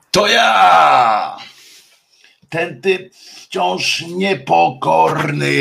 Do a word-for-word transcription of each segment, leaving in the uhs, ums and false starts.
To ja! Ten typ wciąż niepokorny.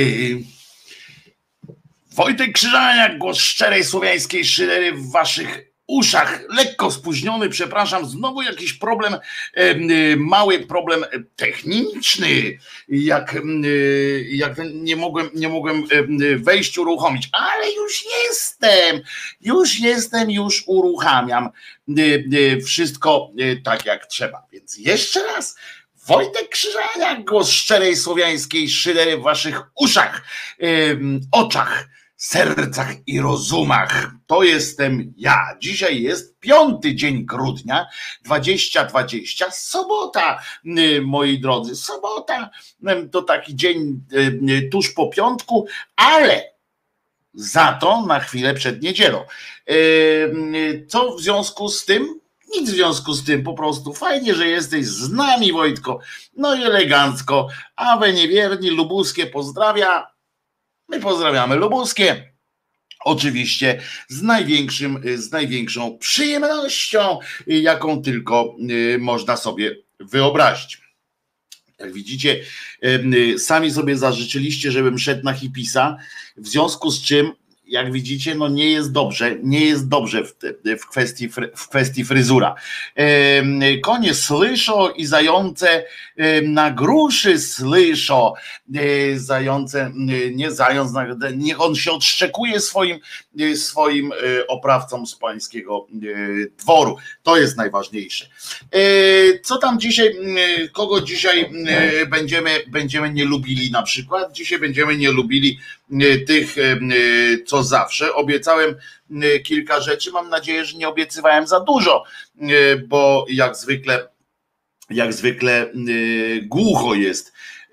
Wojtek Krzyżaniak, głos szczerej słowiańskiej szydery w waszych uszach. Lekko spóźniony, przepraszam, znowu jakiś problem, e, mały problem techniczny, jak, e, jak nie mogłem, nie mogłem wejść, uruchomić, ale już jestem, już jestem, już uruchamiam e, e, wszystko e, tak jak trzeba, więc jeszcze raz. Wojtek Krzyżaniak, głos szczerej słowiańskiej szydery w waszych uszach, ym, oczach, sercach i rozumach. To jestem ja. Dzisiaj jest piąty dzień grudnia dwudziestego dwudziestego, sobota, yy, moi drodzy. Sobota yy, to taki dzień yy, tuż po piątku, ale za to na chwilę przed niedzielą. Yy, co w związku z tym? Nic w związku z tym, po prostu fajnie, że jesteś z nami, Wojtko. No i elegancko. A we niewierni, Lubuskie pozdrawia. My pozdrawiamy Lubuskie. Oczywiście z największym, z największą przyjemnością, jaką tylko można sobie wyobrazić. Jak widzicie, sami sobie zażyczyliście, żebym szedł na hipisa, w związku z czym, jak widzicie, no nie jest dobrze, nie jest dobrze w, w, kwestii, w kwestii fryzura. E, konie słyszą i zające e, na gruszy słyszą. E, zające, e, nie zając, niech on się odszczekuje swoim, e, swoim e, oprawcom z pańskiego e, dworu. To jest najważniejsze. E, co tam dzisiaj, e, kogo dzisiaj e, będziemy, będziemy nie lubili na przykład? Dzisiaj będziemy nie lubili e, tych, e, co zawsze. Obiecałem kilka rzeczy, mam nadzieję, że nie obiecywałem za dużo, bo jak zwykle, jak zwykle głucho jest,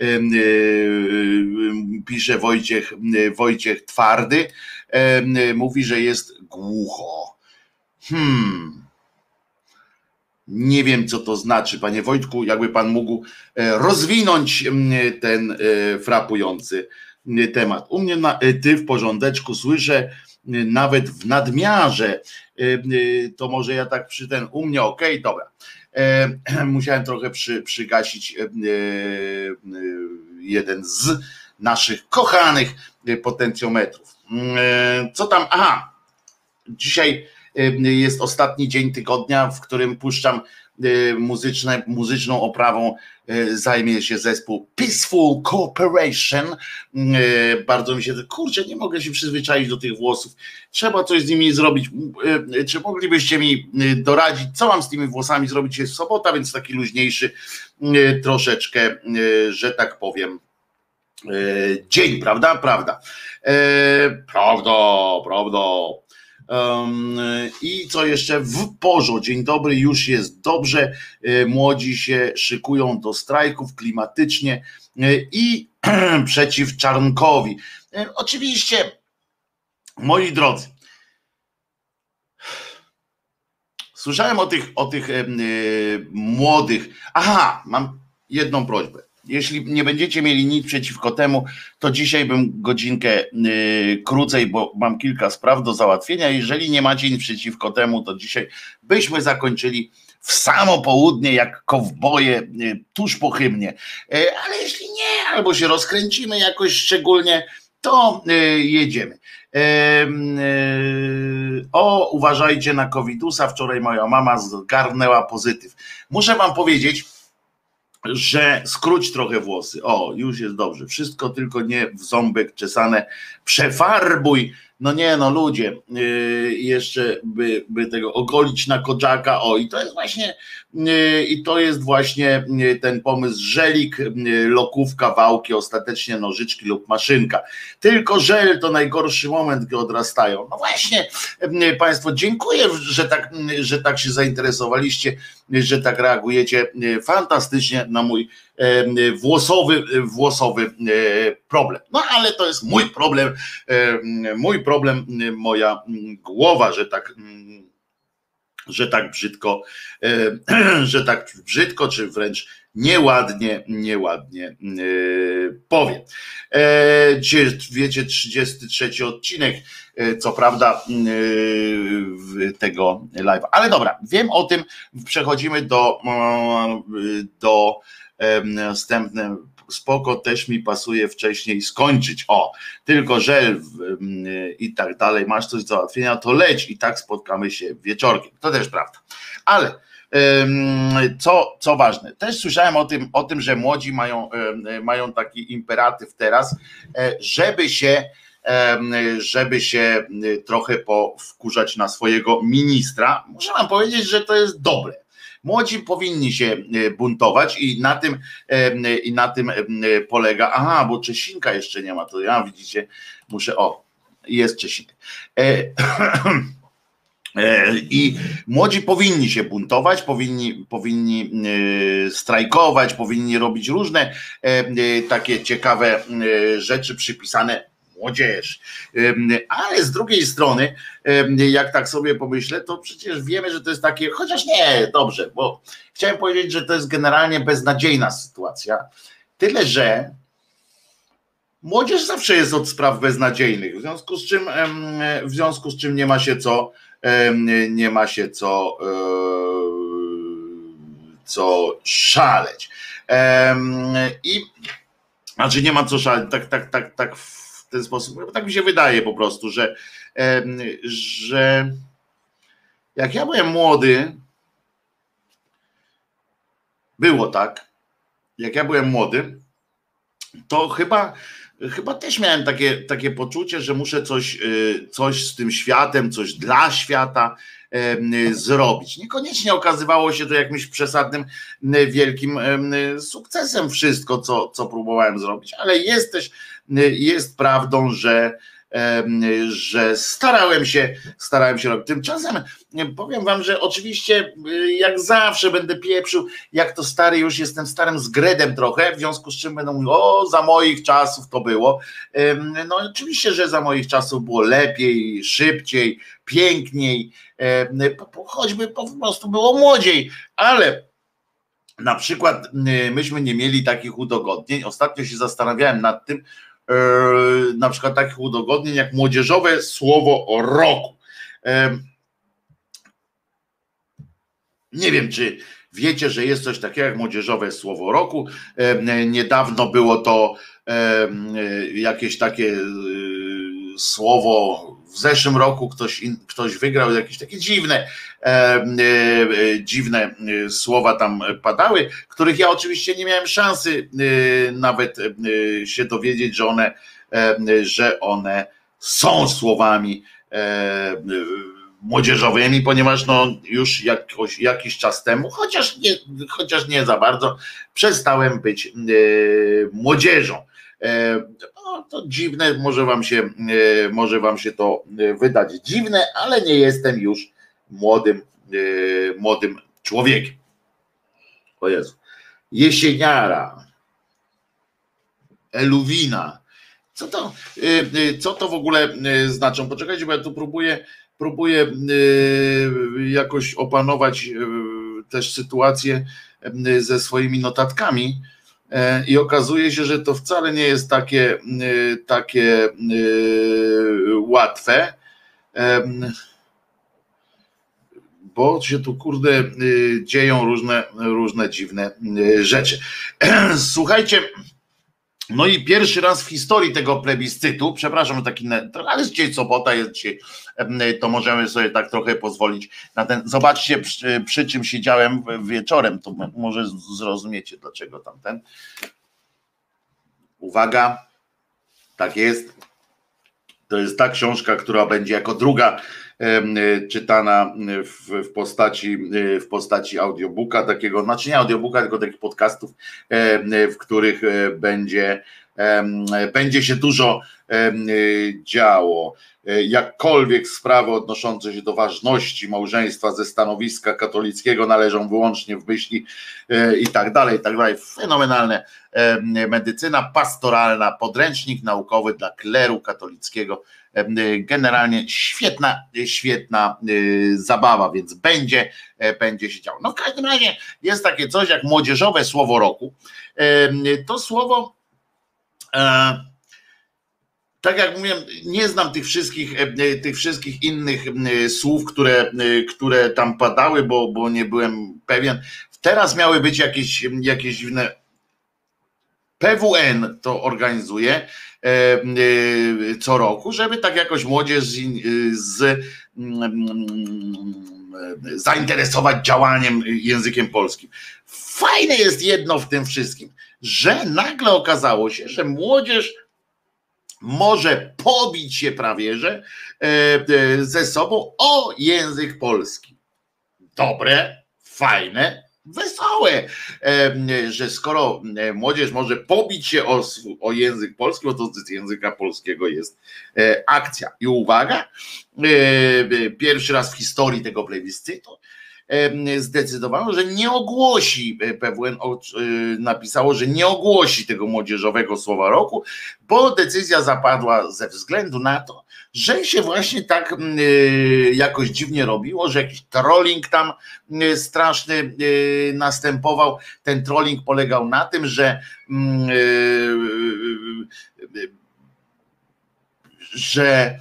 pisze Wojciech, Wojciech Twardy, mówi, że jest głucho. Hmm. Nie wiem, co to znaczy, panie Wojtku, jakby pan mógł rozwinąć ten frapujący temat. U mnie na, ty w porządeczku słyszę, nawet w nadmiarze, to może ja tak przy ten, u mnie okej, okay, dobra. Musiałem trochę przy, przygasić jeden z naszych kochanych potencjometrów. Co tam? Aha, dzisiaj jest ostatni dzień tygodnia, w którym puszczam muzyczne, muzyczną oprawą, zajmie się zespół Peaceful Cooperation. Bardzo mi się, kurczę, nie mogę się przyzwyczaić do tych włosów. Trzeba coś z nimi zrobić. Czy moglibyście mi doradzić, co mam z tymi włosami zrobić? Jest sobota, więc taki luźniejszy troszeczkę, że tak powiem, dzień, prawda? Prawda. Prawda, prawda. Um, I co jeszcze w porządku? Dzień dobry, już jest dobrze. Młodzi się szykują do strajków klimatycznie i przeciw Czarnkowi. Oczywiście, moi drodzy, słyszałem o tych, o tych e, młodych. Aha, mam jedną prośbę. Jeśli nie będziecie mieli nic przeciwko temu, to dzisiaj bym godzinkę yy, krócej, bo mam kilka spraw do załatwienia. Jeżeli nie macie nic przeciwko temu, to dzisiaj byśmy zakończyli w samo południe, jak kowboje, yy, tuż po hymnie. Yy, ale jeśli nie, albo się rozkręcimy jakoś szczególnie, to yy, jedziemy. Yy, yy, o, uważajcie na covidusa. Wczoraj moja mama zgarnęła pozytyw. Muszę wam powiedzieć, że skróć trochę włosy. O, już jest dobrze. Wszystko tylko nie w ząbek czesane. Przefarbuj. No nie, no ludzie, yy, jeszcze by, by tego ogolić na Kodżaka. O, i to jest właśnie yy, i to jest właśnie yy, ten pomysł żelik, yy, lokówka, wałki, ostatecznie nożyczki lub maszynka. Tylko żel to najgorszy moment, gdy odrastają. No właśnie, yy, państwo, dziękuję, że tak, yy, że tak się zainteresowaliście, yy, że tak reagujecie yy, fantastycznie na mój yy, włosowy, yy, włosowy yy, problem. No ale to jest mój problem, yy, mój problem, moja głowa, że tak, że tak brzydko, że tak brzydko, czy wręcz nieładnie, nieładnie yy, powiem. E, dzisiaj, wiecie, trzydziesty trzeci odcinek, e, co prawda yy, tego live'a. Ale dobra, wiem o tym, przechodzimy do, yy, do yy, następnym. Spoko, też mi pasuje wcześniej skończyć. O, tylko żel yy, i tak dalej, masz coś do załatwienia, to leć i tak spotkamy się wieczorkiem. To też prawda. Ale Co, co ważne, też słyszałem o tym, o tym, że młodzi mają, mają taki imperatyw teraz, żeby się, żeby się trochę powkurzać na swojego ministra. Muszę wam powiedzieć, że to jest dobre. Młodzi powinni się buntować i na tym, i na tym polega. Aha, bo Czesinka jeszcze nie ma, to ja widzicie, muszę, o, jest Czesinek. I młodzi powinni się buntować, powinni, powinni strajkować, powinni robić różne takie ciekawe rzeczy przypisane młodzieży. Ale z drugiej strony, jak tak sobie pomyślę, to przecież wiemy, że to jest takie, chociaż nie, dobrze, bo chciałem powiedzieć, że to jest generalnie beznadziejna sytuacja. Tyle, że młodzież zawsze jest od spraw beznadziejnych, w związku z czym, w związku z czym nie ma się co nie ma się co, co szaleć. I znaczy nie ma co szaleć, tak, tak, tak, tak w ten sposób, tak mi się wydaje po prostu, że, że jak ja byłem młody, było tak, jak ja byłem młody, to chyba Chyba też miałem takie, takie poczucie, że muszę coś, coś z tym światem, coś dla świata zrobić. Niekoniecznie okazywało się to jakimś przesadnym, wielkim sukcesem wszystko, co, co próbowałem zrobić, ale jest też, jest prawdą, że że starałem się, starałem się robić. Tymczasem powiem wam, że oczywiście jak zawsze będę pieprzył, jak to stary, już jestem starym zgredem trochę, w związku z czym będę mówił, o, za moich czasów to było. No oczywiście, że za moich czasów było lepiej, szybciej, piękniej, choćby po prostu było młodziej, ale na przykład myśmy nie mieli takich udogodnień. Ostatnio się zastanawiałem nad tym, na przykład takich udogodnień jak młodzieżowe słowo roku. Nie wiem, czy wiecie, że jest coś takiego jak młodzieżowe słowo roku. Niedawno było to jakieś takie słowo, w zeszłym roku ktoś, ktoś wygrał, jakieś takie dziwne, dziwne słowa tam padały, których ja oczywiście nie miałem szansy nawet się dowiedzieć, że one, że one są słowami młodzieżowymi, ponieważ no już jakoś, jakiś czas temu, chociaż nie, chociaż nie za bardzo, przestałem być młodzieżą. No, to dziwne, może wam się, może wam się to wydać dziwne, ale nie jestem już młodym, młodym człowiekiem. O Jezu. Jesieniara, eluwina. Co to, co to w ogóle znaczą? Poczekajcie, bo ja tu próbuję, próbuję jakoś opanować też sytuację ze swoimi notatkami. I okazuje się, że to wcale nie jest takie, takie łatwe, bo się tu kurde dzieją różne, różne dziwne rzeczy. Słuchajcie, no i pierwszy raz w historii tego plebiscytu, przepraszam, taki, ale dzisiaj sobota jest dzisiaj, to możemy sobie tak trochę pozwolić na ten, zobaczcie przy, przy czym siedziałem wieczorem, to może zrozumiecie dlaczego tamten. Uwaga, tak jest, to jest ta książka, która będzie jako druga czytana w, w postaci w postaci audiobooka takiego, znaczy nie audiobooka, tylko takich podcastów, w których będzie będzie się dużo działo. Jakkolwiek sprawy odnoszące się do ważności małżeństwa ze stanowiska katolickiego należą wyłącznie w myśli i tak dalej, i tak dalej. Fenomenalne. Medycyna pastoralna, podręcznik naukowy dla kleru katolickiego. Generalnie świetna, świetna zabawa, więc będzie, będzie się działo. No w każdym razie jest takie coś jak młodzieżowe słowo roku. To słowo, tak jak mówiłem, nie znam tych wszystkich, tych wszystkich innych słów, które, które tam padały, bo, bo nie byłem pewien. Teraz miały być jakieś, jakieś dziwne. P W N to organizuje co roku, żeby tak jakoś młodzież z, z, zainteresować działaniem językiem polskim. Fajne jest jedno w tym wszystkim, że nagle okazało się, że młodzież może pobić się prawie że ze sobą o język polski. Dobre, fajne, wesołe, że skoro młodzież może pobić się o, o język polski, bo to z języka polskiego jest akcja. I uwaga, pierwszy raz w historii tego plebiscytu zdecydowało, że nie ogłosi, P W N napisało, że nie ogłosi tego młodzieżowego słowa roku, bo decyzja zapadła ze względu na to, że się właśnie tak jakoś dziwnie robiło, że jakiś trolling tam straszny następował. Ten trolling polegał na tym, że że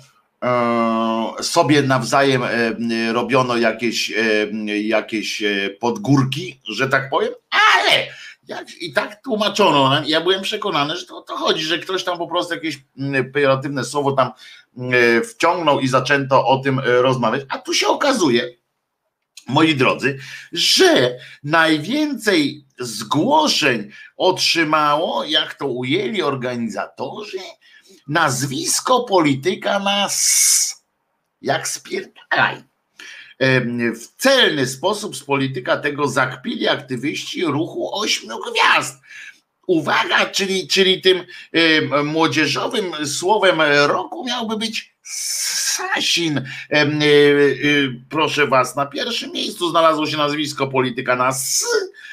sobie nawzajem robiono jakieś, jakieś podgórki, że tak powiem, ale jak, i tak tłumaczono, ja byłem przekonany, że to o to chodzi, że ktoś tam po prostu jakieś pejoratywne słowo tam wciągnął i zaczęto o tym rozmawiać, a tu się okazuje, moi drodzy, że najwięcej zgłoszeń otrzymało, jak to ujęli organizatorzy, nazwisko polityka na s, jak spierdalaj. W celny sposób z polityka tego zakpili aktywiści ruchu Ośmiu Gwiazd. Uwaga, czyli, czyli tym młodzieżowym słowem roku miałby być Sasin. Proszę was, na pierwszym miejscu znalazło się nazwisko polityka na s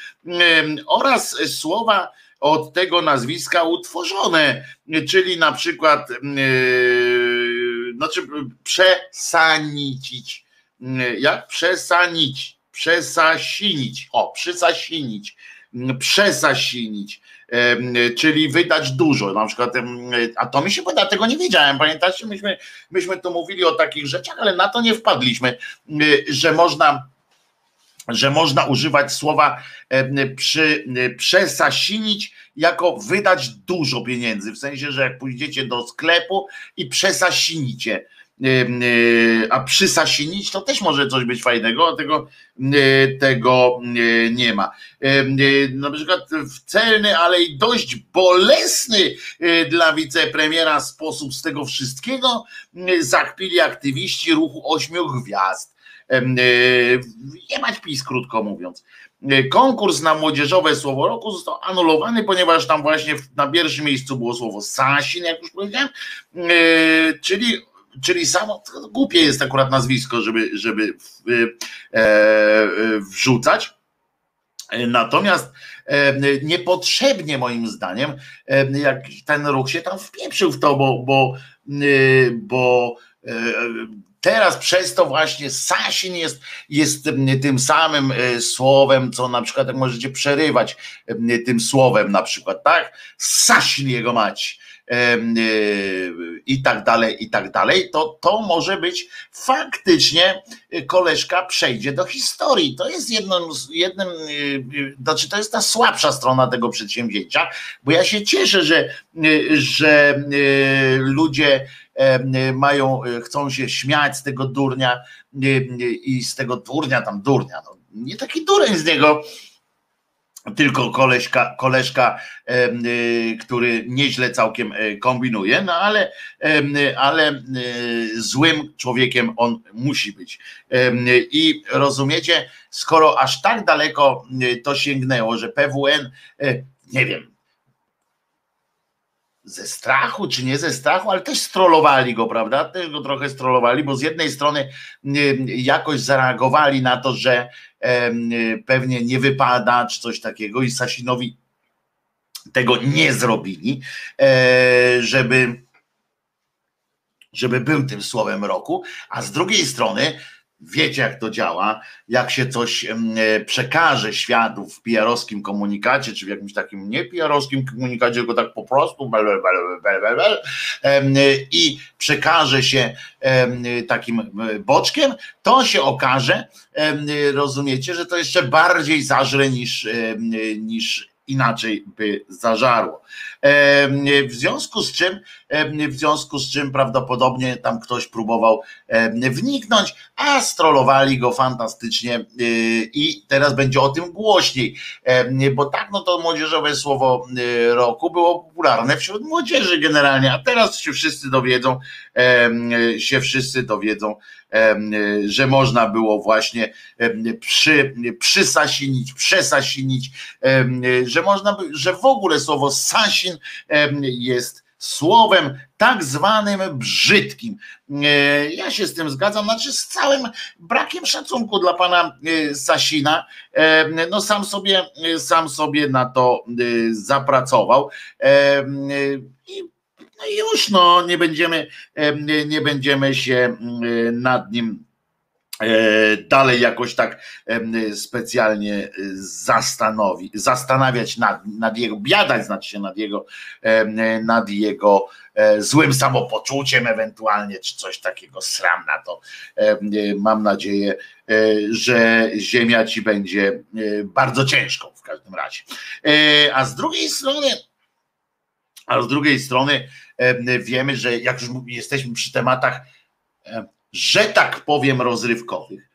oraz słowa od tego nazwiska utworzone, czyli na przykład yy, znaczy przesanicić, jak przesanić, przesasinić, o, przysasinić, przesasinić, yy, czyli wydać dużo, na przykład, yy, a to mi się podoba, tego nie wiedziałem, pamiętacie, myśmy, myśmy tu mówili o takich rzeczach, ale na to nie wpadliśmy, yy, że można że można używać słowa przy, przesasinić jako wydać dużo pieniędzy, w sensie, że jak pójdziecie do sklepu i przesasinicie, a przysasinić to też może coś być fajnego, a tego, tego nie ma. Na przykład w celny, ale i dość bolesny dla wicepremiera sposób z tego wszystkiego zakpili aktywiści ruchu Ośmiu Gwiazd. Jebać PiS, krótko mówiąc. Konkurs na młodzieżowe słowo roku został anulowany, ponieważ tam właśnie na pierwszym miejscu było słowo Sasin, jak już powiedziałem, czyli, czyli samo głupie jest akurat nazwisko, żeby, żeby wrzucać. Natomiast niepotrzebnie moim zdaniem, jak ten ruch się tam wpieprzył w to, bo, bo, bo teraz przez to właśnie Sasin jest, jest tym samym słowem, co na przykład jak możecie przerywać tym słowem na przykład, tak? Sasin jego mać i tak dalej, i tak dalej, to to może być faktycznie koleżka przejdzie do historii. To jest jednym, jednym, znaczy to jest ta słabsza strona tego przedsięwzięcia, bo ja się cieszę, że, że ludzie mają, chcą się śmiać z tego durnia i z tego durnia, tam durnia, no, nie taki dureń z niego, tylko koleżka, koleżka, który nieźle całkiem kombinuje, no ale, ale złym człowiekiem on musi być. I rozumiecie, skoro aż tak daleko to sięgnęło, że P W N, nie wiem, ze strachu, czy nie ze strachu, ale też strollowali go, prawda? Też go trochę strollowali, bo z jednej strony jakoś zareagowali na to, że pewnie nie wypada, czy coś takiego i Sasinowi tego nie zrobili, żeby, żeby był tym słowem roku, a z drugiej strony wiecie, jak to działa, jak się coś przekaże światu w P R-owskim komunikacie, czy w jakimś takim nie P R-owskim komunikacie, tylko tak po prostu bel, bel, bel, bel, bel, i przekaże się takim boczkiem, to się okaże, rozumiecie, że to jeszcze bardziej zażre niż, niż inaczej by zażarło. W związku z czym, w związku z czym prawdopodobnie tam ktoś próbował wniknąć, a strollowali go fantastycznie i teraz będzie o tym głośniej, bo tak, no to młodzieżowe słowo roku było popularne wśród młodzieży generalnie, a teraz się wszyscy dowiedzą, się wszyscy dowiedzą, że można było właśnie przy, przysasinić, przesasinić, że można by, że w ogóle słowo sasin jest słowem tak zwanym brzydkim. Ja się z tym zgadzam, znaczy z całym brakiem szacunku dla pana Sasina. No sam sobie, sam sobie na to zapracował. I no i już no, nie będziemy, nie będziemy się nad nim dalej jakoś tak specjalnie zastanowi, zastanawiać nad, nad jego, biadać znaczy się nad jego, nad jego złym samopoczuciem ewentualnie, czy coś takiego, sram na to. Mam nadzieję, że ziemia ci będzie bardzo ciężką w każdym razie. A z drugiej strony, a z drugiej strony wiemy, że jak już jesteśmy przy tematach, że tak powiem, rozrywkowych,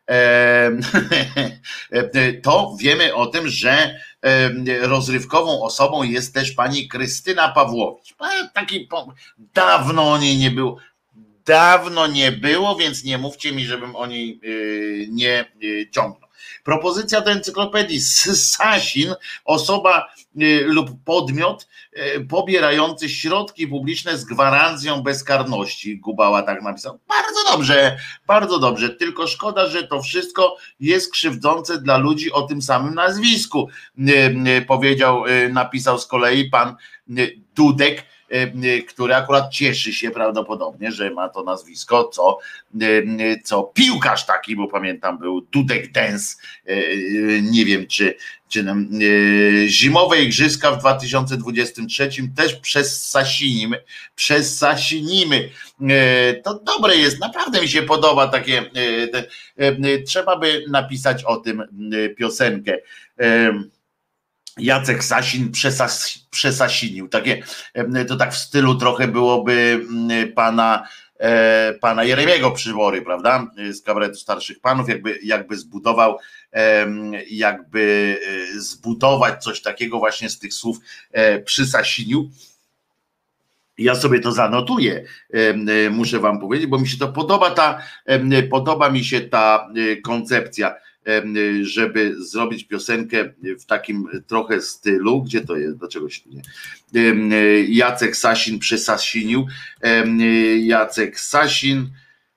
to wiemy o tym, że rozrywkową osobą jest też pani Krystyna Pawłowicz. Taki, dawno o niej nie było, dawno nie było, więc nie mówcie mi, żebym o niej nie ciągnął. Propozycja do encyklopedii: Sasin, osoba lub podmiot pobierający środki publiczne z gwarancją bezkarności. Gubała tak napisał. Bardzo dobrze, bardzo dobrze, tylko szkoda, że to wszystko jest krzywdzące dla ludzi o tym samym nazwisku. Powiedział, napisał z kolei pan Dudek, który akurat cieszy się prawdopodobnie, że ma to nazwisko, co, co piłkarz taki, bo pamiętam był Dudek Dance, nie wiem czy, czy zimowe igrzyska w dwa tysiące dwudziestym trzecim też przez Sasinimy, przez Sasinimy. To dobre jest, naprawdę mi się podoba takie, trzeba by napisać o tym piosenkę. Jacek Sasin przesas, przesasinił. Takie, to tak w stylu trochę byłoby pana, pana Jeremiego Przybory, prawda? Z kabaretu Starszych Panów, jakby, jakby zbudował, jakby zbudować coś takiego właśnie z tych słów przysasinił. Ja sobie to zanotuję, muszę wam powiedzieć, bo mi się to podoba, ta, podoba mi się ta koncepcja, żeby zrobić piosenkę w takim trochę stylu, gdzie to jest, dlaczego się nie, Jacek Sasin przesasinił, Jacek Sasin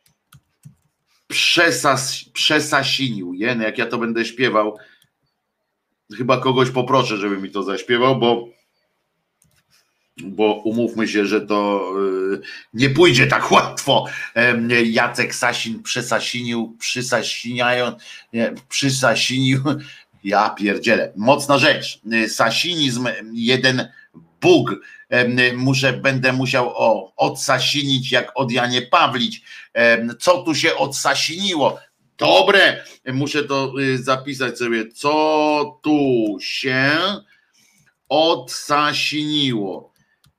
przesas, przesasinił, Jen, jak ja to będę śpiewał, chyba kogoś poproszę, żeby mi to zaśpiewał, bo bo umówmy się, że to nie pójdzie tak łatwo. Jacek Sasin przesasinił, przysasiniają, przysasinił, ja pierdzielę, mocna rzecz. Sasinizm, jeden Bóg. Muszę, będę musiał o, odsasinić jak od Janie Pawlić. Co tu się odsasiniło? Dobre, muszę to zapisać sobie. Co tu się odsasiniło?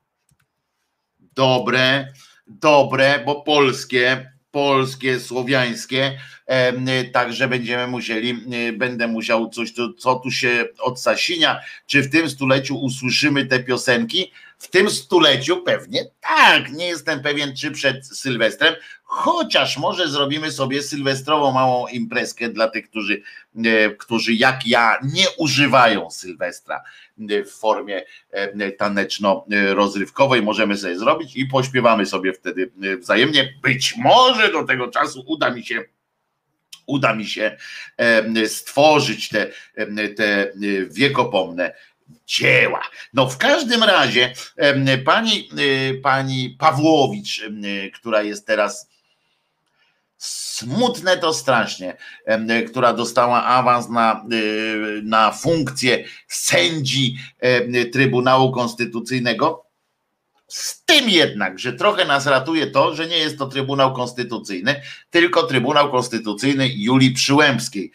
Dobre, dobre, bo polskie, polskie, słowiańskie, także będziemy musieli, będę musiał coś, tu, co tu się odsasinia, czy w tym stuleciu usłyszymy te piosenki? W tym stuleciu pewnie tak, nie jestem pewien, czy przed Sylwestrem, chociaż może zrobimy sobie sylwestrową małą imprezkę dla tych, którzy, którzy jak ja nie używają Sylwestra w formie taneczno-rozrywkowej, możemy sobie zrobić i pośpiewamy sobie wtedy wzajemnie. Być może do tego czasu uda mi się uda mi się stworzyć te, te wiekopomne dzieła. No w każdym razie pani, pani Pawłowicz, która jest teraz smutne to strasznie, która dostała awans na, na funkcję sędzi Trybunału Konstytucyjnego. Z tym jednak, że trochę nas ratuje to, że nie jest to Trybunał Konstytucyjny, tylko Trybunał Konstytucyjny Julii Przyłębskiej,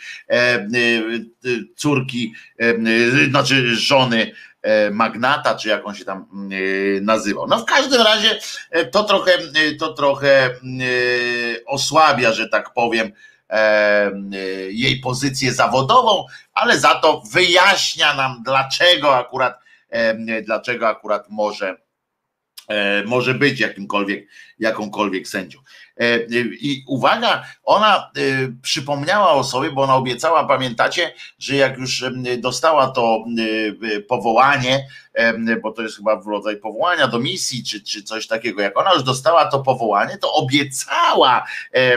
córki, znaczy żony magnata, czy jak on się tam nazywał. No w każdym razie to trochę, to trochę osłabia, że tak powiem, jej pozycję zawodową, ale za to wyjaśnia nam, dlaczego akurat, dlaczego akurat może może być jakimkolwiek, jakąkolwiek sędzią. I uwaga, ona przypomniała o sobie, bo ona obiecała, pamiętacie, że jak już dostała to powołanie, bo to jest chyba w rodzaju powołania do misji, czy, czy coś takiego, jak ona już dostała to powołanie, to obiecała,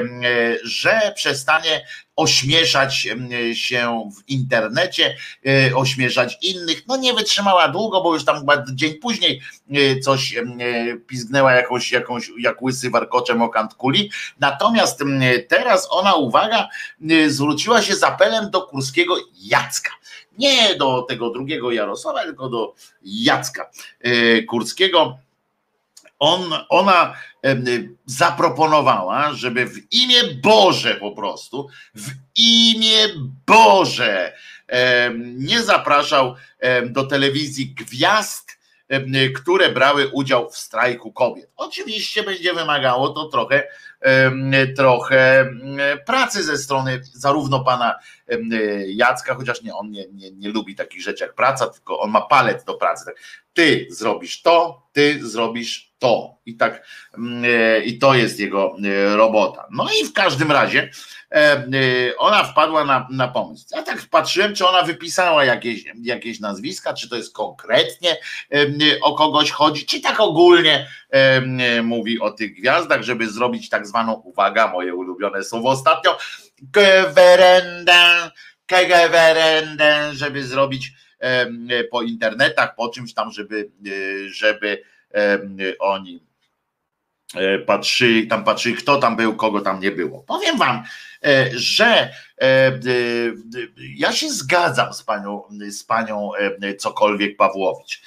że przestanie ośmieszać się w internecie, ośmieszać innych. No nie wytrzymała długo, bo już tam chyba dzień później coś pizgnęła jakąś, jakąś jak łysy warkoczem o kant kuli. Natomiast teraz ona, uwaga, zwróciła się z apelem do Kurskiego Jacka. Nie do tego drugiego Jarosława, tylko do Jacka Kurskiego. On, ona zaproponowała, żeby w imię Boże po prostu, w imię Boże nie zapraszał do telewizji gwiazd, które brały udział w strajku kobiet. Oczywiście będzie wymagało to trochę, trochę pracy ze strony zarówno pana Jacka, chociaż nie, on nie, nie, nie lubi takich rzeczy jak praca, tylko on ma palet do pracy. Tak, ty zrobisz to, ty zrobisz to. I tak, i to jest jego robota. No i w każdym razie ona wpadła na, na pomysł. Ja tak patrzyłem, czy ona wypisała jakieś, jakieś nazwiska, czy to jest konkretnie o kogoś chodzi, czy tak ogólnie mówi o tych gwiazdach, żeby zrobić tak zwaną, uwaga, moje ulubione słowo ostatnio, kewerendę, kewerendę, żeby zrobić po internetach, po czymś tam, żeby, żeby oni patrzyli, tam patrzyli, kto tam był, kogo tam nie było. Powiem wam, że ja się zgadzam z panią, z panią cokolwiek Pawłowicz.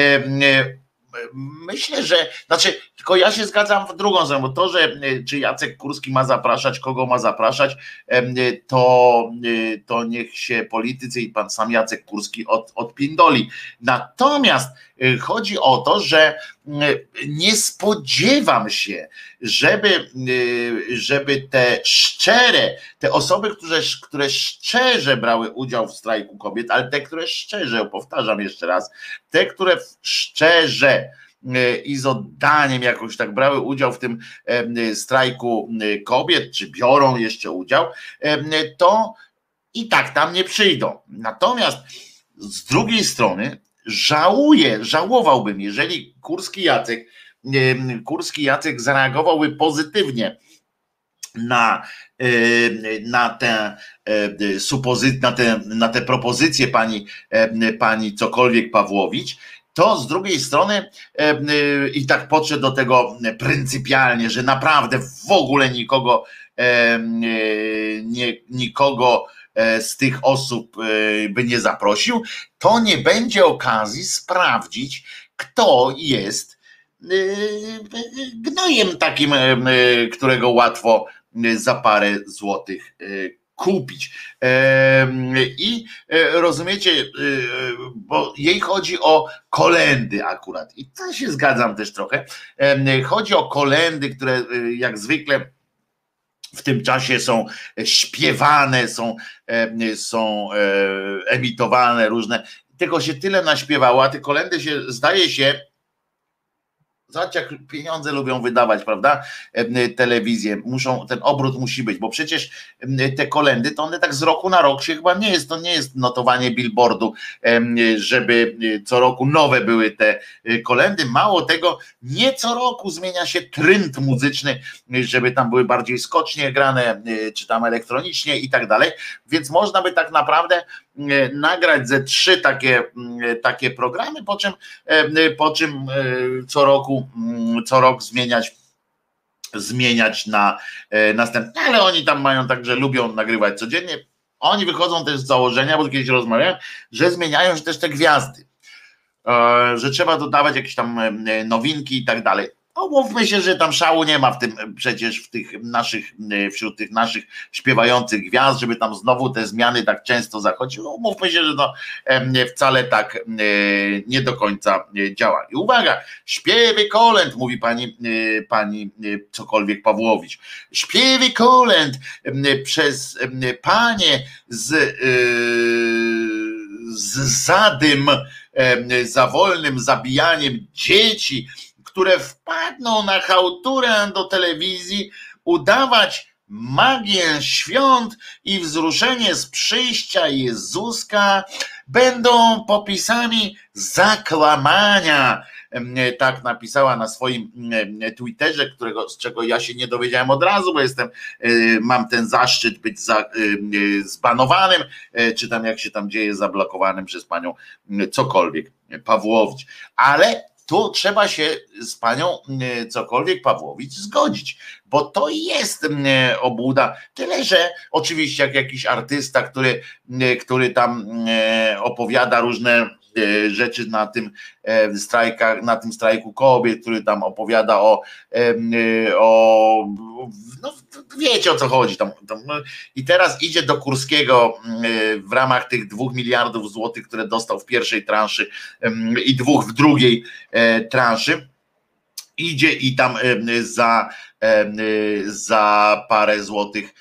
Myślę, że, znaczy, tylko ja się zgadzam w drugą stronę, bo to, że czy Jacek Kurski ma zapraszać, kogo ma zapraszać, to, to niech się politycy i pan sam Jacek Kurski od, odpindoli. Natomiast chodzi o to, że nie spodziewam się, żeby, żeby te szczere, te osoby, które, które szczerze brały udział w strajku kobiet, ale te, które szczerze, powtarzam jeszcze raz, te, które szczerze i z oddaniem jakoś tak brały udział w tym strajku kobiet, czy biorą jeszcze udział, to i tak tam nie przyjdą. Natomiast z drugiej strony żałuję, żałowałbym, jeżeli Kurski Jacek, Kurski Jacek zareagowałby pozytywnie na, na tę supozy, na te, na te propozycje pani, pani cokolwiek Pawłowicz, to z drugiej strony i tak podszedł do tego pryncypialnie, że naprawdę w ogóle nikogo nie, nikogo z tych osób by nie zaprosił, to nie będzie okazji sprawdzić, kto jest gnojem takim, którego łatwo za parę złotych kupić. I rozumiecie, bo jej chodzi o kolędy akurat. I to się zgadzam też trochę. Chodzi o kolędy, które jak zwykle w tym czasie są śpiewane, są, są emitowane różne. Tego się tyle naśpiewało, a te kolędy się, zdaje się, Zobacz, jak pieniądze lubią wydawać, prawda? Telewizje, muszą, ten obrót musi być, bo przecież te kolendy, to one tak z roku na rok się chyba nie jest, to nie jest notowanie billboardu, żeby co roku nowe były te kolendy. Mało tego, nie co roku zmienia się trend muzyczny, żeby tam były bardziej skocznie grane, czy tam elektronicznie i tak dalej, więc można by tak naprawdę nagrać ze trzy takie, takie programy, po czym, po czym co roku, co rok zmieniać zmieniać na następne, ale oni tam mają tak, że lubią nagrywać codziennie. Oni wychodzą też z założenia, bo kiedyś rozmawiałem, że zmieniają się też te gwiazdy, że trzeba dodawać jakieś tam nowinki i tak dalej. Umówmy się, że tam szału nie ma w tym, przecież w tych naszych, wśród tych naszych śpiewających gwiazd, żeby tam znowu te zmiany tak często zachodziły. Umówmy się, że to wcale tak nie do końca działa. I uwaga, śpiewy kolęd, mówi pani, pani cokolwiek Pawłowicz. Śpiewy kolęd przez panie z, z zadym, za wolnym zabijaniem dzieci, które wpadną na chałturę do telewizji, udawać magię świąt i wzruszenie z przyjścia Jezuska, będą popisami zakłamania. Tak napisała na swoim Twitterze, którego, z czego ja się nie dowiedziałem od razu, bo jestem, mam ten zaszczyt być za, zbanowanym, czy tam jak się tam dzieje, zablokowanym przez panią cokolwiek Pawłowicz. Ale tu trzeba się z panią cokolwiek Pawłowicz zgodzić, bo to jest obłuda. Tyle, że oczywiście jak jakiś artysta, który, który tam opowiada różne rzeczy na tym strajkach, na tym strajku kobiet, który tam opowiada o, o no wiecie o co chodzi tam, tam. I teraz idzie do Kurskiego w ramach tych dwóch miliardów złotych, które dostał w pierwszej transzy i dwóch w drugiej transzy, idzie i tam za, za parę złotych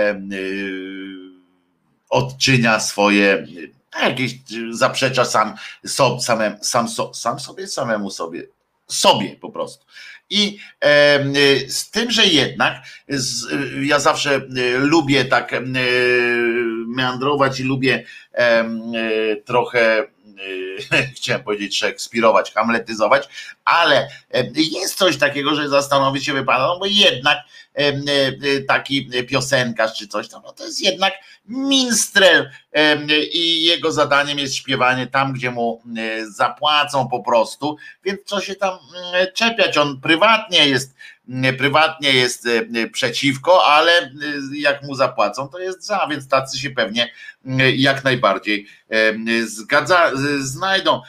odczynia swoje jakieś, zaprzecza sam, sam, sam, sam, sam sobie, samemu sobie, sobie po prostu. I e, z tym, że jednak z, ja zawsze e, lubię tak e, meandrować i lubię e, trochę chciałem powiedzieć szekspirować, hamletyzować, ale jest coś takiego, że zastanowić się wypada, no bo jednak taki piosenkarz czy coś tam, no to jest jednak minstrel i jego zadaniem jest śpiewanie tam, gdzie mu zapłacą po prostu, więc co się tam czepiać, on prywatnie jest prywatnie jest przeciwko, ale jak mu zapłacą, to jest za, więc tacy się pewnie jak najbardziej zgadza, znajdą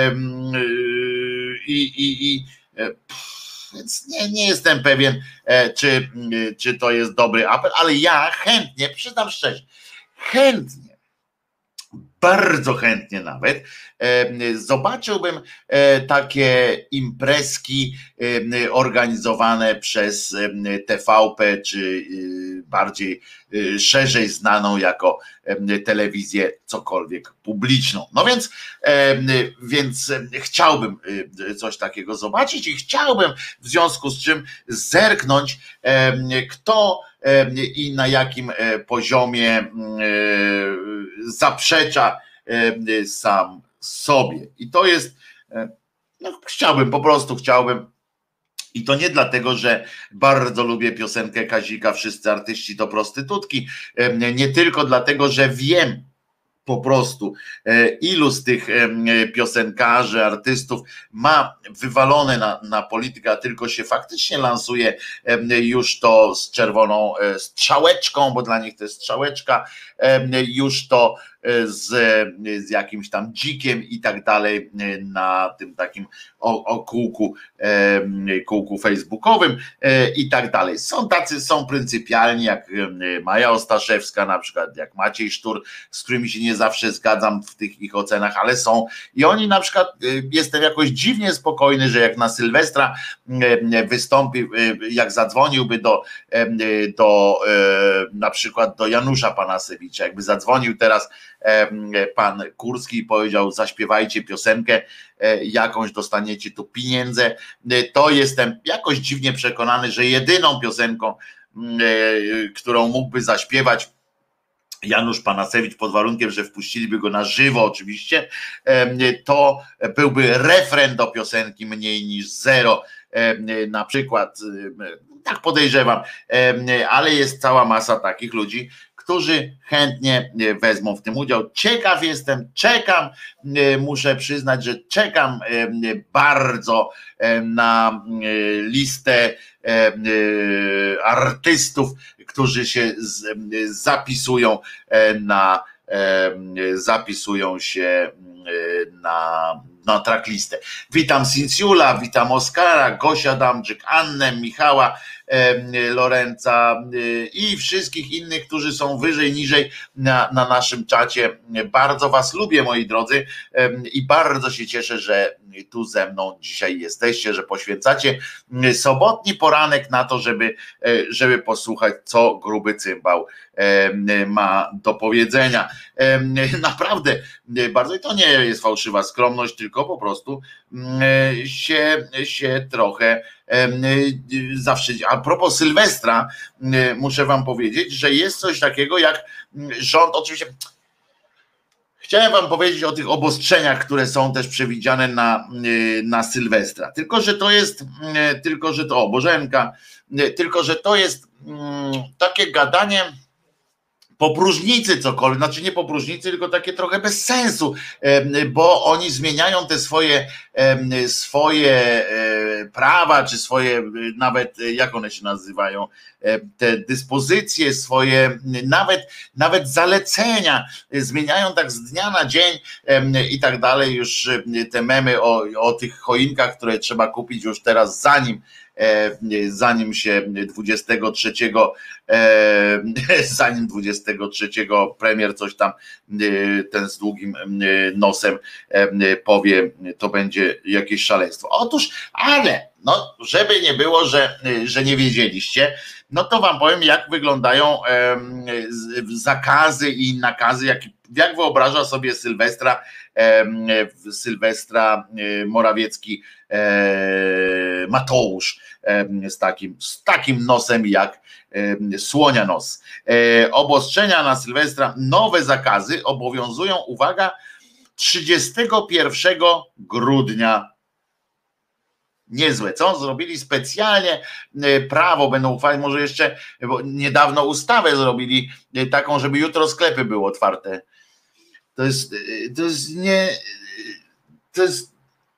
i, i, i więc nie, nie jestem pewien, czy, czy to jest dobry apel, ale ja chętnie, przyznam szczerze, chętnie, bardzo chętnie nawet zobaczyłbym takie imprezki organizowane przez T V P, czy bardziej szerzej znaną jako telewizję cokolwiek publiczną. No więc, więc chciałbym coś takiego zobaczyć i chciałbym w związku z czym zerknąć, kto i na jakim poziomie zaprzecza sam sobie. I to jest, no chciałbym, po prostu chciałbym, i to nie dlatego, że bardzo lubię piosenkę Kazika, wszyscy artyści to prostytutki, nie tylko dlatego, że wiem po prostu ilu z tych piosenkarzy, artystów ma wywalone na, na politykę, a tylko się faktycznie lansuje już to z czerwoną strzałeczką, bo dla nich to jest strzałeczka, już to z, z jakimś tam dzikiem i tak dalej na tym takim o, o kółku, kółku facebookowym i tak dalej. Są tacy, są pryncypialni, jak Maja Ostaszewska na przykład, jak Maciej Sztur, z którymi się nie zawsze zgadzam w tych ich ocenach, ale są i oni na przykład, jestem jakoś dziwnie spokojny, że jak na Sylwestra wystąpi, jak zadzwoniłby do, do na przykład do Janusza Panasewicza, jakby zadzwonił teraz pan Kurski powiedział, zaśpiewajcie piosenkę jakąś, dostaniecie tu pieniądze, to jestem jakoś dziwnie przekonany, że jedyną piosenką, którą mógłby zaśpiewać Janusz Panasewicz, pod warunkiem, że wpuściliby go na żywo oczywiście, to byłby refren do piosenki Mniej niż zero, na przykład, tak podejrzewam, ale jest cała masa takich ludzi, którzy chętnie wezmą w tym udział. Ciekaw jestem, czekam, muszę przyznać, że czekam bardzo na listę artystów, którzy się zapisują na zapisują się na, na tracklistę. Witam Sinciula, witam Oskara, Gosia Damczyk, Annę, Michała Lorenza i wszystkich innych, którzy są wyżej, niżej na, na naszym czacie. Bardzo was lubię, moi drodzy, i bardzo się cieszę, że tu ze mną dzisiaj jesteście, że poświęcacie sobotni poranek na to, żeby, żeby posłuchać, co gruby cymbał ma do powiedzenia. Naprawdę bardzo, i to nie jest fałszywa skromność, tylko po prostu się, się trochę zawsze. A propos Sylwestra, muszę wam powiedzieć, że jest coś takiego jak rząd, oczywiście chciałem wam powiedzieć o tych obostrzeniach, które są też przewidziane na, na Sylwestra, tylko że to jest tylko że to o Bożenka, tylko że to jest takie gadanie po próżnicy cokolwiek, znaczy nie po próżnicy, tylko takie trochę bez sensu, bo oni zmieniają te swoje swoje prawa, czy swoje nawet, jak one się nazywają, te dyspozycje swoje, nawet, nawet zalecenia zmieniają tak z dnia na dzień i tak dalej. Już te memy o, o tych choinkach, które trzeba kupić już teraz, zanim zanim się dwudziestego trzeciego zanim dwudziestego trzeciego premier coś tam, ten z długim nosem powie, to będzie jakieś szaleństwo. Otóż, ale no, żeby nie było, że, że nie wiedzieliście, no to wam powiem, jak wyglądają zakazy i nakazy, jak, jak wyobraża sobie Sylwestra Sylwestra Morawiecki Mateusz z takim, z takim nosem jak słonia nos. Obostrzenia na Sylwestra, nowe zakazy obowiązują, uwaga, trzydziestego pierwszego grudnia. Niezłe, co? Zrobili specjalnie prawo, będą uchwalić, może jeszcze, bo niedawno ustawę zrobili taką, żeby jutro sklepy były otwarte. To jest, to jest nie, to jest,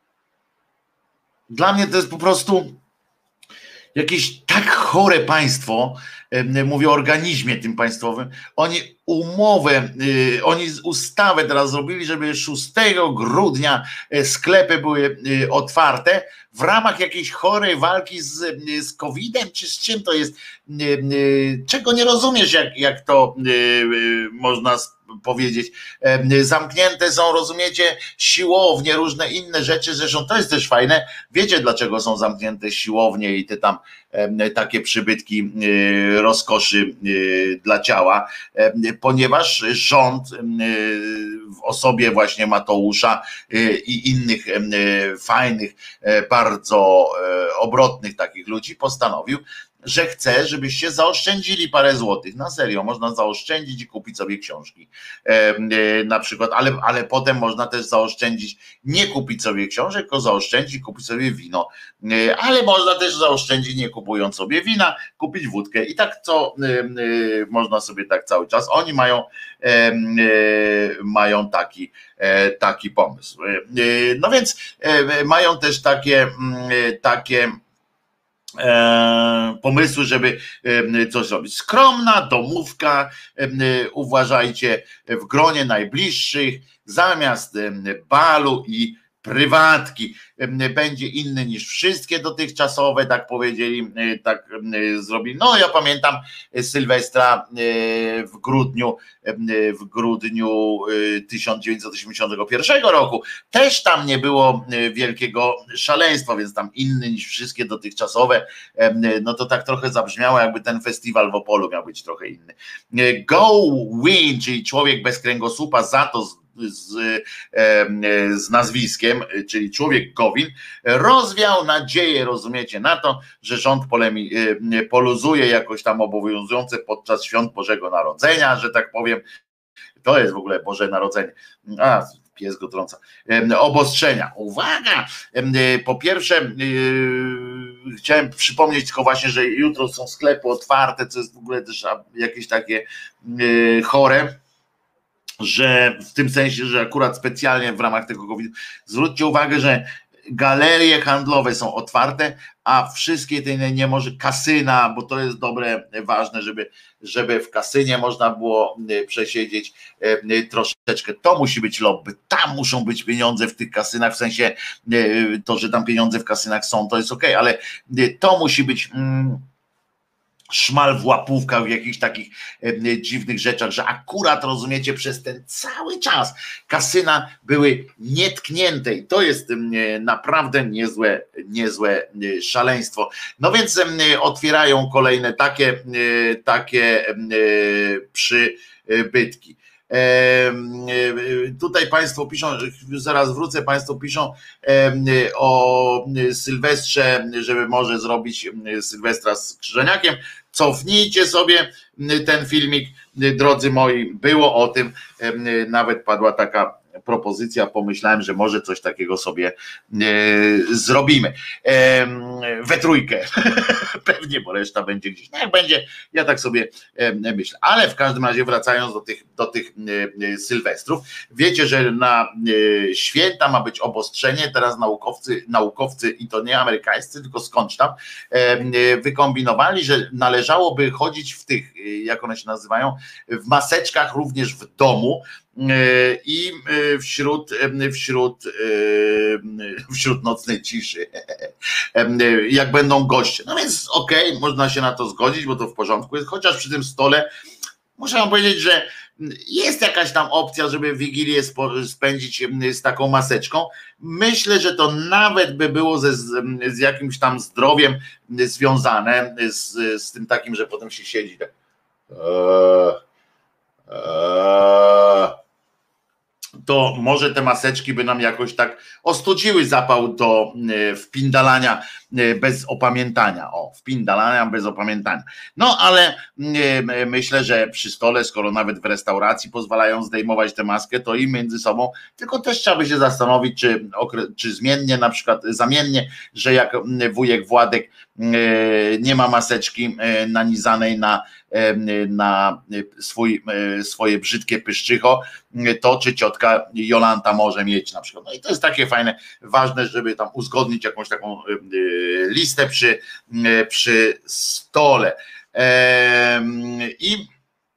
dla mnie to jest po prostu jakieś tak chore państwo, mówię o organizmie tym państwowym, oni umowę, oni ustawę teraz zrobili, żeby szóstego grudnia sklepy były otwarte w ramach jakiejś chorej walki z, z kowidem, czy z czym to jest, czego nie rozumiesz, jak, jak to można powiedzieć. Zamknięte są, rozumiecie, siłownie, różne inne rzeczy, zresztą to jest też fajne, wiecie dlaczego są zamknięte siłownie i te tam takie przybytki rozkoszy dla ciała, ponieważ rząd w osobie właśnie Mateusza i innych fajnych, bardzo obrotnych takich ludzi postanowił, że chce, żebyście zaoszczędzili parę złotych. Na serio, można zaoszczędzić i kupić sobie książki. E, na przykład, ale, ale potem można też zaoszczędzić, nie kupić sobie książek, tylko zaoszczędzić i kupić sobie wino. E, ale można też zaoszczędzić, nie kupując sobie wina, kupić wódkę. I tak co e, e, można sobie tak cały czas. Oni mają, e, e, mają taki, e, taki pomysł. E, no więc e, mają też takie, e, takie pomysły, żeby coś zrobić. Skromna domówka, uważajcie, w gronie najbliższych, zamiast balu i prywatki, będzie inny niż wszystkie dotychczasowe, tak powiedzieli, tak zrobili. No ja pamiętam Sylwestra w grudniu, w grudniu tysiąc dziewięćset osiemdziesiątego pierwszego roku. Też tam nie było wielkiego szaleństwa, więc tam inny niż wszystkie dotychczasowe. No to tak trochę zabrzmiało, jakby ten festiwal w Opolu miał być trochę inny. Go Win, czyli człowiek bez kręgosłupa, za to z Z, z nazwiskiem, czyli człowiek Gowin, rozwiał nadzieję, rozumiecie, na to, że rząd polemi, poluzuje jakoś tam obowiązujące podczas świąt Bożego Narodzenia, że tak powiem, to jest w ogóle Boże Narodzenie, a pies go trąca, obostrzenia. Uwaga! Po pierwsze chciałem przypomnieć tylko właśnie, że jutro są sklepy otwarte, co jest w ogóle też jakieś takie chore, że w tym sensie, że akurat specjalnie w ramach tego kowida, zwróćcie uwagę, że galerie handlowe są otwarte, a wszystkie te nie może, kasyna, bo to jest dobre, ważne, żeby, żeby w kasynie można było przesiedzieć troszeczkę, to musi być lobby, tam muszą być pieniądze w tych kasynach, w sensie to, że tam pieniądze w kasynach są, to jest okej, ale to musi być mm, szmal w łapówkach, w jakichś takich e, dziwnych rzeczach, że akurat rozumiecie, przez ten cały czas kasyna były nietknięte i to jest e, naprawdę niezłe, niezłe e, szaleństwo. No więc e, otwierają kolejne takie, e, takie e, przybytki. E, tutaj Państwo piszą, zaraz wrócę, Państwo piszą e, o Sylwestrze, żeby może zrobić Sylwestra z Krzyżaniakiem. Cofnijcie sobie ten filmik, drodzy moi, było o tym, nawet padła taka propozycja, pomyślałem, że może coś takiego sobie e, zrobimy. E, we trójkę. Pewnie, bo reszta będzie gdzieś. No jak będzie, ja tak sobie e, myślę. Ale w każdym razie wracając do tych, do tych e, sylwestrów, wiecie, że na e, święta ma być obostrzenie, teraz naukowcy, naukowcy i to nie amerykańscy, tylko skądś tam e, wykombinowali, że należałoby chodzić w tych, jak one się nazywają, w maseczkach również w domu, i wśród, wśród, wśród nocnej ciszy, jak będą goście. No więc okej, okay, można się na to zgodzić, bo to w porządku jest, chociaż przy tym stole muszę wam powiedzieć, że jest jakaś tam opcja, żeby Wigilię spędzić z taką maseczką. Myślę, że to nawet by było ze, z jakimś tam zdrowiem związane, z, z tym takim, że potem się siedzi tak. Eee, eee. To może te maseczki by nam jakoś tak ostudziły zapał do wpindalania bez opamiętania. O, wpindalania bez opamiętania. No ale myślę, że przy stole, skoro nawet w restauracji pozwalają zdejmować tę maskę, to i między sobą, tylko też trzeba by się zastanowić, czy, czy zmiennie, na przykład zamiennie, że jak wujek Władek nie ma maseczki nanizanej na, na swój, swoje brzydkie pyszczycho, to czy ciotka Jolanta może mieć na przykład. No i to jest takie fajne, ważne, żeby tam uzgodnić jakąś taką listę przy, przy stole. I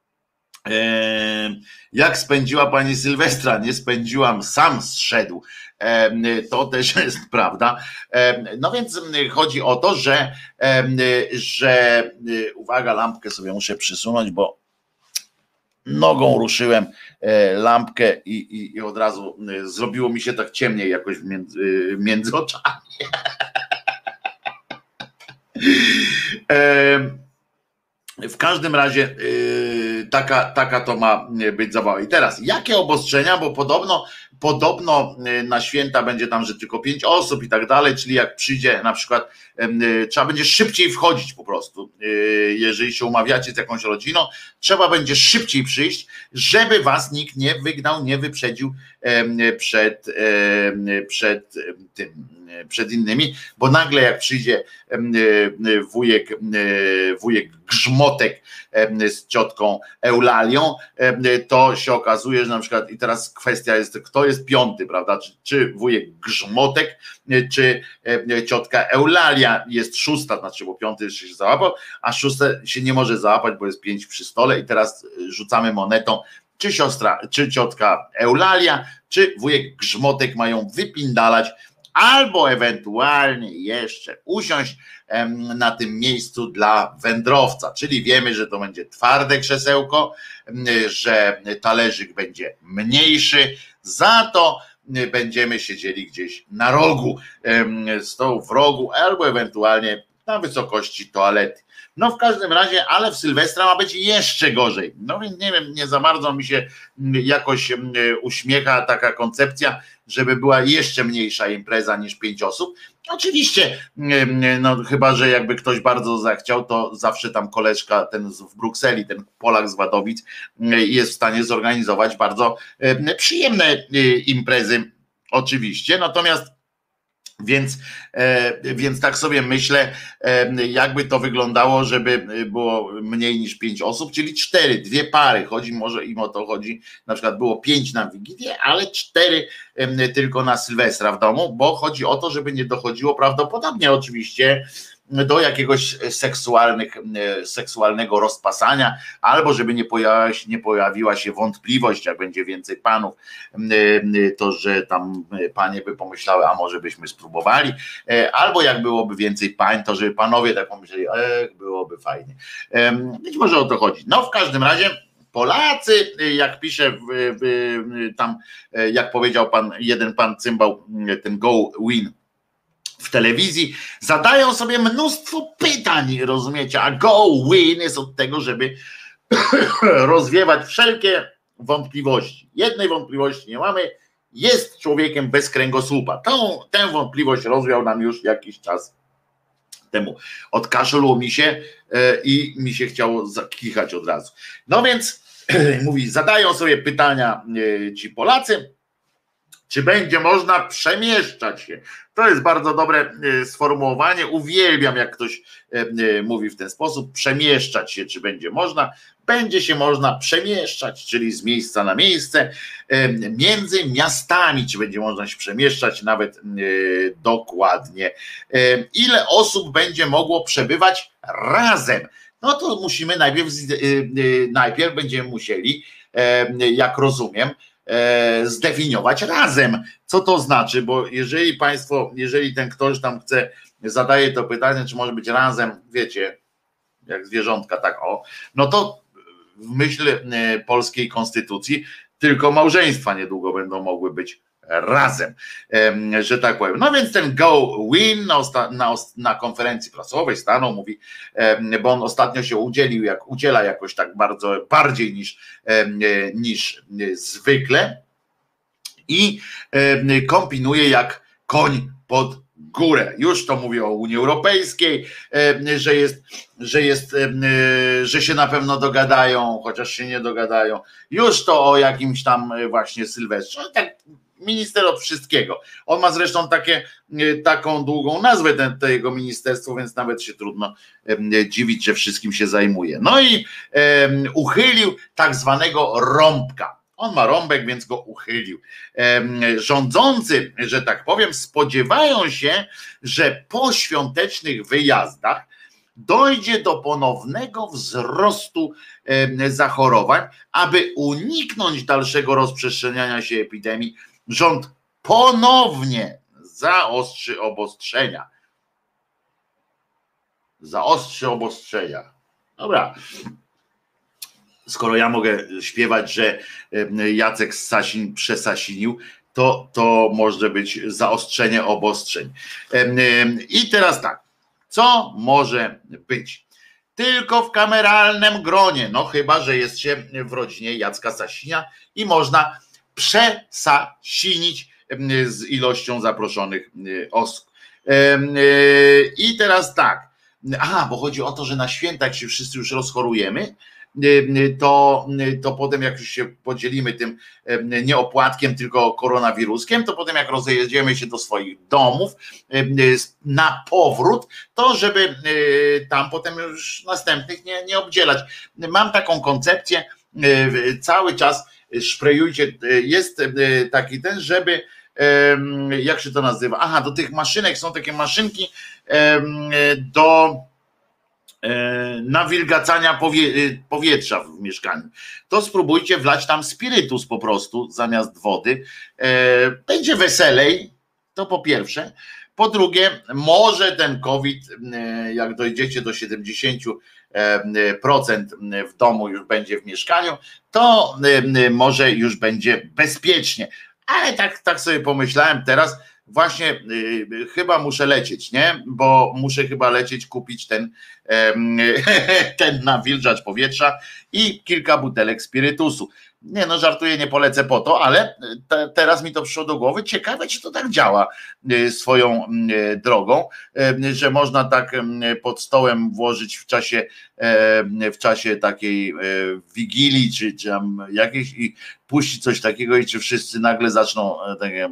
jak spędziła pani Sylwestra? Nie spędziłam, sam zszedł. To też jest prawda. No więc chodzi o to, że, że uwaga, lampkę sobie muszę przysunąć, bo nogą ruszyłem lampkę i, i, i od razu zrobiło mi się tak ciemniej jakoś między, między oczami. W każdym razie taka, taka to ma być zabawa. I teraz, jakie obostrzenia, bo podobno, podobno na święta będzie tam, że tylko pięć osób i tak dalej, czyli jak przyjdzie na przykład, trzeba będzie szybciej wchodzić po prostu, jeżeli się umawiacie z jakąś rodziną, trzeba będzie szybciej przyjść, żeby was nikt nie wygnał, nie wyprzedził przed, przed tym, przed innymi, bo nagle jak przyjdzie wujek, wujek Grzmotek z ciotką Eulalią, to się okazuje, że na przykład, i teraz kwestia jest, kto jest piąty, prawda, czy, czy wujek Grzmotek, czy ciotka Eulalia jest szósta, znaczy, bo piąty jeszcze się załapał, a szóste się nie może załapać, bo jest pięć przy stole i teraz rzucamy monetą, czy siostra, czy ciotka Eulalia, czy wujek Grzmotek mają wypindalać, albo ewentualnie jeszcze usiąść na tym miejscu dla wędrowca, czyli wiemy, że to będzie twarde krzesełko, że talerzyk będzie mniejszy, za to będziemy siedzieli gdzieś na rogu stołu, w rogu, albo ewentualnie na wysokości toalety. No w każdym razie, ale w Sylwestra ma być jeszcze gorzej. No więc nie wiem, nie za bardzo mi się jakoś uśmiecha taka koncepcja, żeby była jeszcze mniejsza impreza niż pięć osób. Oczywiście, no chyba, że jakby ktoś bardzo zachciał, to zawsze tam koleżka ten w Brukseli, ten Polak z Wadowic jest w stanie zorganizować bardzo przyjemne imprezy, oczywiście. Natomiast Więc, więc tak sobie myślę, jakby to wyglądało, żeby było mniej niż pięć osób, czyli cztery, dwie pary. Chodzi, może im o to chodzi, na przykład było pięć na Wigilię, ale cztery tylko na Sylwestra w domu, bo chodzi o to, żeby nie dochodziło prawdopodobnie oczywiście do jakiegoś seksualnych, seksualnego rozpasania, albo żeby nie pojawiła się, nie pojawiła się wątpliwość, jak będzie więcej panów, to że tam panie by pomyślały, a może byśmy spróbowali, albo jak byłoby więcej pań, to żeby panowie tak pomyśleli, e, byłoby fajnie. Być może o to chodzi. No w każdym razie Polacy, jak pisze w, w, tam, jak powiedział pan, jeden pan cymbał, ten Go Win w telewizji, zadają sobie mnóstwo pytań, rozumiecie, a Go Win jest od tego, żeby rozwiewać wszelkie wątpliwości. Jednej wątpliwości nie mamy, jest człowiekiem bez kręgosłupa. Tą, tę wątpliwość rozwiał nam już jakiś czas temu. Odkaszlło mi się i mi się chciało zakichać od razu. No więc mówi, zadają sobie pytania ci Polacy, czy będzie można przemieszczać się. To jest bardzo dobre sformułowanie. Uwielbiam, jak ktoś mówi w ten sposób, przemieszczać się, czy będzie można. Będzie się można przemieszczać, czyli z miejsca na miejsce, między miastami, czy będzie można się przemieszczać nawet dokładnie. Ile osób będzie mogło przebywać razem? No to musimy najpierw, najpierw będziemy musieli, jak rozumiem, zdefiniować razem. Co to znaczy? Bo jeżeli państwo, jeżeli ten ktoś tam chce, zadaje to pytanie, czy może być razem, wiecie, jak zwierzątka, tak o, no to w myśl polskiej konstytucji tylko małżeństwa niedługo będą mogły być razem, że tak powiem. No więc ten Go Win na, na, na konferencji prasowej stanął, mówi, bo on ostatnio się udzielił, jak udziela jakoś tak bardzo, bardziej niż, niż zwykle i kombinuje jak koń pod górę. Już to mówię o Unii Europejskiej, że jest, że jest, że się na pewno dogadają, chociaż się nie dogadają. Już to o jakimś tam właśnie Sylwestrze. Tak, minister od wszystkiego. On ma zresztą takie, taką długą nazwę, ten, to jego ministerstwo, więc nawet się trudno dziwić, że wszystkim się zajmuje. No i um, uchylił tak zwanego rąbka. On ma rąbek, więc go uchylił. Rządzący, że tak powiem, spodziewają się, że po świątecznych wyjazdach dojdzie do ponownego wzrostu zachorowań. Aby uniknąć dalszego rozprzestrzeniania się epidemii, rząd ponownie zaostrzy obostrzenia. Zaostrzy obostrzenia. Dobra. Skoro ja mogę śpiewać, że Jacek Sasin przesasinił, to, to może być zaostrzenie obostrzeń. I teraz tak, co może być? Tylko w kameralnym gronie, no chyba, że jest się w rodzinie Jacka Sasina i można przesasinić z ilością zaproszonych osób. I teraz tak, aha, bo chodzi o to, że na święta, jak się wszyscy już rozchorujemy, to, to potem jak już się podzielimy tym nie opłatkiem, tylko koronawiruskiem, to potem jak rozjedziemy się do swoich domów na powrót, to żeby tam potem już następnych nie, nie obdzielać. Mam taką koncepcję, cały czas szprejujcie, jest taki ten, żeby, jak się to nazywa, aha, do tych maszynek są takie maszynki do nawilgacania powie, powietrza w mieszkaniu, to spróbujcie wlać tam spirytus po prostu zamiast wody. Będzie weselej, to po pierwsze. Po drugie, może ten COVID, jak dojdziecie do siedemdziesiąt procent w domu już będzie w mieszkaniu, to może już będzie bezpiecznie. Ale tak, tak sobie pomyślałem teraz, właśnie y, chyba muszę lecieć, nie? Bo muszę chyba lecieć, kupić ten, y, ten nawilżacz powietrza i kilka butelek spirytusu. Nie no, żartuję, nie polecę po to, ale te, teraz mi to przyszło do głowy. Ciekawe, czy to tak działa y, swoją y, drogą, y, że można tak y, pod stołem włożyć w czasie, y, w czasie takiej y, wigilii, czy, czy tam jakiejś i puści coś takiego i czy wszyscy nagle zaczną takie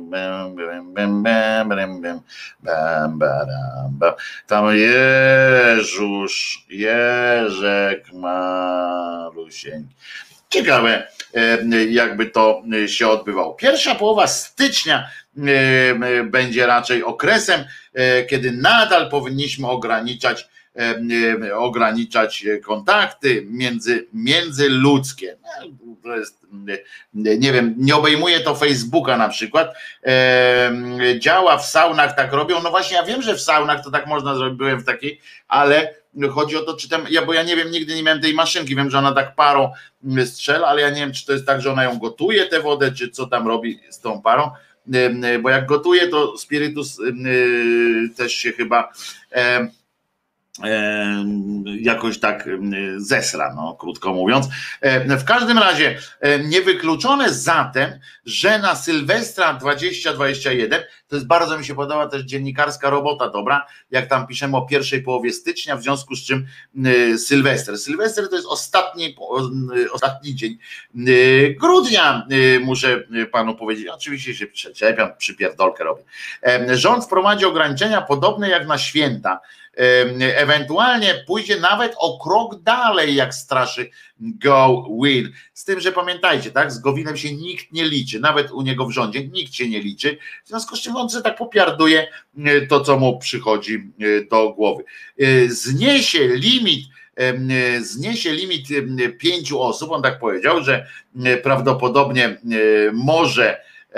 tam Jeżusz, Jerzek Marusieńki. Ciekawe, jakby to się odbywało. Pierwsza połowa stycznia będzie raczej okresem, kiedy nadal powinniśmy ograniczać ograniczać kontakty między, międzyludzkie. To jest, nie wiem, nie obejmuje to Facebooka na przykład. Działa w saunach, tak robią. No właśnie, ja wiem, że w saunach to tak można zrobić, byłem w takiej, ale chodzi o to, czy tam, ja, bo ja nie wiem, nigdy nie miałem tej maszynki, wiem, że ona tak parą strzela, ale ja nie wiem, czy to jest tak, że ona ją gotuje, tę wodę, czy co tam robi z tą parą, bo jak gotuje, to spirytus też się chyba jakoś tak zesra, no, krótko mówiąc. W każdym razie niewykluczone zatem, że na Sylwestra dwadzieścia dwadzieścia jeden, to jest bardzo mi się podoba też dziennikarska robota dobra, jak tam piszemy o pierwszej połowie stycznia, w związku z czym Sylwester. Sylwester to jest ostatni, ostatni dzień grudnia, muszę panu powiedzieć, oczywiście się przyczepiam, przypierdolkę robię. Rząd wprowadzi ograniczenia podobne jak na święta, ewentualnie pójdzie nawet o krok dalej, jak straszy Go Will. Z tym, że pamiętajcie, tak, z Gowinem się nikt nie liczy, nawet u niego w rządzie nikt się nie liczy, w związku z czym on sobie tak popiarduje to, co mu przychodzi do głowy. Zniesie limit zniesie limit pięciu osób, on tak powiedział, że prawdopodobnie może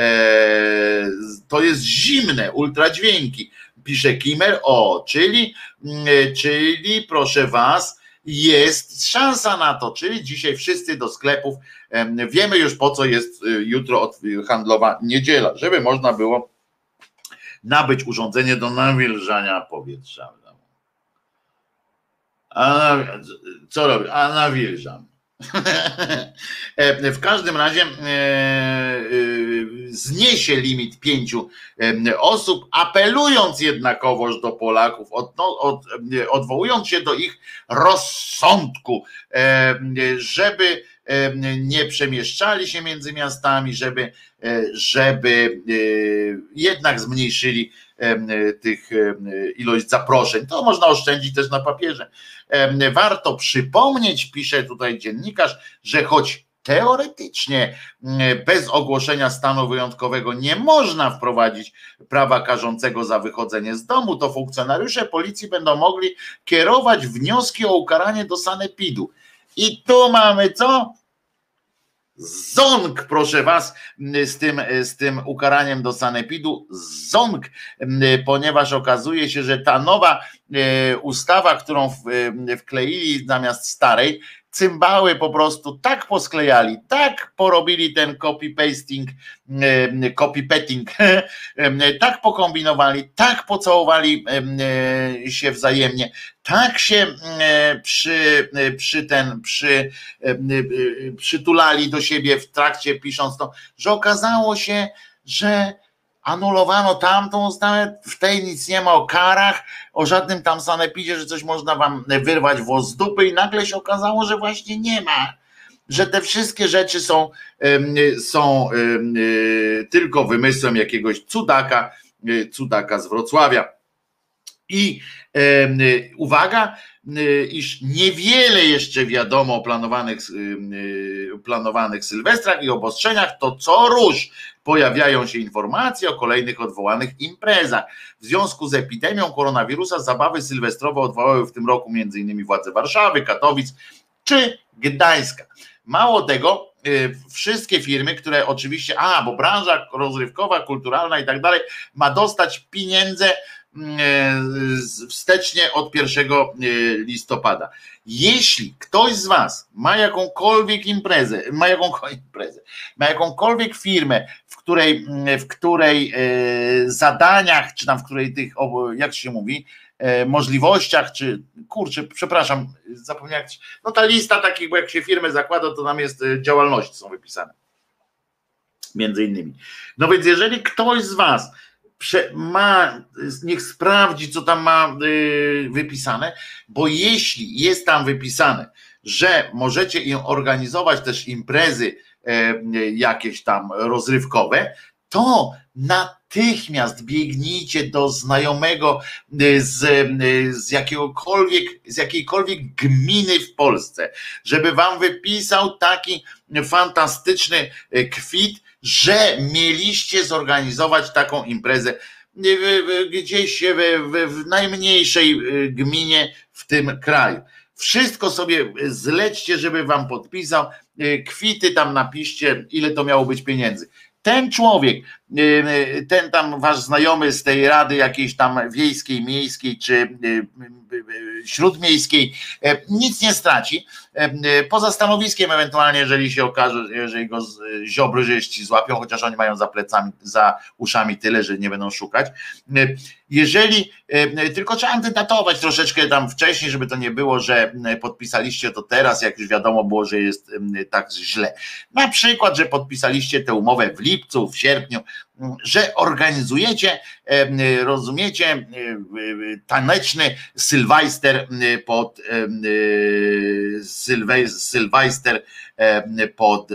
to jest zimne, ultradźwięki, pisze Kimmer, o, czyli, czyli proszę was, jest szansa na to, czyli dzisiaj wszyscy do sklepów, wiemy już po co jest jutro handlowa niedziela, żeby można było nabyć urządzenie do nawilżania powietrza. A co robię? A nawilżam. W każdym razie zniesie limit pięciu osób, apelując jednakowoż do Polaków, od, od, odwołując się do ich rozsądku, żeby nie przemieszczali się między miastami, żeby, żeby jednak zmniejszyli tych ilość zaproszeń. To można oszczędzić też na papierze. Warto przypomnieć, pisze tutaj dziennikarz, że choć teoretycznie bez ogłoszenia stanu wyjątkowego nie można wprowadzić prawa karzącego za wychodzenie z domu, to funkcjonariusze policji będą mogli kierować wnioski o ukaranie do sanepidu. I tu mamy co? Ząg, proszę was, z tym, z tym ukaraniem do sanepidu, ząg, ponieważ okazuje się, że ta nowa ustawa, którą wkleili zamiast starej, cymbały po prostu tak posklejali, tak porobili ten copy-pasting, copy-petting, tak pokombinowali, tak pocałowali się wzajemnie, tak się przy, przy ten, przy, przytulali do siebie w trakcie pisząc to, że okazało się, że anulowano tamtą ustawę, w tej nic nie ma o karach, o żadnym tam sanepidzie, że coś można wam wyrwać włos z dupy i nagle się okazało, że właśnie nie ma, że te wszystkie rzeczy są, są tylko wymysłem jakiegoś cudaka, cudaka z Wrocławia. I uwaga, iż niewiele jeszcze wiadomo o planowanych, planowanych sylwestrach i obostrzeniach, to co róż pojawiają się informacje o kolejnych odwołanych imprezach. W związku z epidemią koronawirusa zabawy sylwestrowe odwołały w tym roku między innymi władze Warszawy, Katowic czy Gdańska. Mało tego, wszystkie firmy, które oczywiście, a bo branża rozrywkowa, kulturalna i tak dalej, ma dostać pieniądze wstecznie od pierwszego listopada. Jeśli ktoś z was ma jakąkolwiek imprezę, ma jakąkolwiek imprezę, ma jakąkolwiek firmę, w której, w której zadaniach, czy tam w której tych, jak się mówi, możliwościach, czy kurczę, przepraszam, zapomniałem, no ta lista takich, bo jak się firmę zakłada, to tam jest działalności są wypisane. Między innymi. No więc jeżeli ktoś z was ma, niech sprawdzi, co tam ma wypisane, bo jeśli jest tam wypisane, że możecie organizować też imprezy jakieś tam rozrywkowe, to natychmiast biegnijcie do znajomego z, z jakiegokolwiek, z jakiejkolwiek gminy w Polsce, żeby wam wypisał taki fantastyczny kwit, że mieliście zorganizować taką imprezę gdzieś w, w najmniejszej gminie w tym kraju. Wszystko sobie zlećcie, żeby wam podpisał, kwity tam napiszcie, ile to miało być pieniędzy. Ten człowiek, ten tam wasz znajomy z tej rady jakiejś tam wiejskiej, miejskiej czy śródmiejskiej nic nie straci, poza stanowiskiem ewentualnie, jeżeli się okaże, jeżeli go ziobryżyści złapią, chociaż oni mają za plecami, za uszami tyle, że nie będą szukać. Jeżeli, tylko trzeba antydatować troszeczkę tam wcześniej, żeby to nie było, że podpisaliście to teraz, jak już wiadomo było, że jest tak źle. Na przykład, że podpisaliście tę umowę w lipcu, w sierpniu, że organizujecie, rozumiecie, taneczny Sylwester pod Sylwester pod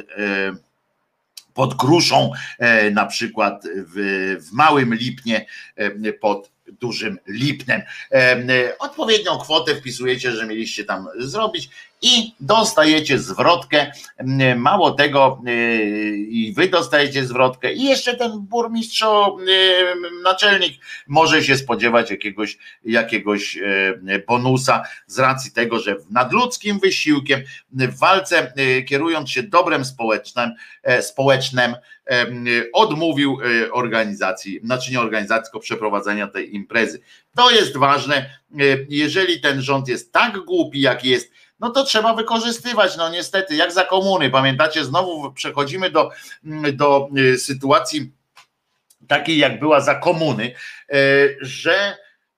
pod Kruszą, na przykład w, w Małym Lipnie, pod Dużym Lipnem. Odpowiednią kwotę wpisujecie, że mieliście tam zrobić i dostajecie zwrotkę. Mało tego, i wy dostajecie zwrotkę i jeszcze ten burmistrz, naczelnik może się spodziewać jakiegoś, jakiegoś bonusa z racji tego, że nadludzkim wysiłkiem w walce, kierując się dobrem społecznym, społecznym odmówił organizacji, znaczy nie organizacji, tylko przeprowadzenia tej imprezy. To jest ważne. Jeżeli ten rząd jest tak głupi, jak jest, no to trzeba wykorzystywać, no niestety, jak za komuny, pamiętacie, znowu przechodzimy do, do sytuacji takiej, jak była za komuny, że,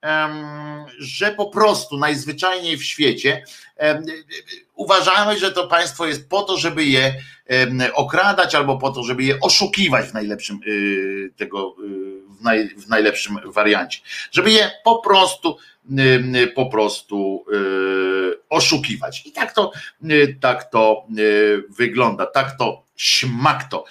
że po prostu najzwyczajniej w świecie uważamy, że to państwo jest po to, żeby je okradać albo po to, żeby je oszukiwać w najlepszym tego, w, naj, w najlepszym wariancie, żeby je po prostu po prostu oszukiwać. I tak to, tak to wygląda, tak to śmakto,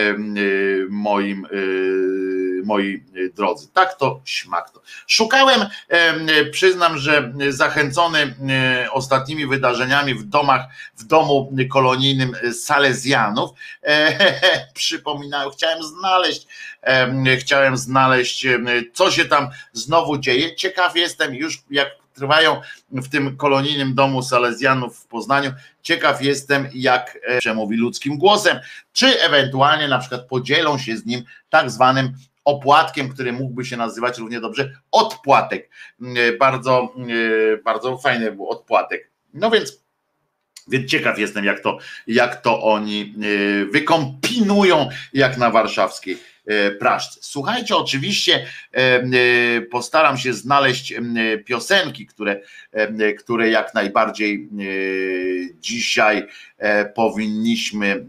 moim, moi drodzy, tak to śmakto. Szukałem, przyznam, że zachęcony ostatnimi wydarzeniami w domach, w domu kolonijnym Salezjanów, przypominałem, chciałem znaleźć, chciałem znaleźć, co się tam znowu dzieje. Ciekaw jestem już, jak trwają w tym kolonijnym domu Salezjanów w Poznaniu. Ciekaw jestem, jak przemówi ludzkim głosem, czy ewentualnie na przykład podzielą się z nim tak zwanym opłatkiem, który mógłby się nazywać równie dobrze odpłatek. Bardzo, bardzo fajny był odpłatek. No więc, więc ciekaw jestem, jak to, jak to oni wykompinują, jak na warszawskiej Praszce. Słuchajcie, oczywiście postaram się znaleźć piosenki, które, które jak najbardziej dzisiaj powinniśmy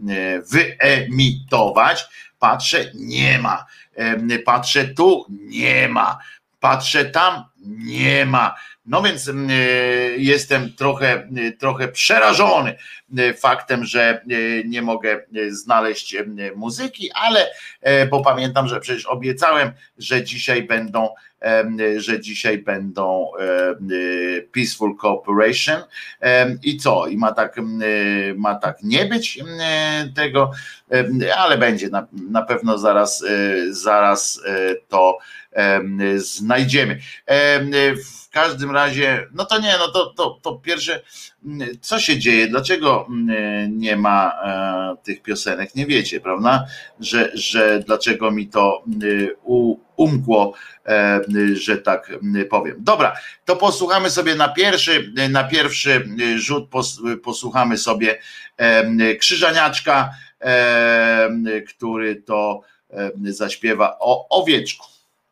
wyemitować. Patrzę, nie ma. Patrzę tu, nie ma. Patrzę tam, nie ma. No więc jestem trochę, trochę przerażony faktem, że nie mogę znaleźć muzyki, ale bo pamiętam, że przecież obiecałem, że dzisiaj będą, że dzisiaj będą Peaceful Cooperation i co? I ma tak, ma tak nie być tego, ale będzie na, na pewno zaraz, zaraz to znajdziemy. W każdym razie, no to nie, no to, to, to pierwsze, co się dzieje, dlaczego nie ma tych piosenek, nie wiecie, prawda, że, że dlaczego mi to umkło, że tak powiem. Dobra, to posłuchamy sobie na pierwszy, na pierwszy rzut, posłuchamy sobie Krzyżaniaczka, który to zaśpiewa o owieczku.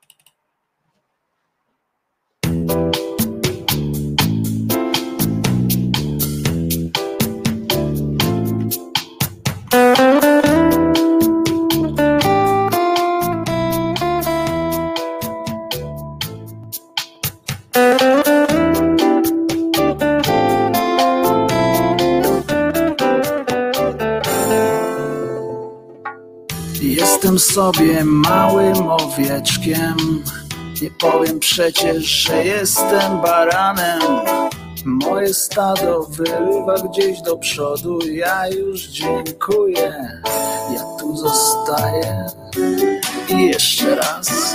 Jestem sobie małym owieczkiem, nie powiem przecież, że jestem baranem. Moje stado wyrywa gdzieś do przodu, ja już dziękuję, ja tu zostaję. I jeszcze raz,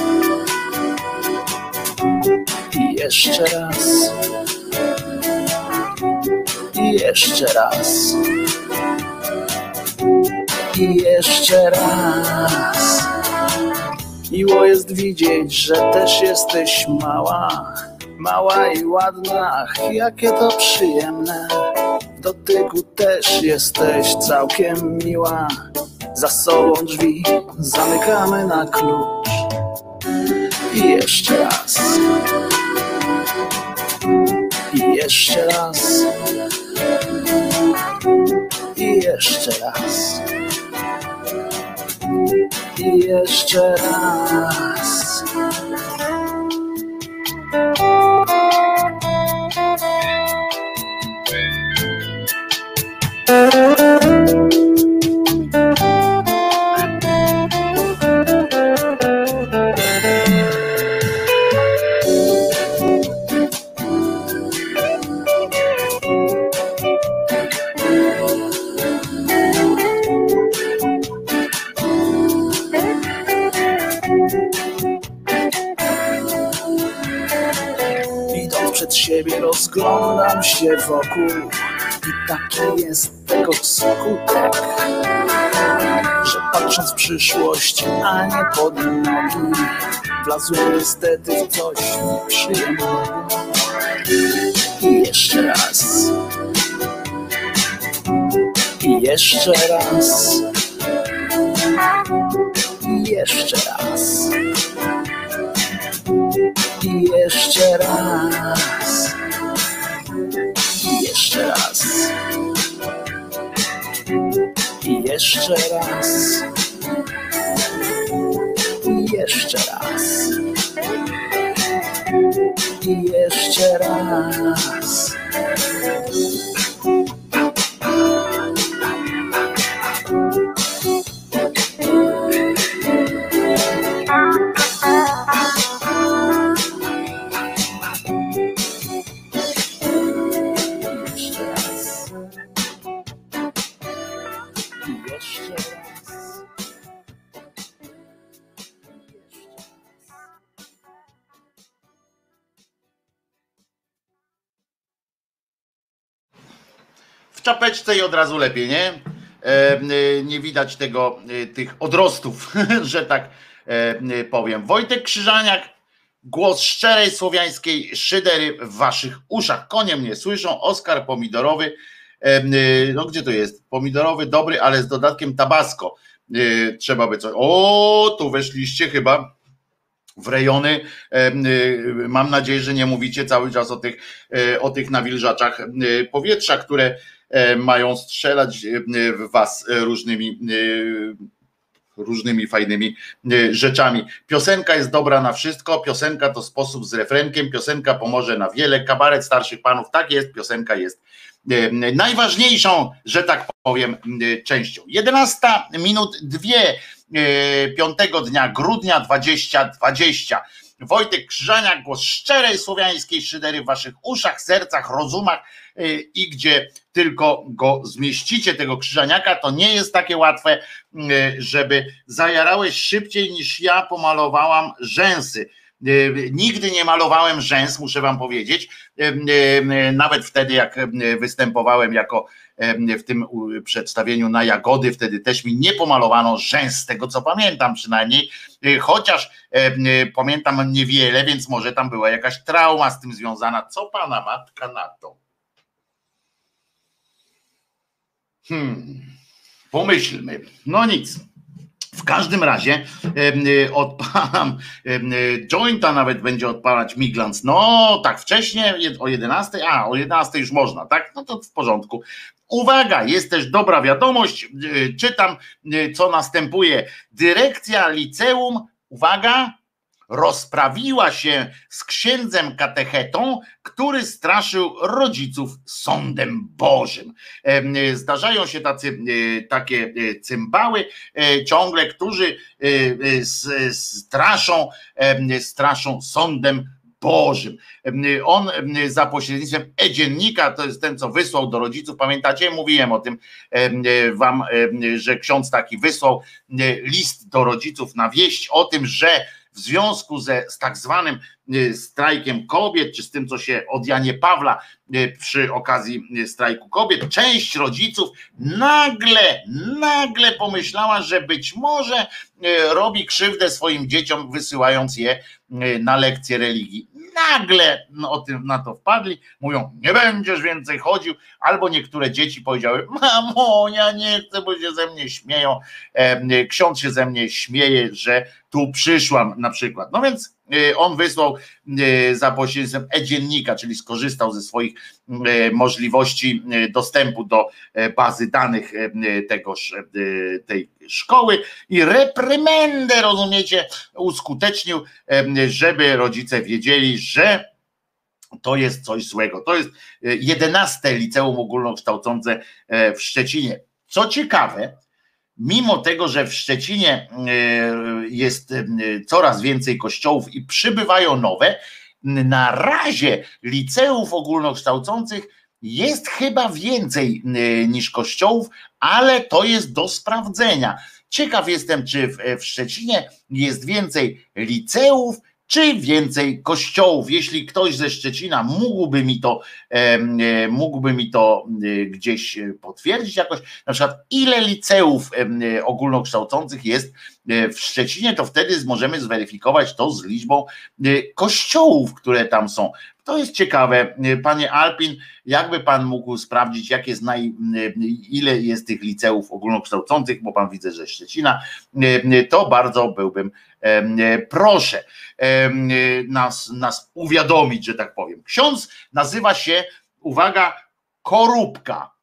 i jeszcze raz, i jeszcze raz. I jeszcze raz. Miło jest widzieć, że też jesteś mała, mała i ładna, ach, jakie to przyjemne. W dotyku też jesteś całkiem miła. Za sobą drzwi zamykamy na klucz. I jeszcze raz. I jeszcze raz. I jeszcze raz. I jeszcze raz. Siebie rozglądam się wokół i taki jest tego skutek, że patrząc w przyszłość, a nie pod nogi, wlazłem niestety w coś nieprzyjemnego. I jeszcze raz. I jeszcze raz. I jeszcze raz. I jeszcze raz. I jeszcze raz. I jeszcze raz. I jeszcze raz. I jeszcze raz. W czapeczce i od razu lepiej, nie? E, nie widać tego, tych odrostów, że tak e, powiem. Wojtek Krzyżaniak, głos szczerej słowiańskiej szydery w waszych uszach. Konie mnie słyszą, Oskar Pomidorowy, e, no gdzie to jest? Pomidorowy, dobry, ale z dodatkiem tabasco. E, trzeba by coś... O, tu weszliście chyba w rejony, mam nadzieję, że nie mówicie cały czas o tych, o tych nawilżaczach powietrza, które mają strzelać w was różnymi różnymi fajnymi rzeczami. Piosenka jest dobra na wszystko, piosenka to sposób z refrenkiem, piosenka pomoże na wiele, kabaret starszych panów, tak jest, piosenka jest najważniejszą, że tak powiem, częścią. jedenasta minut dwie piątego dnia grudnia dwudziestego dwudziestego. Wojtek Krzyżaniak, głos szczerej słowiańskiej szydery w waszych uszach, sercach, rozumach i gdzie tylko go zmieścicie, tego Krzyżaniaka, to nie jest takie łatwe, żeby zajarałeś szybciej niż ja pomalowałam rzęsy. Nigdy nie malowałem rzęs, muszę wam powiedzieć, nawet wtedy jak występowałem jako w tym przedstawieniu na Jagody, wtedy też mi nie pomalowano rzęs, z tego co pamiętam przynajmniej, chociaż pamiętam niewiele, więc może tam była jakaś trauma z tym związana. Co pana matka na to? Hmm, pomyślmy, no nic. W każdym razie odpalam jointa, nawet będzie odpalać Miglans. No tak wcześnie, o jedenastej, a o jedenastej już można, tak? No to w porządku. Uwaga, jest też dobra wiadomość, czytam co następuje. Dyrekcja liceum, uwaga, rozprawiła się z księdzem katechetą, który straszył rodziców sądem Bożym. Zdarzają się tacy, takie cymbały ciągle, którzy straszą, straszą sądem Bożym. On za pośrednictwem e-dziennika, to jest ten, co wysłał do rodziców, pamiętacie? Mówiłem o tym wam, że ksiądz taki wysłał list do rodziców na wieść o tym, że w związku ze, z tak zwanym strajkiem kobiet, czy z tym, co się od Janie Pawła przy okazji strajku kobiet, część rodziców nagle, nagle pomyślała, że być może robi krzywdę swoim dzieciom, wysyłając je na lekcje religii. Nagle o tym, na to wpadli, mówią, nie będziesz więcej chodził, albo niektóre dzieci powiedziały, mamo, ja nie chcę, bo się ze mnie śmieją, ksiądz się ze mnie śmieje, że tu przyszłam na przykład. No więc on wysłał za pośrednictwem e-dziennika, czyli skorzystał ze swoich możliwości dostępu do bazy danych tegoż, tej szkoły i reprymendę, rozumiecie, uskutecznił, żeby rodzice wiedzieli, że to jest coś złego. To jest jedenaste liceum ogólnokształcące w Szczecinie. Co ciekawe, mimo tego, że w Szczecinie jest coraz więcej kościołów i przybywają nowe, na razie liceów ogólnokształcących jest chyba więcej niż kościołów, ale to jest do sprawdzenia. Ciekaw jestem, czy w, w Szczecinie jest więcej liceów, czy więcej kościołów. Jeśli ktoś ze Szczecina mógłby mi to, mógłby mi to gdzieś potwierdzić jakoś, na przykład ile liceów ogólnokształcących jest w Szczecinie, to wtedy możemy zweryfikować to z liczbą kościołów, które tam są. To jest ciekawe, panie Alpin, jakby pan mógł sprawdzić, jak jest naj, ile jest tych liceów ogólnokształcących, bo pan widzę, że Szczecina, to bardzo byłbym, proszę nas, nas uwiadomić, że tak powiem. Ksiądz nazywa się, uwaga, Korupka.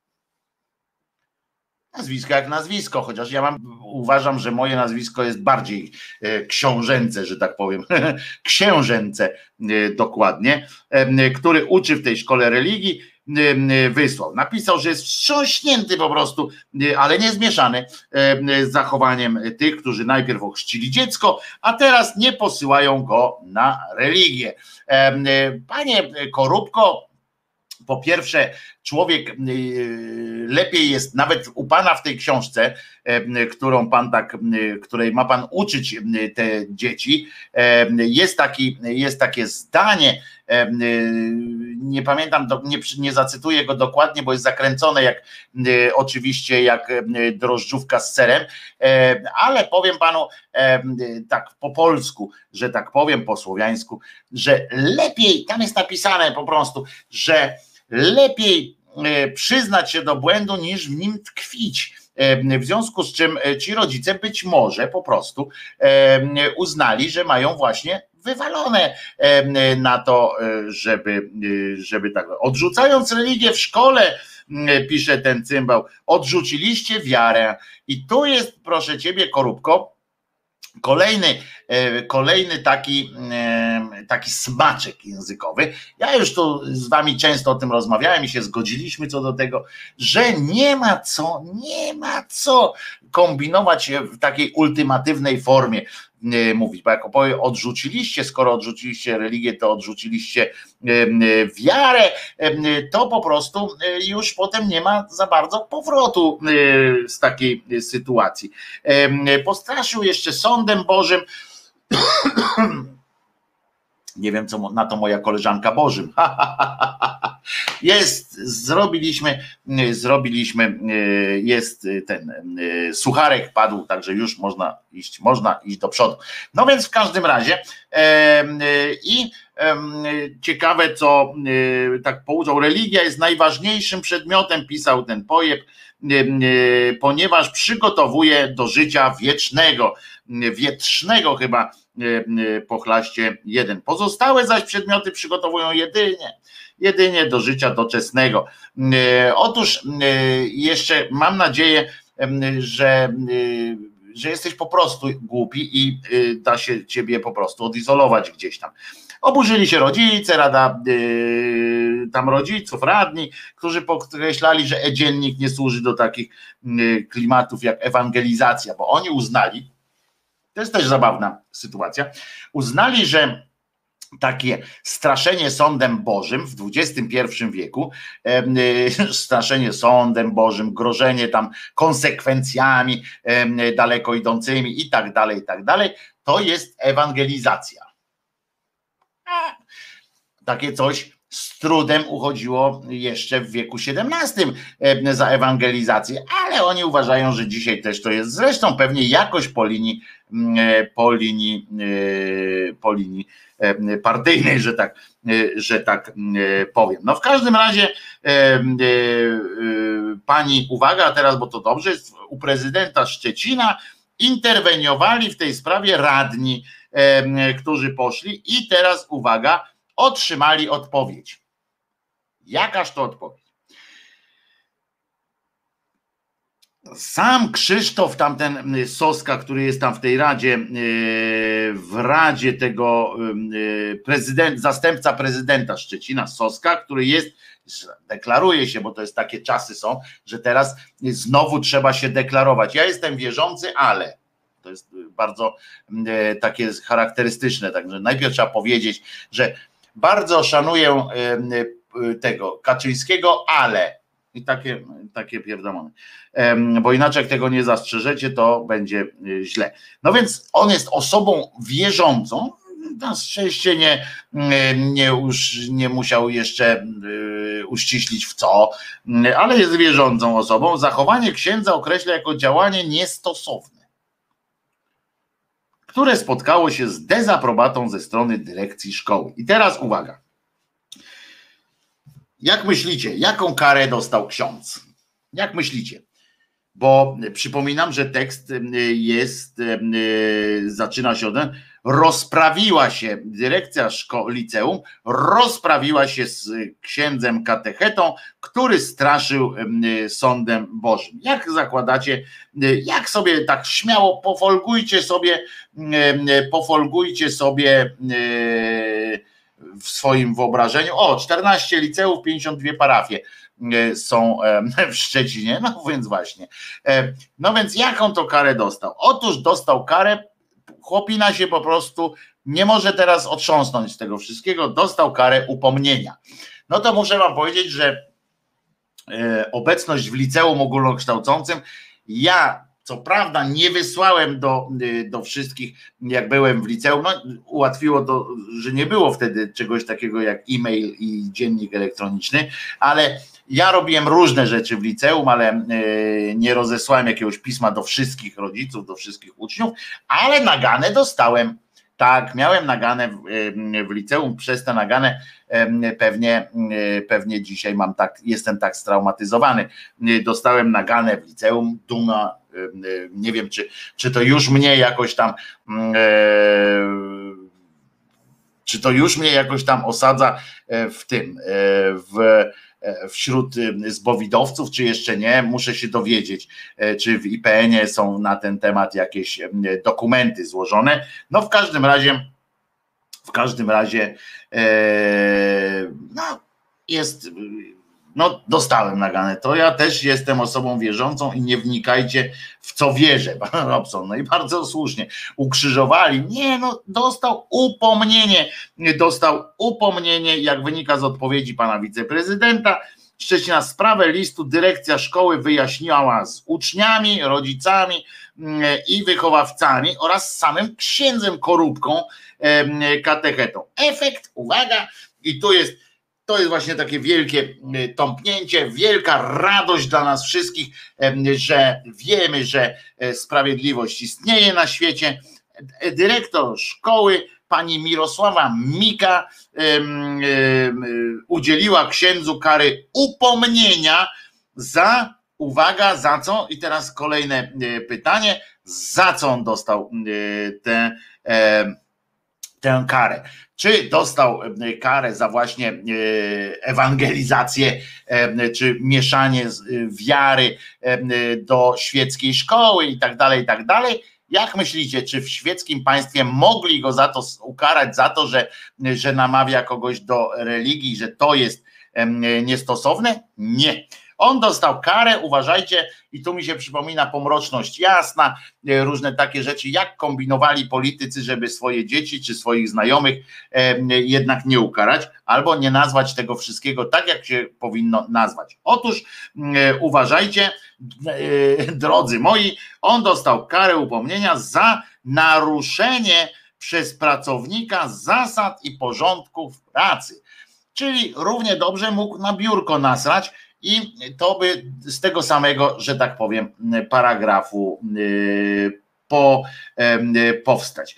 Nazwisko jak nazwisko, chociaż ja mam, uważam, że moje nazwisko jest bardziej książęce, że tak powiem, księżęce dokładnie, który uczy w tej szkole religii, wysłał. Napisał, że jest wstrząśnięty po prostu, ale nie zmieszany z zachowaniem tych, którzy najpierw ochrzcili dziecko, a teraz nie posyłają go na religię. Panie Korupko, po pierwsze, człowiek lepiej jest, nawet u pana w tej książce, którą pan tak, której ma pan uczyć te dzieci, jest, taki, jest takie zdanie, nie pamiętam, nie, nie zacytuję go dokładnie, bo jest zakręcone jak oczywiście jak drożdżówka z serem, ale powiem panu tak po polsku, że tak powiem, po słowiańsku, że lepiej, tam jest napisane po prostu, że lepiej przyznać się do błędu niż w nim tkwić. W związku z czym ci rodzice być może po prostu uznali, że mają właśnie wywalone na to, żeby, żeby tak, odrzucając religię w szkole, pisze ten cymbał, odrzuciliście wiarę. I tu jest, proszę ciebie, Korupko, Kolejny, kolejny taki, taki smaczek językowy. Ja już tu z wami często o tym rozmawiałem i się zgodziliśmy co do tego, że nie ma co, nie ma co kombinować w takiej ultimatywnej formie mówić, bo jak opowie, odrzuciliście, skoro odrzuciliście religię, to odrzuciliście wiarę, to po prostu już potem nie ma za bardzo powrotu z takiej sytuacji. Postraszył jeszcze sądem Bożym. Nie wiem, co na to moja koleżanka Bożym. Jest, zrobiliśmy, zrobiliśmy, jest ten sucharek padł, także już można iść, można iść do przodu. No więc w każdym razie i ciekawe, co tak pouczał, religia jest najważniejszym przedmiotem, pisał ten pojeb, ponieważ przygotowuje do życia wiecznego, wietrznego chyba pochlaście jeden. Pozostałe zaś przedmioty przygotowują jedynie, jedynie do życia doczesnego. Otóż jeszcze mam nadzieję, że, że jesteś po prostu głupi i da się ciebie po prostu odizolować gdzieś tam. Oburzyli się rodzice, rada yy, tam rodziców, radni, którzy podkreślali, że e-dziennik nie służy do takich yy, klimatów jak ewangelizacja, bo oni uznali, to jest też zabawna sytuacja, uznali, że takie straszenie sądem Bożym w dwudziestym pierwszym wieku, yy, straszenie sądem Bożym, grożenie tam konsekwencjami yy, daleko idącymi i tak dalej, i tak dalej, to jest ewangelizacja. Takie coś z trudem uchodziło jeszcze w wieku siedemnastym za ewangelizację, ale oni uważają, że dzisiaj też to jest, zresztą pewnie jakoś po linii, po linii, po linii partyjnej, że tak, że tak powiem. No w każdym razie pani, uwaga teraz, bo to dobrze jest, u prezydenta Szczecina interweniowali w tej sprawie radni, którzy poszli i teraz uwaga, otrzymali odpowiedź. Jakaż to odpowiedź? Sam Krzysztof, tamten Soska, który jest tam w tej radzie, w radzie tego prezydent, zastępca prezydenta Szczecina, Soska, który jest, deklaruje się, bo to jest takie czasy są, że teraz znowu trzeba się deklarować. Ja jestem wierzący, ale to jest bardzo takie charakterystyczne, także najpierw trzeba powiedzieć, że bardzo szanuję tego Kaczyńskiego, ale i takie, takie pierdolone, bo inaczej jak tego nie zastrzeżecie, to będzie źle. No więc on jest osobą wierzącą, na szczęście nie, nie, już nie musiał jeszcze uściślić w co, ale jest wierzącą osobą. Zachowanie księdza określa jako działanie niestosowne, które spotkało się z dezaprobatą ze strony dyrekcji szkoły. I teraz uwaga. Jak myślicie, jaką karę dostał ksiądz? Jak myślicie? Bo przypominam, że tekst jest, zaczyna się od rozprawiła się dyrekcja szko- liceum, rozprawiła się z księdzem katechetą, który straszył sądem Bożym. Jak zakładacie, jak sobie tak śmiało pofolgujcie sobie, pofolgujcie sobie w swoim wyobrażeniu. O, czternaście liceów, pięćdziesiąt dwie parafie są w Szczecinie, no więc właśnie. No więc jaką to karę dostał? Otóż dostał karę, chłopina się po prostu nie może teraz otrząsnąć z tego wszystkiego, dostał karę upomnienia. No to muszę wam powiedzieć, że obecność w liceum ogólnokształcącym, ja co prawda nie wysłałem do, do wszystkich, jak byłem w liceum, no ułatwiło to, że nie było wtedy czegoś takiego jak e-mail i dziennik elektroniczny, ale ja robiłem różne rzeczy w liceum, ale nie rozesłałem jakiegoś pisma do wszystkich rodziców, do wszystkich uczniów, ale naganę dostałem. Tak, miałem naganę w, w liceum, przez tę naganę pewnie, pewnie dzisiaj mam tak, jestem tak straumatyzowany. Dostałem naganę w liceum, duma, nie wiem, czy, czy to już mnie jakoś tam czy to już mnie jakoś tam osadza w tym, w wśród zbowidowców, czy jeszcze nie, muszę się dowiedzieć, czy w I P N ie są na ten temat jakieś dokumenty złożone. No w każdym razie, w każdym razie no, jest, no dostałem nagane. To ja też jestem osobą wierzącą i nie wnikajcie w co wierzę, pan Robson. No i bardzo słusznie. Ukrzyżowali. Nie, no dostał upomnienie. Dostał upomnienie, jak wynika z odpowiedzi pana wiceprezydenta Szczecina. Sprawę listu dyrekcja szkoły wyjaśniała z uczniami, rodzicami i wychowawcami oraz samym księdzem Korupką, katechetą. Efekt, uwaga, i tu jest To jest właśnie takie wielkie tąpnięcie, wielka radość dla nas wszystkich, że wiemy, że sprawiedliwość istnieje na świecie. Dyrektor szkoły, pani Mirosława Mika, udzieliła księdzu kary upomnienia za, uwaga, za co? I teraz kolejne pytanie, za co on dostał tę, tę karę? Czy dostał karę za właśnie ewangelizację, czy mieszanie wiary do świeckiej szkoły i tak dalej, i tak dalej. Jak myślicie, czy w świeckim państwie mogli go za to ukarać, za to, że, że namawia kogoś do religii, że to jest niestosowne? Nie. On dostał karę, uważajcie, i tu mi się przypomina Pomroczność Jasna, różne takie rzeczy, jak kombinowali politycy, żeby swoje dzieci czy swoich znajomych jednak nie ukarać, albo nie nazwać tego wszystkiego tak, jak się powinno nazwać. Otóż uważajcie, drodzy moi, on dostał karę upomnienia za naruszenie przez pracownika zasad i porządków pracy. Czyli równie dobrze mógł na biurko nasrać, i to by z tego samego, że tak powiem, paragrafu po, powstać.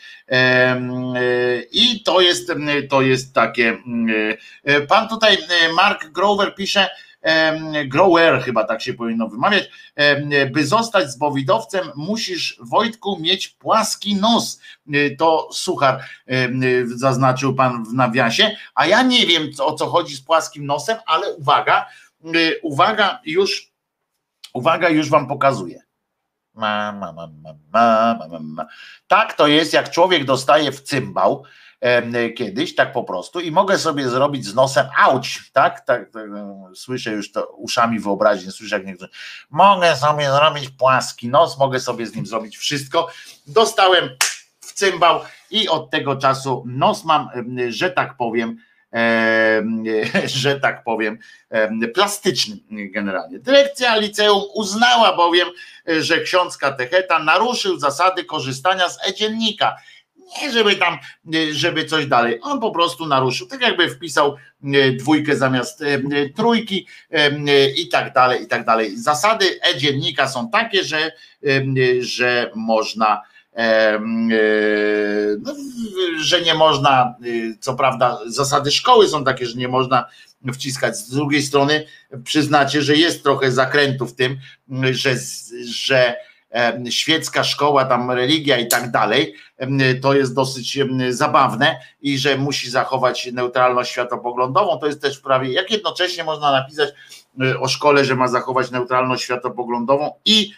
I to jest, to jest takie. Pan tutaj, Mark Grover pisze, Grower chyba tak się powinno wymawiać, by zostać zbowidowcem musisz, Wojtku, mieć płaski nos. To Suchar zaznaczył pan w nawiasie, a ja nie wiem, o co chodzi z płaskim nosem, ale uwaga, Uwaga, już uwaga, już wam pokazuję. Ma, ma, ma, ma, ma, ma, ma. Tak to jest, jak człowiek dostaje w cymbał e, kiedyś, tak po prostu, i mogę sobie zrobić z nosem auć, tak? tak, tak słyszę już to uszami wyobraźni, słyszę jak niektórzy. Mogę sobie zrobić płaski nos, mogę sobie z nim zrobić wszystko. Dostałem w cymbał i od tego czasu nos mam, że tak powiem, E, że tak powiem, e, plastyczny generalnie. Dyrekcja liceum uznała bowiem, że ksiądz katecheta naruszył zasady korzystania z e-dziennika. Nie żeby tam, żeby coś dalej. On po prostu naruszył, tak jakby wpisał dwójkę zamiast trójki i tak dalej, i tak dalej. Zasady e-dziennika są takie, że, że można No, że nie można, co prawda zasady szkoły są takie, że nie można wciskać, z drugiej strony przyznacie, że jest trochę zakrętu w tym, że, że świecka szkoła, tam religia i tak dalej, to jest dosyć zabawne i że musi zachować neutralność światopoglądową, to jest też w prawie, jak jednocześnie można napisać o szkole, że ma zachować neutralność światopoglądową i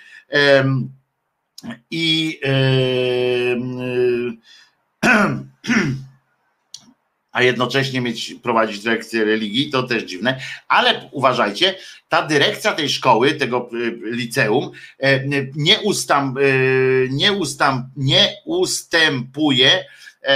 i yy, yy, a jednocześnie mieć, prowadzić dyrekcję religii, to też dziwne, ale uważajcie, ta dyrekcja tej szkoły, tego liceum nie, ustęp, nie, ustęp, nie ustępuje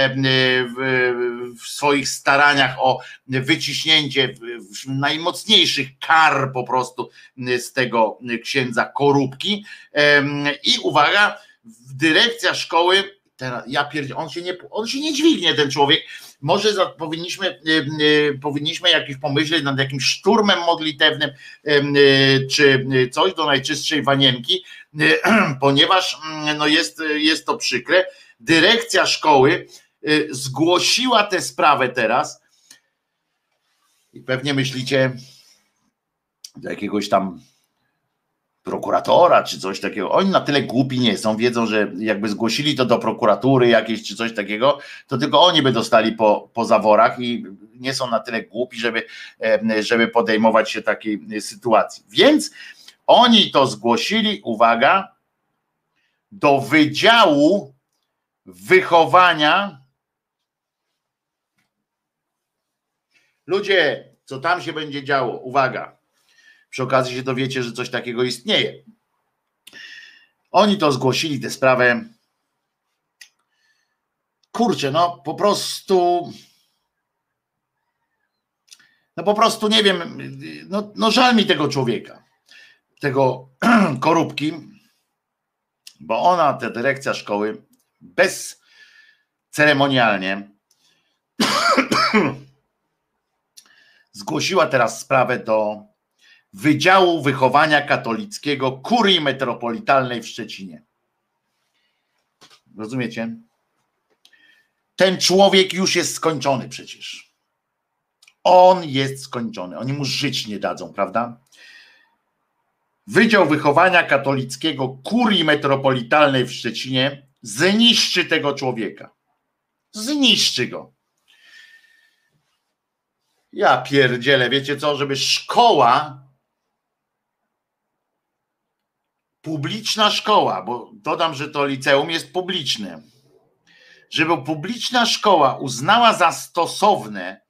w, w swoich staraniach o wyciśnięcie najmocniejszych kar po prostu z tego księdza Korupki. I uwaga, dyrekcja szkoły, teraz ja pierd... on, się nie, on się nie dźwignie, ten człowiek. Może za, powinniśmy, powinniśmy jakiś pomyśleć nad jakimś szturmem modlitewnym czy coś do najczystszej wanienki, ponieważ no jest, jest to przykre. Dyrekcja szkoły zgłosiła tę sprawę teraz i pewnie myślicie do jakiegoś tam prokuratora czy coś takiego. Oni na tyle głupi nie są, wiedzą, że jakby zgłosili to do prokuratury jakieś czy coś takiego, to tylko oni by dostali po, po zaworach i nie są na tyle głupi, żeby, żeby podejmować się takiej sytuacji. Więc oni to zgłosili, uwaga, do Wydziału Wychowania. Ludzie, co tam się będzie działo? Uwaga. Przy okazji się dowiecie, że coś takiego istnieje. Oni to zgłosili, tę sprawę. Kurczę, no po prostu... No po prostu nie wiem, no, no żal mi tego człowieka, tego Korupki, bo ona, ta dyrekcja szkoły, bezceremonialnie zgłosiła teraz sprawę do Wydziału Wychowania Katolickiego Kurii Metropolitalnej w Szczecinie. Rozumiecie? Ten człowiek już jest skończony przecież. On jest skończony. Oni mu żyć nie dadzą, prawda? Wydział Wychowania Katolickiego Kurii Metropolitalnej w Szczecinie zniszczy tego człowieka. Zniszczy go. Ja pierdzielę, wiecie co, żeby szkoła, publiczna szkoła, bo dodam, że to liceum jest publiczne, żeby publiczna szkoła uznała za stosowne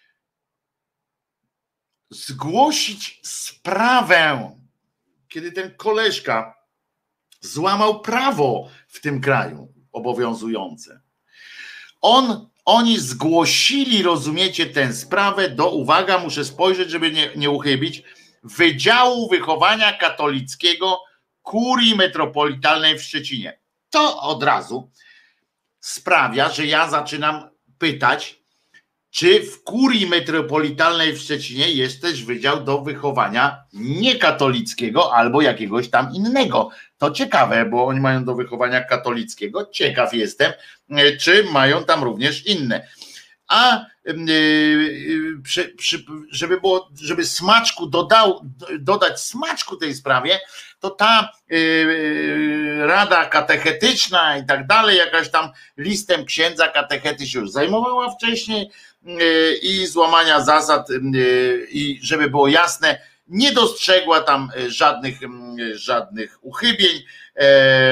zgłosić sprawę, kiedy ten koleżka złamał prawo w tym kraju obowiązujące. On, oni zgłosili, rozumiecie, tę sprawę do, uwaga, muszę spojrzeć, żeby nie, nie uchybić, Wydziału Wychowania Katolickiego Kurii Metropolitalnej w Szczecinie. To od razu sprawia, że ja zaczynam pytać, czy w Kurii Metropolitalnej w Szczecinie jest też Wydział do Wychowania niekatolickiego albo jakiegoś tam innego. To ciekawe, bo oni mają do wychowania katolickiego. Ciekaw jestem, czy mają tam również inne. A yy, przy, przy, żeby było, żeby smaczku dodał, dodać smaczku tej sprawie, to ta yy, rada katechetyczna i tak dalej, jakaś tam listem księdza katechety się już zajmowała wcześniej yy, i złamania zasad yy, i żeby było jasne, nie dostrzegła tam żadnych, żadnych uchybień, yy,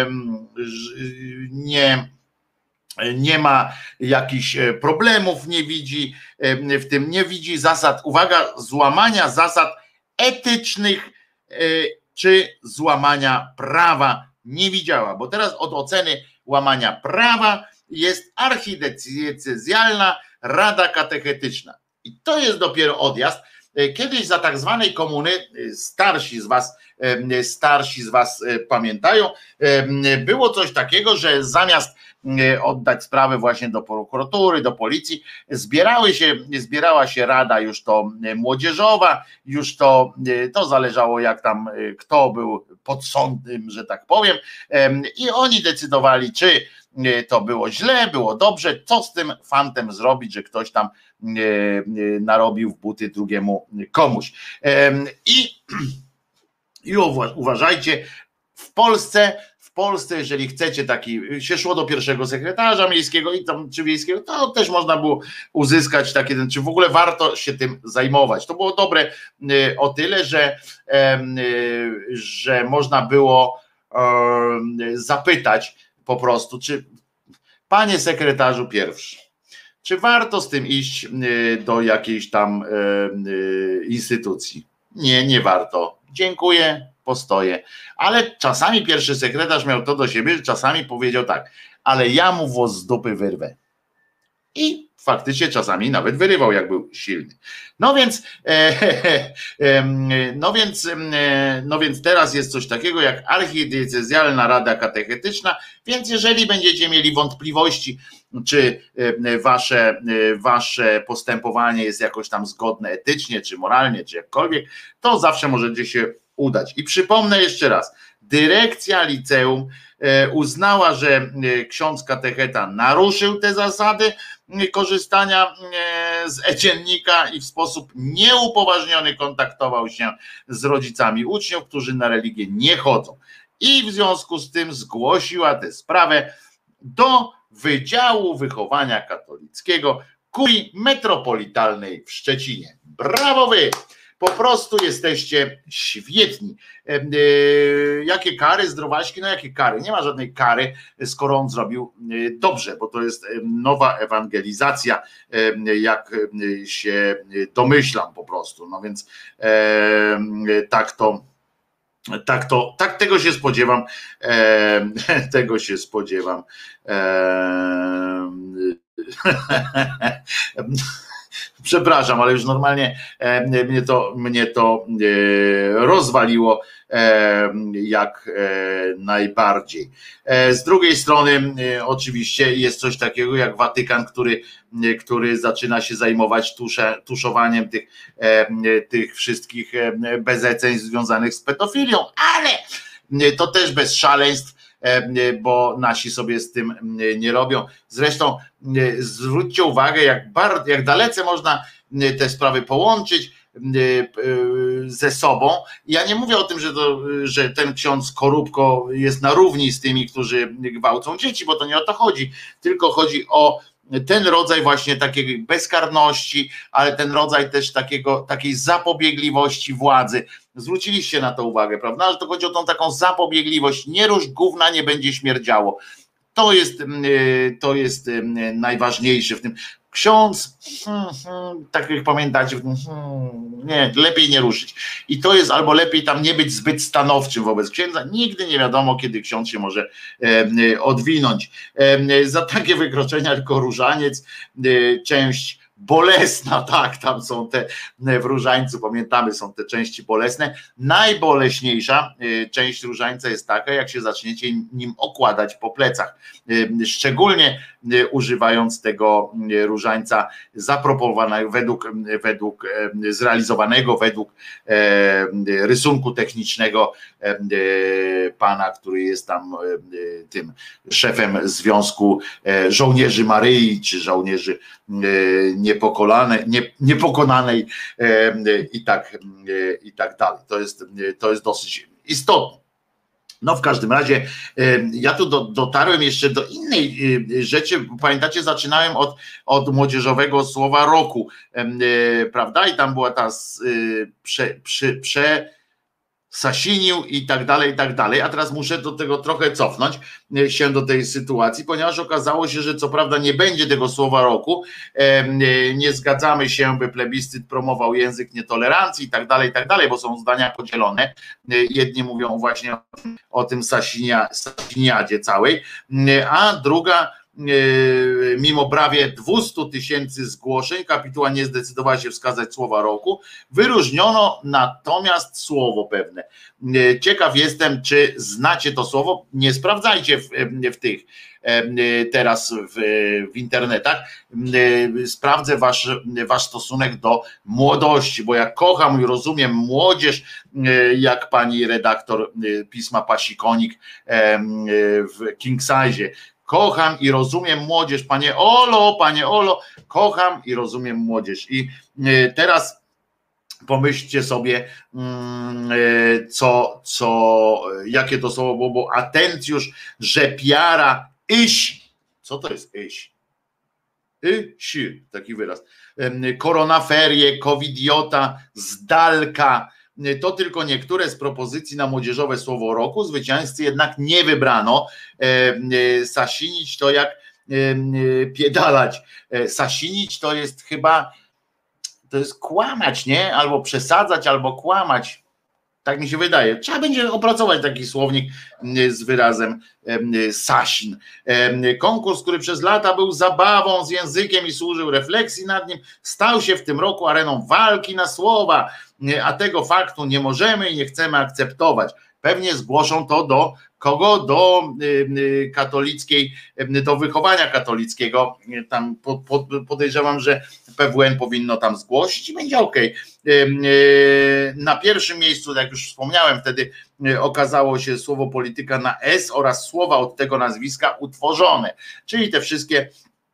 nie nie ma jakichś problemów, nie widzi w tym, nie widzi zasad, uwaga, złamania zasad etycznych czy złamania prawa nie widziała, bo teraz od oceny łamania prawa jest archidiecezjalna rada katechetyczna i to jest dopiero odjazd. Kiedyś za tak zwanej komuny, starsi z was, starsi z was pamiętają, było coś takiego, że zamiast oddać sprawę właśnie do prokuratury, do policji, zbierały się, zbierała się rada już to młodzieżowa, już to, to zależało jak tam kto był podsądnym, że tak powiem, i oni decydowali, czy to było źle, było dobrze, co z tym fantem zrobić, że ktoś tam narobił w buty drugiemu komuś. I, i uważajcie, w Polsce W Polsce, jeżeli chcecie taki, się szło do pierwszego sekretarza miejskiego i tam czy wiejskiego, to też można było uzyskać takie, czy w ogóle warto się tym zajmować. To było dobre o tyle, że, że można było zapytać po prostu, czy panie sekretarzu pierwszy, czy warto z tym iść do jakiejś tam instytucji? Nie, nie warto. Dziękuję. Postoję, ale czasami pierwszy sekretarz miał to do siebie, że czasami powiedział tak, ale ja mu włos z dupy wyrwę. I faktycznie czasami nawet wyrywał, jak był silny. No więc, e, e, no więc, e, no więc teraz jest coś takiego jak archidiecezjalna rada katechetyczna, więc jeżeli będziecie mieli wątpliwości, czy wasze, wasze postępowanie jest jakoś tam zgodne etycznie, czy moralnie, czy jakkolwiek, to zawsze możecie się udać. I przypomnę jeszcze raz, Dyrekcja liceum uznała, że ksiądz katecheta naruszył te zasady korzystania z e-dziennika i w sposób nieupoważniony kontaktował się z rodzicami uczniów, którzy na religię nie chodzą. I w związku z tym zgłosiła tę sprawę do Wydziału Wychowania Katolickiego Kurii Metropolitalnej w Szczecinie. Brawo wy! Po prostu jesteście świetni. E, e, jakie kary, Zdrowaśki? No jakie kary? Nie ma żadnej kary, skoro on zrobił e, dobrze, bo to jest nowa ewangelizacja, e, jak się domyślam po prostu. No więc e, tak to Tak to, tak tego się spodziewam, e, tego się spodziewam. E, przepraszam, ale już normalnie e, mnie to, mnie to e, rozwaliło e, jak e, najbardziej. E, z drugiej strony e, oczywiście jest coś takiego jak Watykan, który, e, który zaczyna się zajmować tusze, tuszowaniem tych, e, tych wszystkich bezeceństw związanych z pedofilią, ale to też bez szaleństw, bo nasi sobie z tym nie robią. Zresztą zwróćcie uwagę, jak, bardzo, jak dalece można te sprawy połączyć ze sobą. Ja nie mówię o tym, że, to, że ten ksiądz Korupko jest na równi z tymi, którzy gwałcą dzieci, bo to nie o to chodzi, tylko chodzi o ten rodzaj właśnie takiej bezkarności, ale ten rodzaj też takiego, takiej zapobiegliwości władzy. Zwróciliście na to uwagę, prawda? Że to chodzi o tą taką zapobiegliwość. Nie rusz gówna, nie będzie śmierdziało. To jest, to jest najważniejsze w tym. Ksiądz, hmm, hmm, tak jak pamiętacie, hmm, nie, lepiej nie ruszyć. I to jest albo lepiej tam nie być zbyt stanowczym wobec księdza. Nigdy nie wiadomo, kiedy ksiądz się może e, odwinąć. E, za takie wykroczenia tylko Różaniec, e, część bolesna, tak, tam są te w Różańcu, pamiętamy, są te części bolesne. Najboleśniejsza część Różańca jest taka, jak się zaczniecie nim okładać po plecach, szczególnie używając tego Różańca zaproponowanego według, według zrealizowanego według rysunku technicznego pana, który jest tam tym szefem Związku Żołnierzy Maryi, czy żołnierzy Niepokolanej, nie, niepokonanej i tak, i tak dalej. To jest, to jest dosyć istotne. No w każdym razie ja tu do, dotarłem jeszcze do innej rzeczy. Pamiętacie, zaczynałem od, od młodzieżowego słowa roku, prawda? I tam była ta prze, prze, prze Sasinił i tak dalej, i tak dalej, a teraz muszę do tego trochę cofnąć się do tej sytuacji, ponieważ okazało się, że co prawda nie będzie tego słowa roku, nie zgadzamy się, by plebiscyt promował język nietolerancji i tak dalej, i tak dalej, bo są zdania podzielone. Jedni mówią właśnie o tym Sasinia, Sasiniadzie całej, a druga, mimo prawie dwieście tysięcy zgłoszeń, kapituła nie zdecydowała się wskazać słowa roku, wyróżniono natomiast słowo pewne. Ciekaw jestem, czy znacie to słowo, nie sprawdzajcie w, w tych teraz w, w internetach, sprawdzę wasz, wasz stosunek do młodości, bo ja kocham i rozumiem młodzież, jak pani redaktor pisma Pasikonik w King Size. Kocham i rozumiem młodzież, panie Olo, panie Olo, kocham i rozumiem młodzież. I teraz pomyślcie sobie, co, co, jakie to słowo było, bo atencjusz, rzepiara, iś. Co to jest iś? Iś, taki wyraz. Koronaferie, covidiota, zdalka. To tylko niektóre z propozycji na młodzieżowe słowo roku. Zwycięzcy jednak nie wybrano. Sasinić to jak piedalać. Sasinić to jest chyba, to jest kłamać, nie? Albo przesadzać, albo kłamać. Tak mi się wydaje. Trzeba będzie opracować taki słownik z wyrazem Sasin. Konkurs, który przez lata był zabawą z językiem i służył refleksji nad nim, stał się w tym roku areną walki na słowa, a tego faktu nie możemy i nie chcemy akceptować. Pewnie zgłoszą to do kogo? Do katolickiej, do wychowania katolickiego. Tam podejrzewam, że P W N powinno tam zgłosić i będzie ok. Na pierwszym miejscu, jak już wspomniałem, wtedy okazało się słowo polityka na S oraz słowa od tego nazwiska utworzone, czyli te wszystkie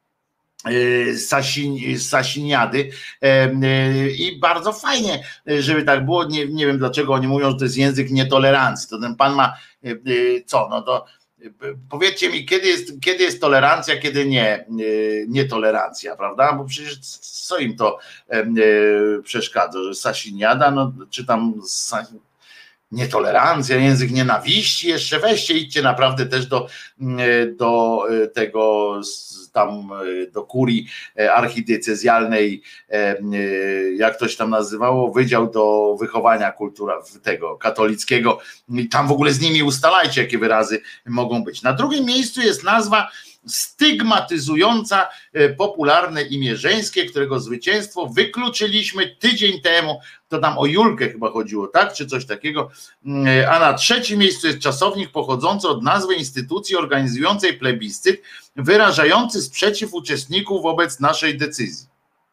Sasin, Sasiniady i bardzo fajnie, żeby tak było. Nie, nie wiem dlaczego oni mówią, że to jest język nietolerancji. To ten pan ma co? No to powiedzcie mi, kiedy jest, kiedy jest tolerancja, kiedy nie nietolerancja, prawda? Bo przecież co im to przeszkadza, że Sasiniada, no czy tam nietolerancja, język nienawiści, jeszcze weźcie, idźcie naprawdę też do, do tego tam do kurii archidiecezjalnej, jak to się tam nazywało, Wydział do Wychowania Kultura tego katolickiego i tam w ogóle z nimi ustalajcie, jakie wyrazy mogą być. Na drugim miejscu jest nazwa stygmatyzująca popularne imię żeńskie, którego zwycięstwo wykluczyliśmy tydzień temu. To tam o Julkę chyba chodziło, tak? Czy coś takiego. A na trzecim miejscu jest czasownik pochodzący od nazwy instytucji organizującej plebiscyt, wyrażający sprzeciw uczestników wobec naszej decyzji.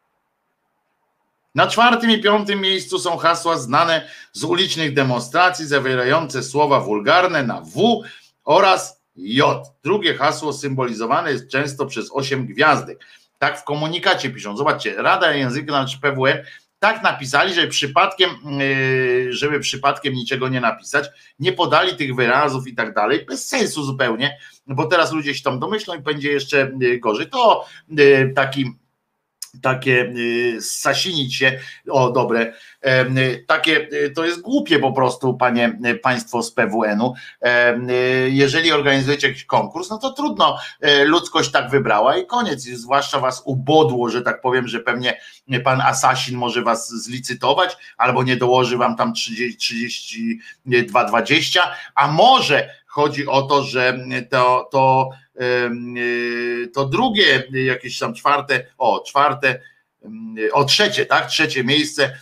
Na czwartym i piątym miejscu są hasła znane z ulicznych demonstracji, zawierające słowa wulgarne na W oraz J. Drugie hasło symbolizowane jest często przez osiem gwiazdek. Tak w komunikacie piszą. Zobaczcie, Rada Języka, czy P W N, tak napisali, żeby przypadkiem, żeby przypadkiem niczego nie napisać, nie podali tych wyrazów i tak dalej. Bez sensu zupełnie, bo teraz ludzie się tam domyślą i będzie jeszcze gorzej. To taki takie sasinić się, o dobre, takie to jest głupie po prostu, panie, państwo z P W N-u. Jeżeli organizujecie jakiś konkurs, no to trudno, ludzkość tak wybrała i koniec, zwłaszcza was ubodło, że tak powiem, że pewnie pan Asasin może was zlicytować, albo nie dołoży wam tam trzydzieści dwa dwadzieścia, a może chodzi o to, że to, to to drugie, jakieś tam czwarte, o czwarte, o trzecie, tak, trzecie miejsce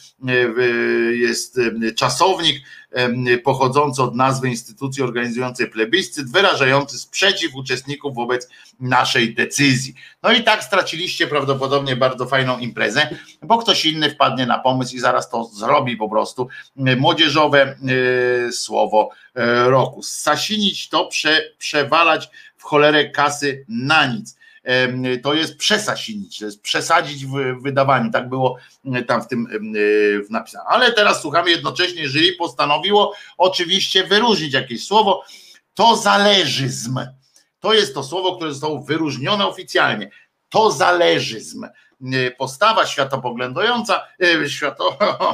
jest czasownik pochodzący od nazwy instytucji organizującej plebiscyt, wyrażający sprzeciw uczestników wobec naszej decyzji. No i tak straciliście prawdopodobnie bardzo fajną imprezę, bo ktoś inny wpadnie na pomysł i zaraz to zrobi po prostu. Młodzieżowe słowo roku. Sasinić to prze, przewalać w cholerę kasy na nic. To jest przesasinić, to jest przesadzić w wydawaniu, tak było tam w tym w napisane. Ale teraz słuchamy jednocześnie, jury postanowiło oczywiście wyróżnić jakieś słowo, to zależyzm. To jest to słowo, które zostało wyróżnione oficjalnie. To zależyzm. Postawa światopoglądająca, świato,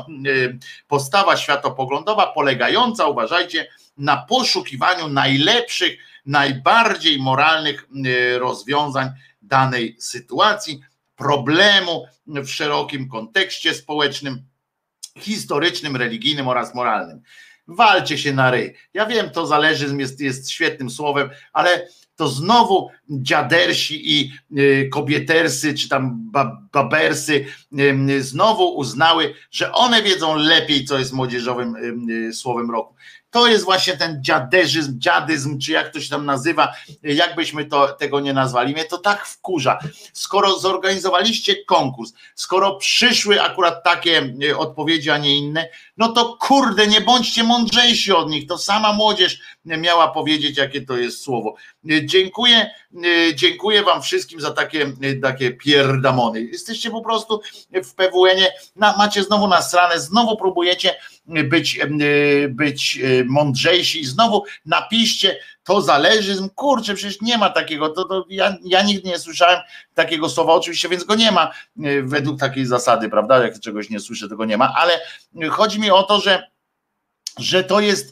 postawa światopoglądowa polegająca, uważajcie, na poszukiwaniu najlepszych, najbardziej moralnych rozwiązań danej sytuacji, problemu w szerokim kontekście społecznym, historycznym, religijnym oraz moralnym. Walcie się na ryj. Ja wiem, to zależyzm jest, jest świetnym słowem, ale to znowu dziadersi i kobietersy, czy tam babersy znowu uznały, że one wiedzą lepiej, co jest młodzieżowym słowem roku. To jest właśnie ten dziaderzyzm, dziadyzm, czy jak to się tam nazywa, jakbyśmy to, tego nie nazwali. Mnie to tak wkurza. Skoro zorganizowaliście konkurs, skoro przyszły akurat takie odpowiedzi, a nie inne, no to kurde, nie bądźcie mądrzejsi od nich. To sama młodzież miała powiedzieć, jakie to jest słowo. Dziękuję, dziękuję wam wszystkim za takie, takie pierdamony. Jesteście po prostu w P W N-ie, na, macie znowu nasrane, znowu próbujecie być, być mądrzejsi, znowu napiszcie to zależyzm, kurczę, przecież nie ma takiego, to, to ja, ja nigdy nie słyszałem takiego słowa, oczywiście, więc go nie ma według takiej zasady, prawda, jak czegoś nie słyszę, tego nie ma, ale chodzi mi o to, że że to jest,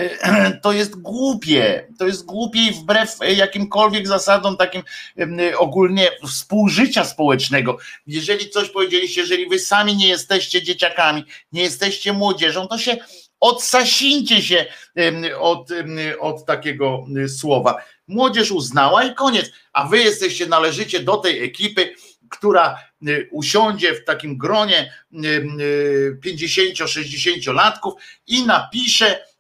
to jest głupie, to jest głupie i wbrew jakimkolwiek zasadom takim ogólnie współżycia społecznego. Jeżeli coś powiedzieliście, jeżeli wy sami nie jesteście dzieciakami, nie jesteście młodzieżą, to się odsasińcie się od, od takiego słowa. Młodzież uznała i koniec, a wy jesteście, należycie do tej ekipy, która usiądzie w takim gronie pięćdziesięcio-sześćdziesięciolatków i napisze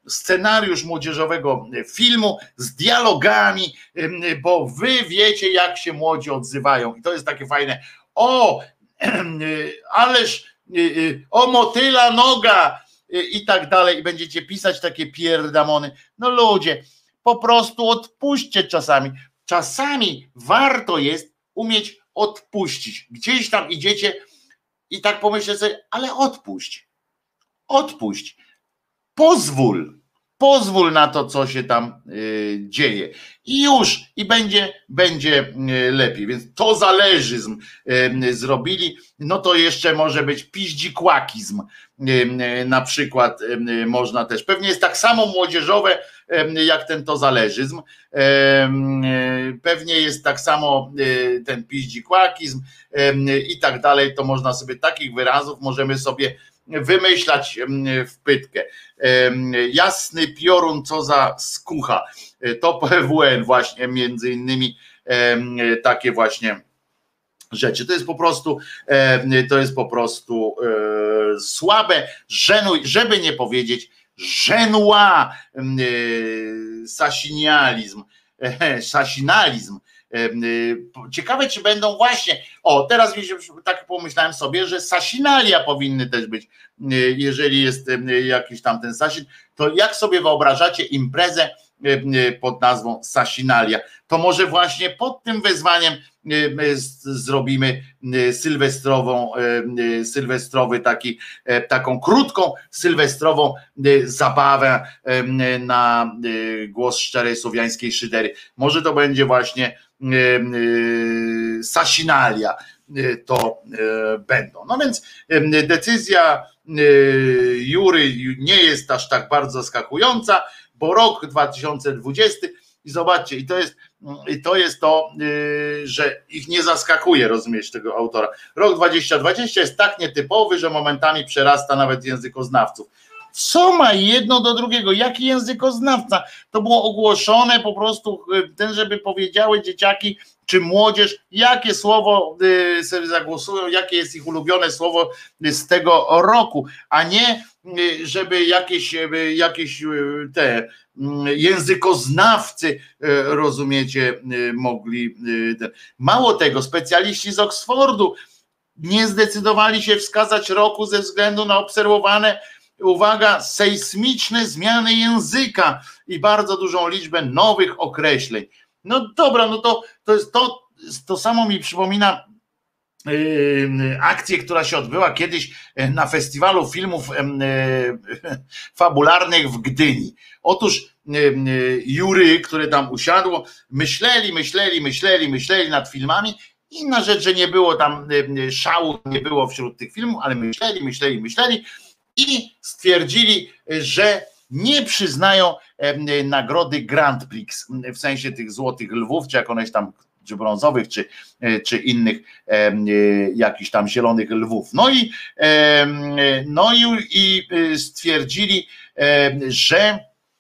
scenariusz młodzieżowego filmu z dialogami, bo wy wiecie, jak się młodzi odzywają i to jest takie fajne. O, ależ o motyla noga i tak dalej i będziecie pisać takie pierdamony. No ludzie, po prostu odpuśćcie czasami. Czasami warto jest umieć odpuścić. Gdzieś tam idziecie i tak pomyślę sobie, ale odpuść. Odpuść. Pozwól. Pozwól na to, co się tam y, dzieje. I już, i będzie, będzie y, lepiej. Więc to zależyzm y, zrobili. No to jeszcze może być piździkłakizm. Y, y, na przykład y, można też. Pewnie jest tak samo młodzieżowe, y, jak ten to zależyzm. Y, y, pewnie jest tak samo y, ten piździkłakizm y, i tak dalej. To można sobie takich wyrazów możemy sobie wymyślać w pytkę. Jasny piorun, co za skucha. To P W N właśnie między innymi takie właśnie rzeczy. To jest po prostu to jest po prostu słabe, żenuj, żeby nie powiedzieć żenua, sasinializm, sasinalizm. Ciekawe, czy będą właśnie, o teraz mi się, tak pomyślałem sobie, że sasinalia powinny też być, jeżeli jest jakiś tam ten sasin, to jak sobie wyobrażacie imprezę pod nazwą sasinalia, to może właśnie pod tym wezwaniem zrobimy sylwestrową, sylwestrowy taki, taką krótką sylwestrową zabawę na głos szczerej słowiańskiej szydery. Może to będzie właśnie sasinalia to będą. No więc decyzja jury nie jest aż tak bardzo zaskakująca, bo rok dwa tysiące dwudziesty i zobaczcie, i to jest to, jest to że ich nie zaskakuje, rozumiesz, tego autora. Rok dwa tysiące dwudziesty jest tak nietypowy, że momentami przerasta nawet językoznawców. Co ma jedno do drugiego? Jaki językoznawca? To było ogłoszone po prostu, ten, żeby powiedziały dzieciaki czy młodzież, jakie słowo sobie zagłosują, jakie jest ich ulubione słowo z tego roku, a nie żeby jakieś, jakieś te językoznawcy, rozumiecie, mogli. Mało tego, specjaliści z Oksfordu nie zdecydowali się wskazać roku ze względu na obserwowane, uwaga, sejsmiczne zmiany języka i bardzo dużą liczbę nowych określeń. No dobra, no to, to jest to, to samo mi przypomina yy, akcję, która się odbyła kiedyś na festiwalu filmów yy, fabularnych w Gdyni. Otóż yy, jury, które tam usiadło, myśleli, myśleli, myśleli, myśleli nad filmami. Inna rzecz, że nie było tam yy, szału, nie było wśród tych filmów, ale myśleli, myśleli, myśleli i stwierdzili, że nie przyznają nagrody Grand Prix, w sensie tych złotych lwów, czy jak one tam, czy brązowych, czy, czy innych jakichś tam zielonych lwów. No i, no i, i stwierdzili, że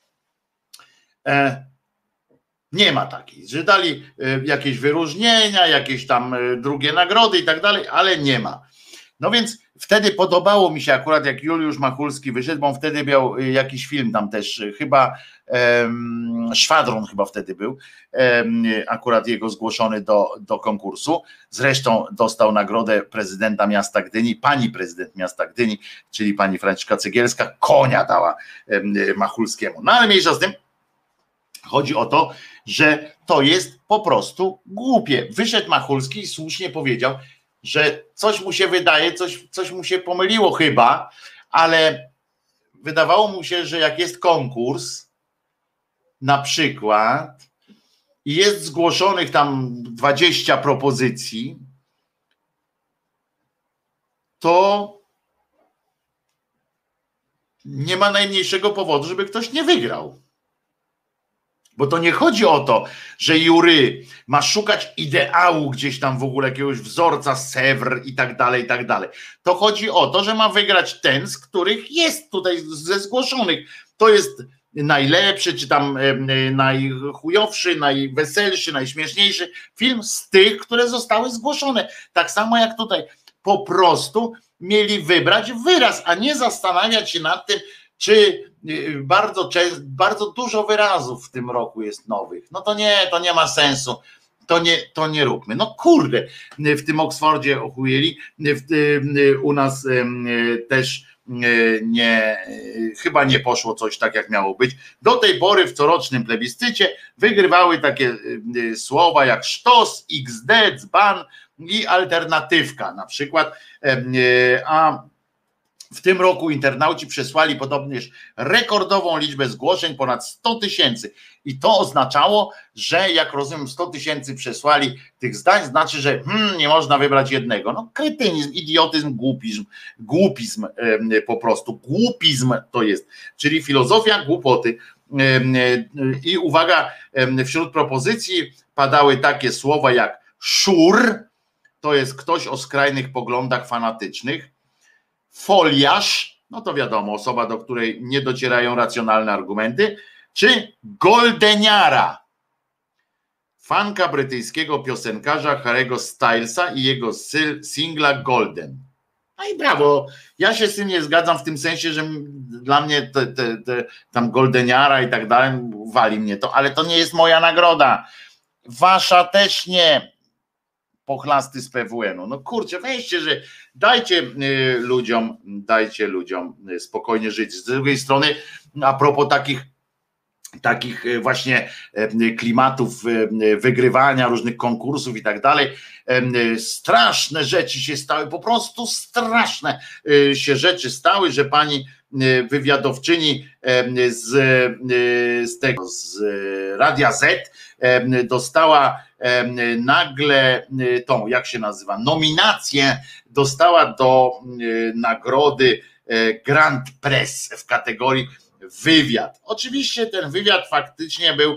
nie ma takiej, że dali jakieś wyróżnienia, jakieś tam drugie nagrody i tak dalej, ale nie ma. No więc wtedy podobało mi się akurat, jak Juliusz Machulski wyszedł, bo on wtedy miał jakiś film tam też, chyba um, Szwadron chyba wtedy był, um, akurat jego zgłoszony do, do konkursu. Zresztą dostał nagrodę prezydenta miasta Gdyni, pani prezydent miasta Gdyni, czyli pani Franciszka Cegielska, konia dała um, Machulskiemu. No ale mniejsza z tym, chodzi o to, że to jest po prostu głupie. Wyszedł Machulski i słusznie powiedział, że coś mu się wydaje, coś, coś mu się pomyliło chyba, ale wydawało mu się, że jak jest konkurs, na przykład, i jest zgłoszonych tam dwadzieścia propozycji, to nie ma najmniejszego powodu, żeby ktoś nie wygrał. Bo to nie chodzi o to, że jury ma szukać ideału gdzieś tam w ogóle, jakiegoś wzorca Sewr i tak dalej, i tak dalej. To chodzi o to, że ma wygrać ten, z których jest tutaj ze zgłoszonych. To jest najlepszy, czy tam najchujowszy, najweselszy, najśmieszniejszy film z tych, które zostały zgłoszone. Tak samo jak tutaj. Po prostu mieli wybrać wyraz, a nie zastanawiać się nad tym, czy bardzo często, bardzo dużo wyrazów w tym roku jest nowych. No to nie, to nie ma sensu. To nie, to nie róbmy. No kurde, w tym Oksfordzie ochujeli, w, u nas też nie, chyba nie poszło coś tak, jak miało być. Do tej pory w corocznym plebiscycie wygrywały takie słowa jak sztos, iks de, dzban i alternatywka na przykład, a w tym roku internauci przesłali podobnież rekordową liczbę zgłoszeń, ponad sto tysięcy. I to oznaczało, że jak rozumiem sto tysięcy przesłali tych zdań, znaczy, że hmm, nie można wybrać jednego. No kretynizm, idiotyzm, głupizm, głupizm e, po prostu. Głupizm to jest, czyli filozofia głupoty. E, e, I uwaga, e, wśród propozycji padały takie słowa jak szur, to jest ktoś o skrajnych poglądach fanatycznych, foliarz, no to wiadomo, osoba, do której nie docierają racjonalne argumenty, czy goldeniara, fanka brytyjskiego piosenkarza Harry'ego Stylesa i jego singla Golden. No i brawo, ja się z tym nie zgadzam w tym sensie, że dla mnie te, te, te, tam goldeniara i tak dalej, wali mnie to, ale to nie jest moja nagroda. Wasza też nie. Pochlasty z P W N-u. No kurczę, weźcie, że dajcie y, ludziom, dajcie ludziom y, spokojnie żyć. Z drugiej strony, a propos takich takich y, właśnie y, klimatów y, wygrywania różnych konkursów i tak dalej, y, straszne rzeczy się stały, po prostu straszne y, się rzeczy stały, że pani y, wywiadowczyni y, z, y, z tego, z y, Radia Z y, dostała nagle tą, jak się nazywa, nominację dostała do nagrody Grand Press w kategorii wywiad. Oczywiście ten wywiad faktycznie był,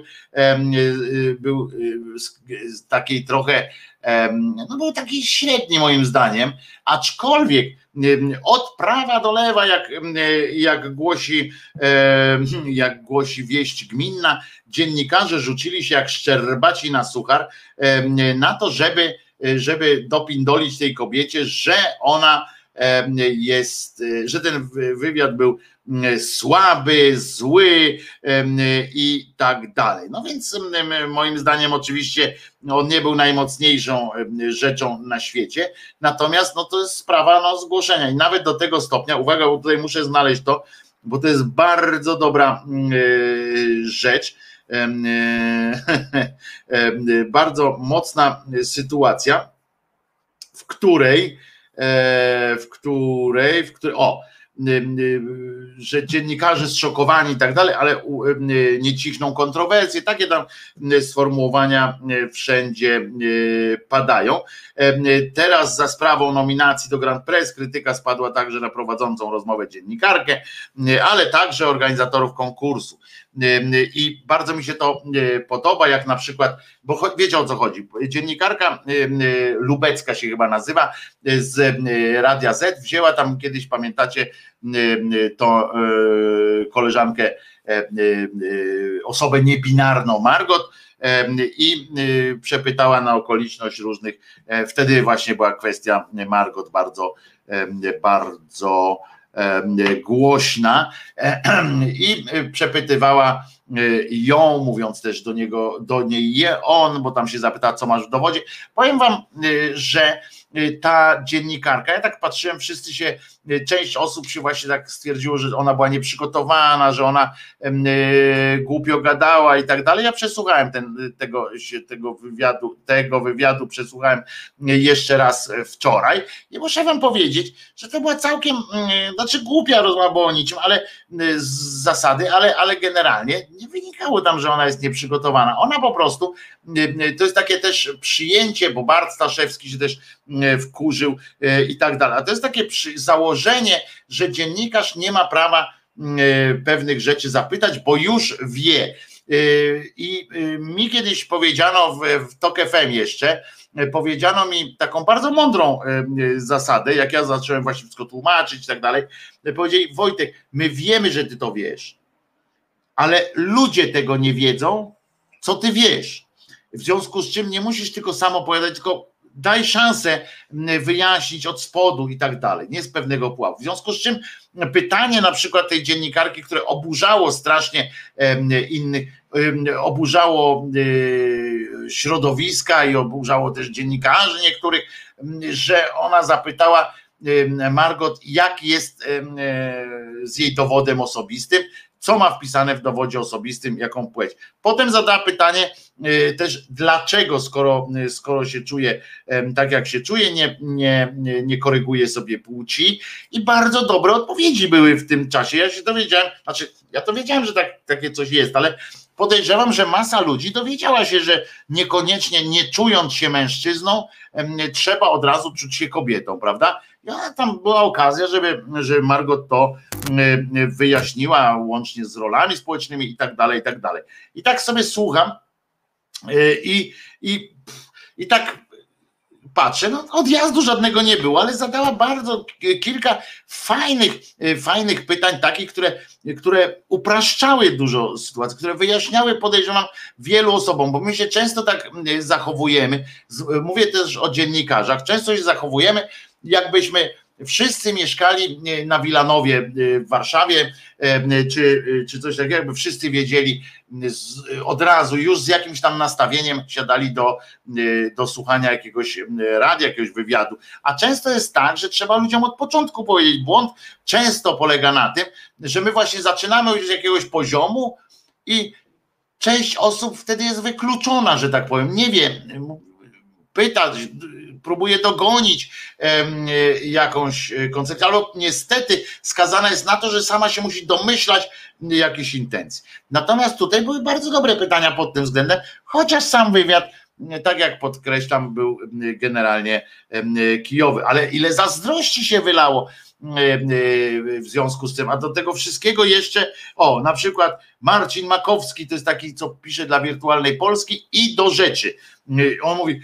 był z takiej trochę, no był taki średni moim zdaniem, aczkolwiek od prawa do lewa, jak, jak głosi, jak głosi wieść gminna, dziennikarze rzucili się jak szczerbaci na suchar na to, żeby, żeby dopindolić tej kobiecie, że ona jest, że ten wywiad był słaby, zły i tak dalej. No więc moim zdaniem oczywiście on nie był najmocniejszą rzeczą na świecie, natomiast no to jest sprawa no, zgłoszenia i nawet do tego stopnia, uwaga, bo tutaj muszę znaleźć to, bo to jest bardzo dobra rzecz, bardzo mocna sytuacja, w której w której, w której o, że dziennikarze zszokowani i tak dalej, ale nie cichną kontrowersje, takie tam sformułowania wszędzie padają. Teraz za sprawą nominacji do Grand Press krytyka spadła także na prowadzącą rozmowę dziennikarkę, ale także organizatorów konkursu. I bardzo mi się to podoba, jak na przykład, bo wiecie o co chodzi, dziennikarka Lubecka się chyba nazywa, z Radia Z, wzięła tam kiedyś, pamiętacie, to koleżankę, osobę niebinarną Margot i przepytała na okoliczność różnych, wtedy właśnie była kwestia Margot bardzo, bardzo głośna i przepytywała ją, mówiąc też do niego, do niej je on, bo tam się zapytała, co masz w dowodzie. Powiem wam, że ta dziennikarka, ja tak patrzyłem, wszyscy się, część osób się właśnie tak stwierdziło, że ona była nieprzygotowana, że ona głupio gadała i tak dalej. Ja przesłuchałem ten, tego, tego wywiadu, tego wywiadu przesłuchałem jeszcze raz wczoraj i muszę wam powiedzieć, że to była całkiem, znaczy głupia rozmowa, bo o niczym, ale z zasady, ale, ale generalnie nie wynikało tam, że ona jest nieprzygotowana. Ona po prostu, to jest takie też przyjęcie, bo Bart Staszewski się też wkurzył i tak dalej. A to jest takie założenie, że dziennikarz nie ma prawa pewnych rzeczy zapytać, bo już wie. I mi kiedyś powiedziano w Tok F M jeszcze, powiedziano mi taką bardzo mądrą zasadę, jak ja zacząłem właśnie wszystko tłumaczyć i tak dalej, powiedzieli: Wojtek, my wiemy, że ty to wiesz, ale ludzie tego nie wiedzą, co ty wiesz. W związku z czym nie musisz tylko sam opowiadać, tylko daj szansę wyjaśnić od spodu i tak dalej, nie z pewnego pułapu. W związku z czym pytanie na przykład tej dziennikarki, które oburzało strasznie innych, oburzało środowiska i oburzało też dziennikarzy niektórych, że ona zapytała Margot, jak jest z jej dowodem osobistym, co ma wpisane w dowodzie osobistym, jaką płeć. Potem zadała pytanie też, dlaczego, skoro, skoro się czuje tak, jak się czuje, nie, nie, nie koryguje sobie płci, i bardzo dobre odpowiedzi były w tym czasie. Ja się dowiedziałem, znaczy ja to wiedziałem, że tak, takie coś jest, ale podejrzewam, że masa ludzi dowiedziała się, że niekoniecznie nie czując się mężczyzną, trzeba od razu czuć się kobietą, prawda? Ja, tam była okazja, żeby, że Margot to wyjaśniła łącznie z rolami społecznymi i tak dalej, i tak dalej. I tak sobie słucham i, i, i tak patrzę, no odjazdu żadnego nie było, ale zadała bardzo kilka fajnych, fajnych pytań, takich, które, które upraszczały dużo sytuacji, które wyjaśniały, podejrzewam, wielu osobom, bo my się często tak zachowujemy, mówię też o dziennikarzach, często się zachowujemy, jakbyśmy wszyscy mieszkali na Wilanowie w Warszawie, czy, czy coś takiego, jakby wszyscy wiedzieli od razu, już z jakimś tam nastawieniem siadali do, do słuchania jakiegoś radia, jakiegoś wywiadu. A często jest tak, że trzeba ludziom od początku powiedzieć. Błąd często polega na tym, że my właśnie zaczynamy już z jakiegoś poziomu i część osób wtedy jest wykluczona, że tak powiem, nie wie, pyta, próbuje dogonić jakąś koncepcję, ale niestety skazana jest na to, że sama się musi domyślać jakichś intencji. Natomiast tutaj były bardzo dobre pytania pod tym względem, chociaż sam wywiad, tak jak podkreślam, był generalnie kijowy, ale ile zazdrości się wylało w związku z tym, a do tego wszystkiego jeszcze, o, na przykład Marcin Makowski, to jest taki, co pisze dla Wirtualnej Polski, i do rzeczy. On mówi,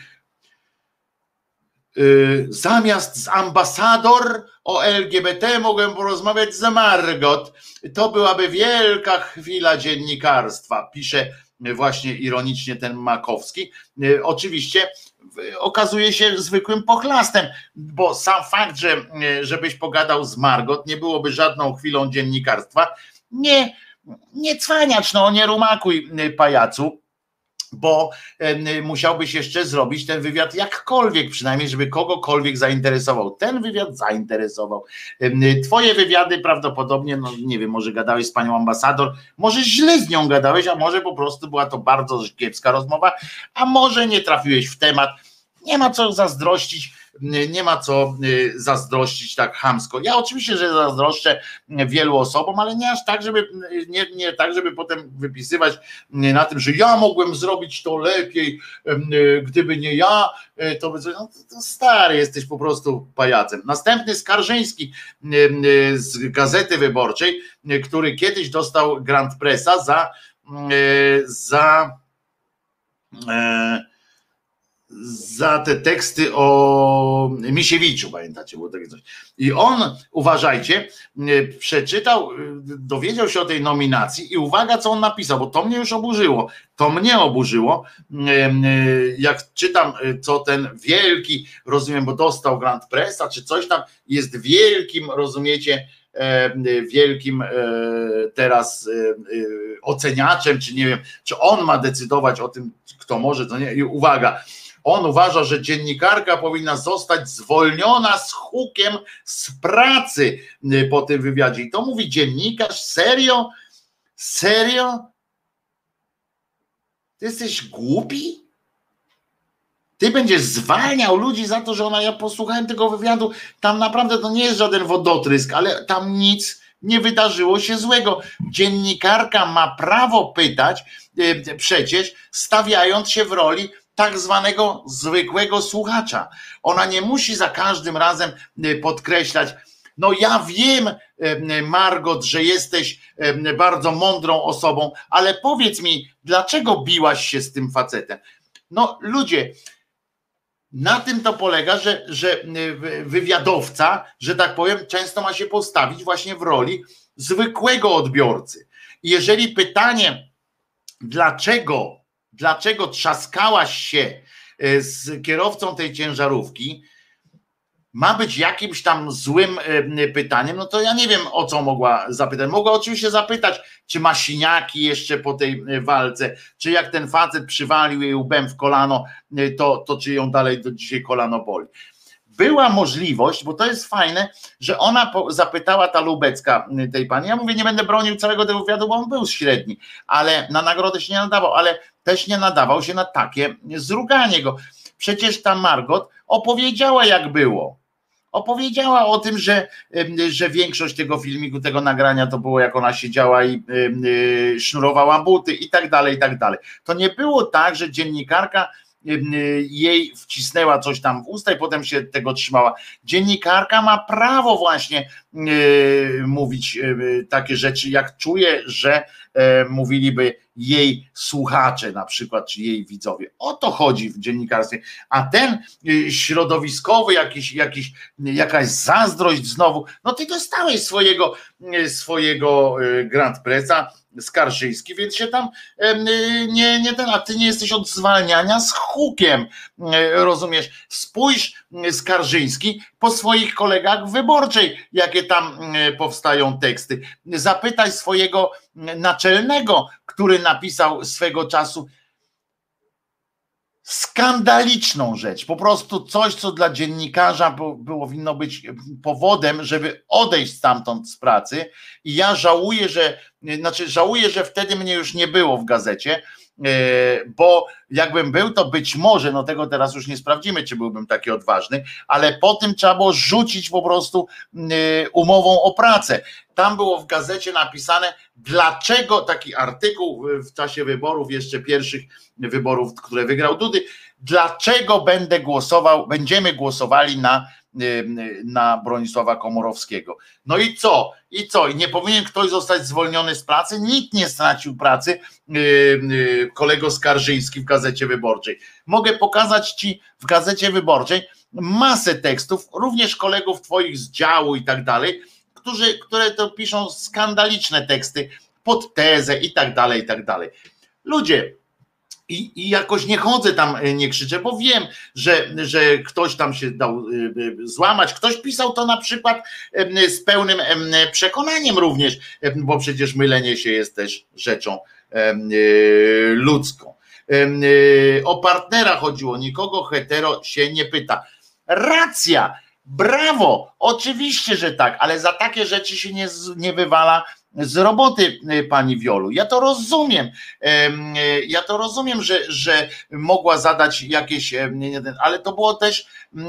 zamiast z ambasador o L G B T mogłem porozmawiać z Margot. To byłaby wielka chwila dziennikarstwa, pisze właśnie ironicznie ten Makowski. Oczywiście okazuje się zwykłym pochlastem, bo sam fakt, że żebyś pogadał z Margot, nie byłoby żadną chwilą dziennikarstwa. Nie, nie cwaniacz, no, nie rumakuj, pajacu, bo musiałbyś jeszcze zrobić ten wywiad jakkolwiek, przynajmniej żeby kogokolwiek zainteresował. Ten wywiad zainteresował. Twoje wywiady prawdopodobnie, no nie wiem, może gadałeś z panią ambasador, może źle z nią gadałeś, a może po prostu była to bardzo kiepska rozmowa, a może nie trafiłeś w temat. Nie ma co zazdrościć, nie ma co zazdrościć tak chamsko. Ja oczywiście, że zazdroszczę wielu osobom, ale nie aż tak, żeby nie, nie tak, żeby potem wypisywać na tym, że ja mogłem zrobić to lepiej, gdyby nie ja, to by coś, no to stary, jesteś po prostu pajacem. Następny Skarżyński z Gazety Wyborczej, który kiedyś dostał Grand Pressa za za za te teksty o Misiewiczu, pamiętacie, było takie coś. I on, uważajcie, przeczytał, dowiedział się o tej nominacji i uwaga, co on napisał, bo to mnie już oburzyło. To mnie oburzyło, jak czytam, co ten wielki, rozumiem, bo dostał Grand Pressa, czy coś tam, jest wielkim, rozumiecie, wielkim teraz oceniaczem, czy nie wiem, czy on ma decydować o tym, kto może, to nie. I uwaga, on uważa, że dziennikarka powinna zostać zwolniona z hukiem z pracy po tym wywiadzie. I to mówi dziennikarz? Serio? Serio? Ty jesteś głupi? Ty będziesz zwalniał ludzi za to, że ona, ja posłuchałem tego wywiadu, tam naprawdę to nie jest żaden wodotrysk, ale tam nic nie wydarzyło się złego. Dziennikarka ma prawo pytać, przecież stawiając się w roli tak zwanego zwykłego słuchacza. Ona nie musi za każdym razem podkreślać, no ja wiem, Margot, że jesteś bardzo mądrą osobą, ale powiedz mi, dlaczego biłaś się z tym facetem? No ludzie, na tym to polega, że, że wywiadowca, że tak powiem, często ma się postawić właśnie w roli zwykłego odbiorcy. I jeżeli pytanie, dlaczego, dlaczego trzaskałaś się z kierowcą tej ciężarówki ma być jakimś tam złym pytaniem, no to ja nie wiem, o co mogła zapytać. Mogła oczywiście zapytać, czy ma siniaki jeszcze po tej walce, czy jak ten facet przywalił jej łbem w kolano, to, to czy ją dalej do dzisiaj kolano boli. Była możliwość, bo to jest fajne, że ona zapytała, ta Lubecka tej pani, ja mówię, nie będę bronił całego tego wywiadu, bo on był średni, ale na nagrodę się nie nadawał, ale też nie nadawał się na takie zruganie go. Przecież ta Margot opowiedziała, jak było. Opowiedziała o tym, że, że większość tego filmiku, tego nagrania to było, jak ona siedziała i y, sznurowała buty i tak dalej, i tak dalej. To nie było tak, że dziennikarka jej wcisnęła coś tam w usta i potem się tego trzymała. Dziennikarka ma prawo właśnie yy, mówić yy, takie rzeczy, jak czuje, że yy, mówiliby jej słuchacze na przykład, czy jej widzowie. O to chodzi w dziennikarstwie. A ten yy, środowiskowy, jakiś, jakiś, jakaś zazdrość znowu, no ty dostałeś swojego, yy, swojego yy, Grand Pressa, Skarżyński, więc się tam nie, nie ten, a ty nie jesteś od zwalniania z hukiem, rozumiesz? Spójrz, Skarżyński, po swoich kolegach w Wyborczej, jakie tam powstają teksty. Zapytaj swojego naczelnego, który napisał swego czasu skandaliczną rzecz, po prostu coś, co dla dziennikarza było winno być powodem, żeby odejść stamtąd z pracy. I ja żałuję, że znaczy żałuję, że wtedy mnie już nie było w gazecie, bo jakbym był, to być może, no tego teraz już nie sprawdzimy, czy byłbym taki odważny, ale po tym trzeba było rzucić po prostu umową o pracę. Tam było w gazecie napisane, dlaczego, taki artykuł w czasie wyborów, jeszcze pierwszych wyborów, które wygrał Dudy, dlaczego będę głosował, będziemy głosowali na, na Bronisława Komorowskiego. No i co? I co? I nie powinien ktoś zostać zwolniony z pracy? Nikt nie stracił pracy, kolego Skarżyński w Gazecie Wyborczej. Mogę pokazać ci w Gazecie Wyborczej masę tekstów, również kolegów twoich z działu i tak dalej, którzy, które to piszą skandaliczne teksty pod tezę i tak dalej, i tak dalej. Ludzie, i, i jakoś nie chodzę tam, nie krzyczę, bo wiem, że, że ktoś tam się dał złamać. Ktoś pisał to na przykład z pełnym przekonaniem również, bo przecież mylenie się jest też rzeczą ludzką. O partnera chodziło, nikogo hetero się nie pyta. Racja, brawo, oczywiście, że tak, ale za takie rzeczy się nie, nie wywala z roboty, pani Wiolu. Ja to rozumiem. Ja to rozumiem, że, że mogła zadać jakieś, ale to było też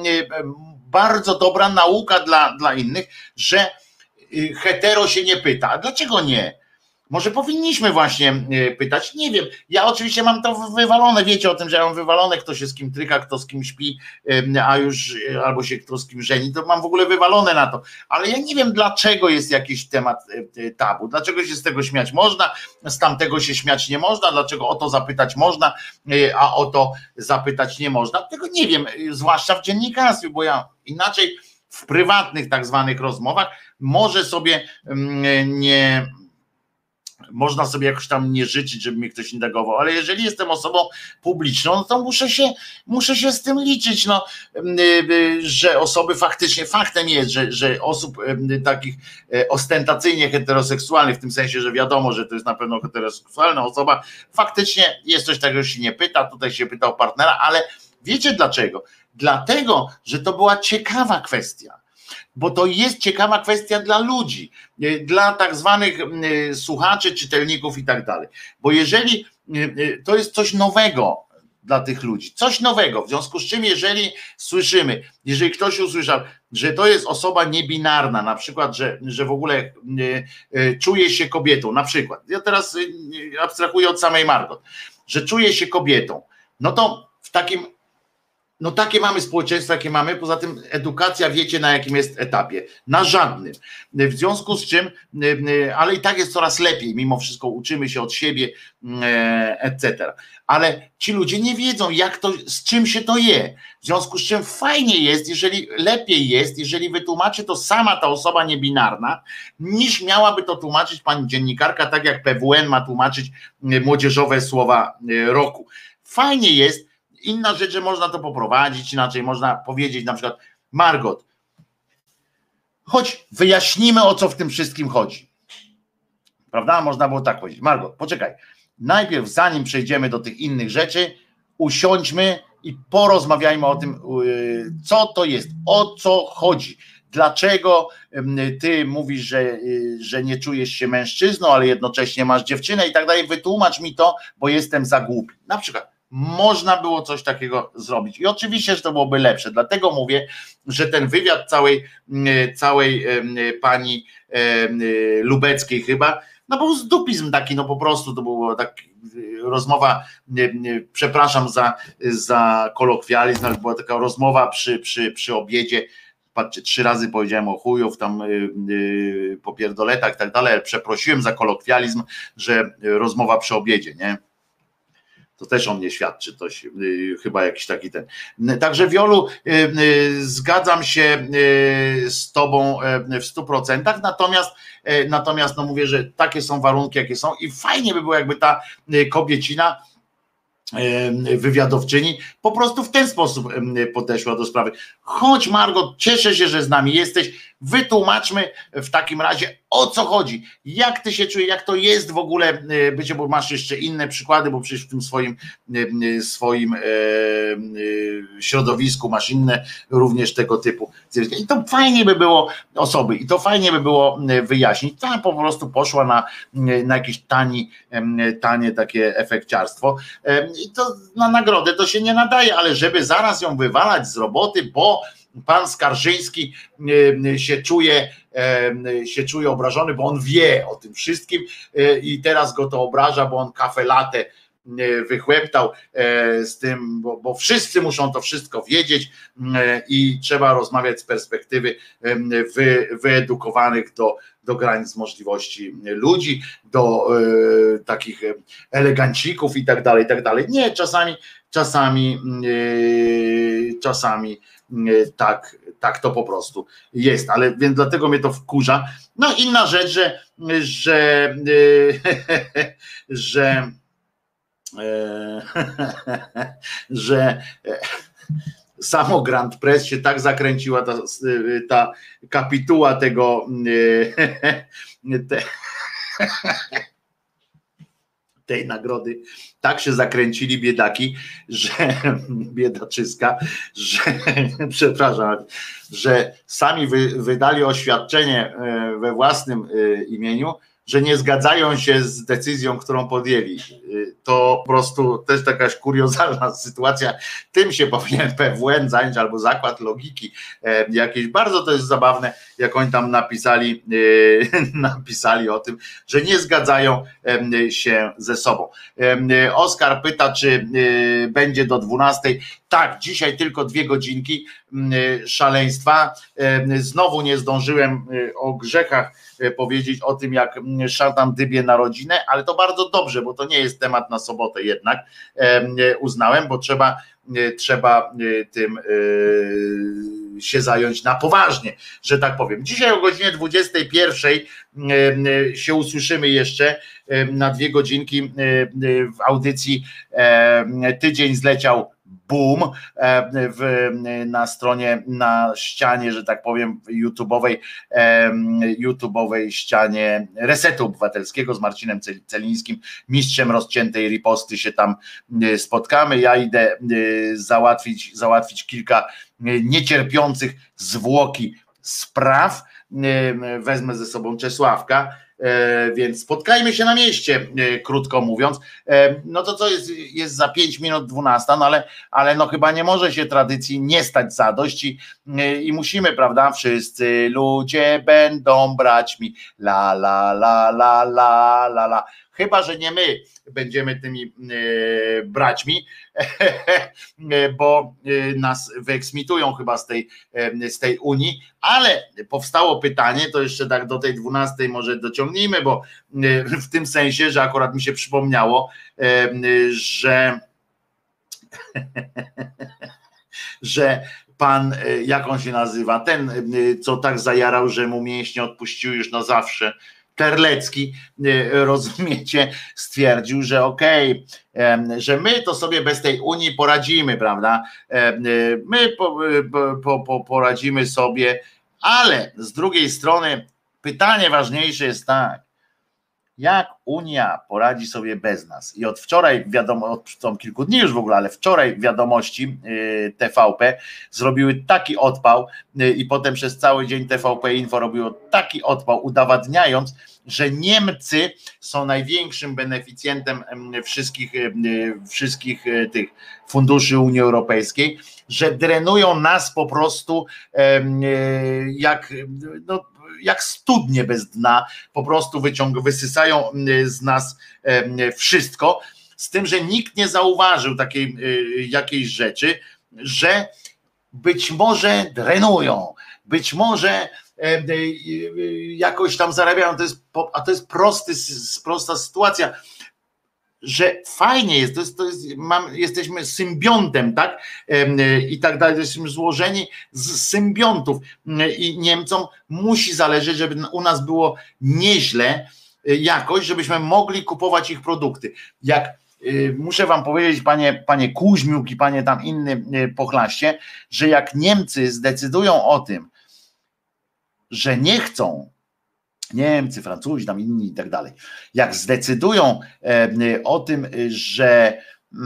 bardzo dobra nauka dla, dla innych, że hetero się nie pyta. A dlaczego nie? Może powinniśmy właśnie pytać, nie wiem, ja oczywiście mam to wywalone, wiecie o tym, że ja mam wywalone, kto się z kim tryka, kto z kim śpi, a już albo się kto z kim żeni, to mam w ogóle wywalone na to, ale ja nie wiem, dlaczego jest jakiś temat tabu, dlaczego się z tego śmiać można, z tamtego się śmiać nie można, dlaczego o to zapytać można, a o to zapytać nie można, tego nie wiem, zwłaszcza w dziennikarstwie, bo ja inaczej w prywatnych tak zwanych rozmowach może sobie nie... Można sobie jakoś tam nie życzyć, żeby mnie ktoś nie negował, ale jeżeli jestem osobą publiczną, no to muszę się, muszę się z tym liczyć, no, że osoby faktycznie, faktem jest, że, że osób takich ostentacyjnie heteroseksualnych, w tym sensie, że wiadomo, że to jest na pewno heteroseksualna osoba, faktycznie jest coś takiego, że się nie pyta, tutaj się pyta o partnera, ale wiecie dlaczego? Dlatego, że to była ciekawa kwestia. Bo to jest ciekawa kwestia dla ludzi, dla tak zwanych słuchaczy, czytelników i tak dalej. Bo jeżeli to jest coś nowego dla tych ludzi, coś nowego, w związku z czym jeżeli słyszymy, jeżeli ktoś usłyszał, że to jest osoba niebinarna, na przykład, że, że w ogóle czuje się kobietą, na przykład, ja teraz abstrahuję od samej Margot, że czuje się kobietą, no to w takim No takie mamy społeczeństwo, jakie mamy, poza tym edukacja wiecie na jakim jest etapie, na żadnym. W związku z czym, ale i tak jest coraz lepiej, mimo wszystko uczymy się od siebie, et cetera. Ale ci ludzie nie wiedzą, jak to, z czym się to je. W związku z czym fajnie jest, jeżeli lepiej jest, jeżeli wytłumaczy to sama ta osoba niebinarna, niż miałaby to tłumaczyć pani dziennikarka, tak jak P W N ma tłumaczyć młodzieżowe słowa roku. Fajnie jest, Inna rzecz, że można to poprowadzić inaczej, można powiedzieć na przykład: Margot, chodź, wyjaśnimy, o co w tym wszystkim chodzi. Prawda? Można było tak powiedzieć: Margot, poczekaj, najpierw zanim przejdziemy do tych innych rzeczy, usiądźmy i porozmawiajmy o tym, co to jest, o co chodzi. Dlaczego ty mówisz, że, że nie czujesz się mężczyzną, ale jednocześnie masz dziewczynę i tak dalej. Wytłumacz mi to, bo jestem za głupi. Na przykład można było coś takiego zrobić. I oczywiście, że to byłoby lepsze. Dlatego mówię, że ten wywiad całej, całej pani Lubeckiej chyba, no był zdupizm taki, no po prostu to była tak rozmowa, przepraszam za, za kolokwializm, ale była taka rozmowa przy, przy, przy obiedzie. Patrzcie, trzy razy powiedziałem o chujów, tam yy, po pierdoletach i tak dalej, ale przeprosiłem za kolokwializm, że rozmowa przy obiedzie, nie? To też o mnie świadczy, to się, yy, chyba jakiś taki ten. Także Wiolu, yy, yy, zgadzam się yy, z tobą yy, w stu procentach, natomiast, yy, natomiast no mówię, że takie są warunki, jakie są i fajnie by było, jakby ta yy, kobiecina, wywiadowczyni po prostu w ten sposób podeszła do sprawy. Chodź Margot, cieszę się, że z nami jesteś, wytłumaczmy w takim razie, o co chodzi, jak ty się czujesz, jak to jest w ogóle bycie, bo masz jeszcze inne przykłady, bo przecież w tym swoim swoim środowisku masz inne również tego typu. I to fajnie by było osoby, i to fajnie by było wyjaśnić. Ta po prostu poszła na, na jakieś tani, tanie takie efekciarstwo i to na nagrodę to się nie nadaje, ale żeby zaraz ją wywalać z roboty, bo pan Skarżyński się czuje, się czuje obrażony, bo on wie o tym wszystkim i teraz go to obraża, bo on kafe latte wychłeptał z tym, bo, bo wszyscy muszą to wszystko wiedzieć i trzeba rozmawiać z perspektywy wy, wyedukowanych do, do granic możliwości ludzi, do e, takich elegancików i tak dalej, i tak dalej. Nie, czasami, czasami, e, czasami e, tak, tak to po prostu jest, ale więc dlatego mnie to wkurza. No inna rzecz, że, że, e, że że samo Grand Press się tak zakręciła, ta, ta kapituła tego te, tej nagrody, tak się zakręcili biedaki, że biedaczyska, że przepraszam, że sami wy, wydali oświadczenie we własnym imieniu, że nie zgadzają się z decyzją, którą podjęli. To po prostu też jakaś kuriozalna sytuacja. Tym się powinien P W N zająć, albo Zakład Logiki jakieś. Bardzo to jest zabawne, jak oni tam napisali, napisali o tym, że nie zgadzają się ze sobą. Oskar pyta, czy będzie do dwunastej. Tak, dzisiaj tylko dwie godzinki szaleństwa. Znowu nie zdążyłem o grzechach powiedzieć, o tym, jak szatan dybie na rodzinę, ale to bardzo dobrze, bo to nie jest temat na sobotę jednak, uznałem, bo trzeba, trzeba tym się zająć na poważnie, że tak powiem. Dzisiaj o godzinie dwudziestej pierwszej się usłyszymy jeszcze na dwie godzinki w audycji Tydzień zleciał boom w, na stronie, na ścianie, że tak powiem, YouTube'owej, YouTube'owej ścianie Resetu Obywatelskiego z Marcinem Celińskim, mistrzem rozciętej riposty, się tam spotkamy. Ja idę załatwić, załatwić kilka niecierpiących zwłoki spraw. Wezmę ze sobą Czesławka, więc spotkajmy się na mieście, krótko mówiąc. No to co jest, jest za pięć minut dwunasta, no ale, ale no chyba nie może się tradycji nie stać zadość i, i musimy, prawda, wszyscy ludzie będą braćmi, la la la la la la la. Chyba że nie my będziemy tymi e, braćmi, bo nas wyeksmitują chyba z tej, z tej Unii, ale powstało pytanie, to jeszcze tak do tej dwunastej może dociągnijmy, bo w tym sensie, że akurat mi się przypomniało, że że pan, jak on się nazywa, ten, co tak zajarał, że mu mięśnie odpuścił już na zawsze, Terlecki, rozumiecie, stwierdził, że okej, okay, że my to sobie bez tej Unii poradzimy, prawda? My po, po, po, poradzimy sobie, ale z drugiej strony pytanie ważniejsze jest tak, jak Unia poradzi sobie bez nas? I od wczoraj, wiadomo, od są kilku dni już w ogóle, ale wczoraj wiadomości T V P zrobiły taki odpał i potem przez cały dzień T V P Info robiło taki odpał, udowadniając, że Niemcy są największym beneficjentem wszystkich, wszystkich tych funduszy Unii Europejskiej, że drenują nas po prostu jak no, jak studnie bez dna, po prostu wyciągają, wysysają z nas wszystko, z tym, że nikt nie zauważył takiej jakiejś rzeczy, że być może drenują, być może jakoś tam zarabiają, to jest, a to jest prosty, prosta sytuacja, że fajnie jest, to jest, to jest mam, jesteśmy symbiontem, tak? I tak dalej, jesteśmy złożeni z symbiontów i Niemcom musi zależeć, żeby u nas było nieźle jakoś, żebyśmy mogli kupować ich produkty. Jak muszę wam powiedzieć, panie, panie Kuźmiuk i panie tam inny pochlaście, że jak Niemcy zdecydują o tym, że nie chcą, Niemcy, Francuzi, tam inni i tak dalej, jak zdecydują o tym, że,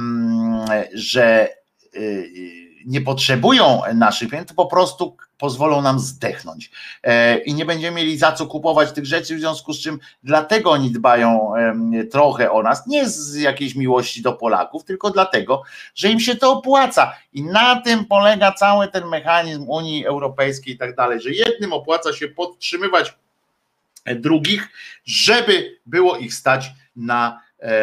że nie potrzebują naszych pieniędzy, to po prostu pozwolą nam zdechnąć i nie będziemy mieli za co kupować tych rzeczy, w związku z czym dlatego oni dbają trochę o nas, nie z jakiejś miłości do Polaków, tylko dlatego, że im się to opłaca i na tym polega cały ten mechanizm Unii Europejskiej i tak dalej, że jednym opłaca się podtrzymywać drugich, żeby było ich stać na,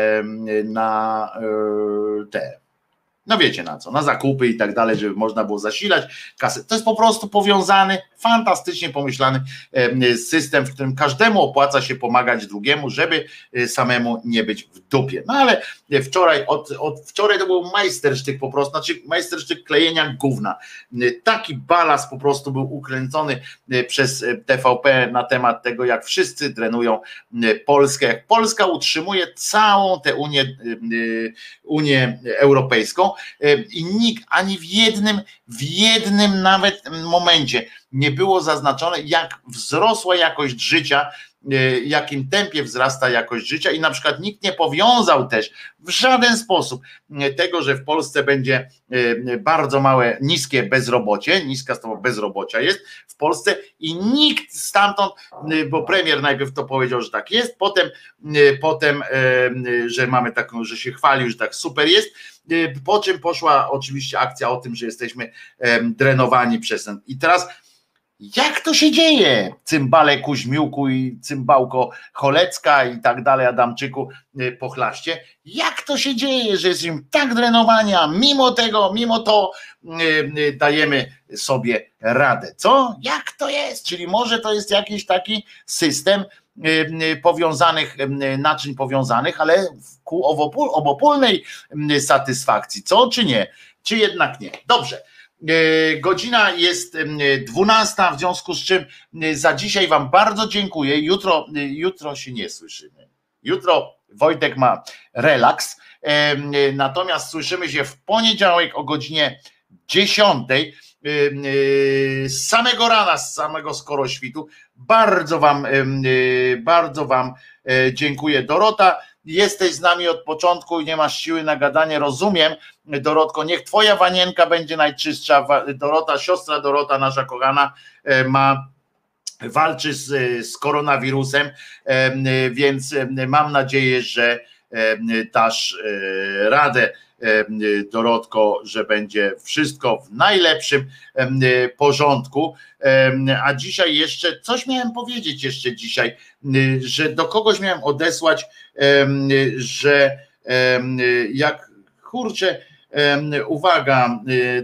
na te, no wiecie na co, na zakupy i tak dalej, żeby można było zasilać kasę. To jest po prostu powiązany, fantastycznie pomyślany system, w którym każdemu opłaca się pomagać drugiemu, żeby samemu nie być w dupie. No ale wczoraj, od, od wczoraj to był majstersztyk po prostu, znaczy majstersztyk klejenia gówna. Taki balast po prostu był ukręcony przez T V P na temat tego, jak wszyscy drenują Polskę, jak Polska utrzymuje całą tę Unię, Unię Europejską i nikt ani w jednym, w jednym nawet momencie nie było zaznaczone, jak wzrosła jakość życia, w jakim tempie wzrasta jakość życia i na przykład nikt nie powiązał też w żaden sposób tego, że w Polsce będzie bardzo małe, niskie bezrobocie, niska stopa bezrobocia jest w Polsce i nikt stamtąd, bo premier najpierw to powiedział, że tak jest, potem, potem że mamy taką, że się chwalił, że tak super jest, po czym poszła oczywiście akcja o tym, że jesteśmy drenowani przez ten. I teraz jak to się dzieje, cymbale Kuźmiuku i cymbałko Cholecka i tak dalej, Adamczyku, pochlaście, jak to się dzieje, że jesteśmy tak drenowani, a mimo tego, mimo to dajemy sobie radę, co? Jak to jest? Czyli może to jest jakiś taki system powiązanych, naczyń powiązanych, ale ku obopólnej satysfakcji, co czy nie? Czy jednak nie? Dobrze. Godzina jest dwunasta, w związku z czym za dzisiaj wam bardzo dziękuję. Jutro, jutro się nie słyszymy. Jutro Wojtek ma relaks, natomiast słyszymy się w poniedziałek o godzinie dziesiątej z samego rana, z samego skoroświtu. Bardzo wam, bardzo wam dziękuję. Dorota, jesteś z nami od początku i nie masz siły na gadanie, rozumiem, Dorotko, niech twoja wanienka będzie najczystsza. Dorota, siostra Dorota, nasza kochana, ma, walczy z, z koronawirusem, więc mam nadzieję, że dasz radę, Dorotko, że będzie wszystko w najlepszym porządku. A dzisiaj jeszcze, coś miałem powiedzieć jeszcze dzisiaj, że do kogoś miałem odesłać, że jak, kurczę, uwaga,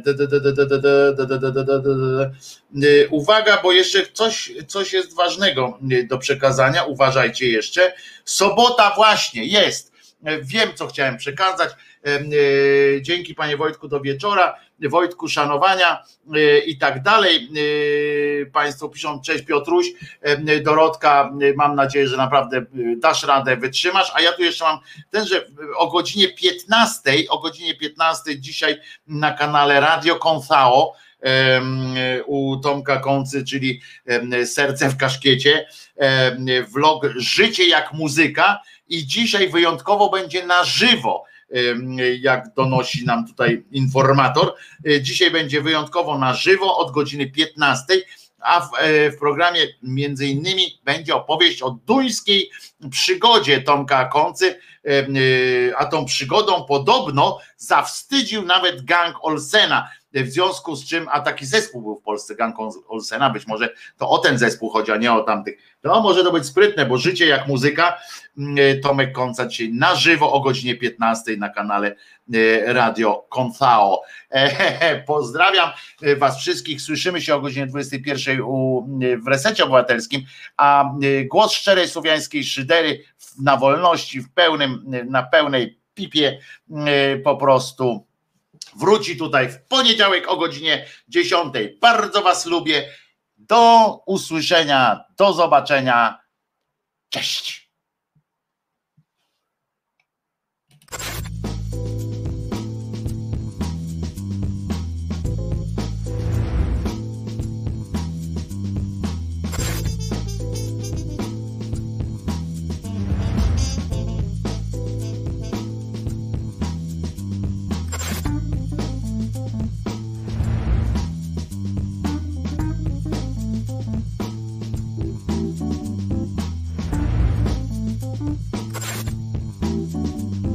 uwaga, bo jeszcze coś, coś jest ważnego do przekazania, uważajcie jeszcze. Sobota właśnie jest. Wiem, co chciałem przekazać. Dzięki panie Wojtku, do wieczora. Wojtku, szanowania i tak dalej. Państwo piszą, cześć Piotruś, Dorotka, mam nadzieję, że naprawdę dasz radę, wytrzymasz, a ja tu jeszcze mam ten, że o godzinie piętnastej, o godzinie piętnastej dzisiaj na kanale Radio Konsao u Tomka Koncy, czyli Serce w kaszkiecie, vlog Życie jak muzyka i dzisiaj wyjątkowo będzie na żywo, jak donosi nam tutaj informator. Dzisiaj będzie wyjątkowo na żywo od godziny piętnastej, a w, w programie między innymi będzie opowieść o duńskiej przygodzie Tomka Koncy, a tą przygodą podobno zawstydził nawet gang Olsena, w związku z czym, a taki zespół był w Polsce, gang Olsena, być może to o ten zespół chodzi, a nie o tamtych. To może to być sprytne, bo Życie jak muzyka, Tomek Konca dzisiaj na żywo o godzinie piętnastej na kanale Radio Konsao. Pozdrawiam was wszystkich, słyszymy się o godzinie dwudziestej pierwszej w Resecie Obywatelskim, a głos szczerej słowiańskiej szydery na wolności, w pełnym, na pełnej pipie po prostu wróci tutaj w poniedziałek o godzinie dziesiątej. Bardzo was lubię. Do usłyszenia, do zobaczenia. Cześć.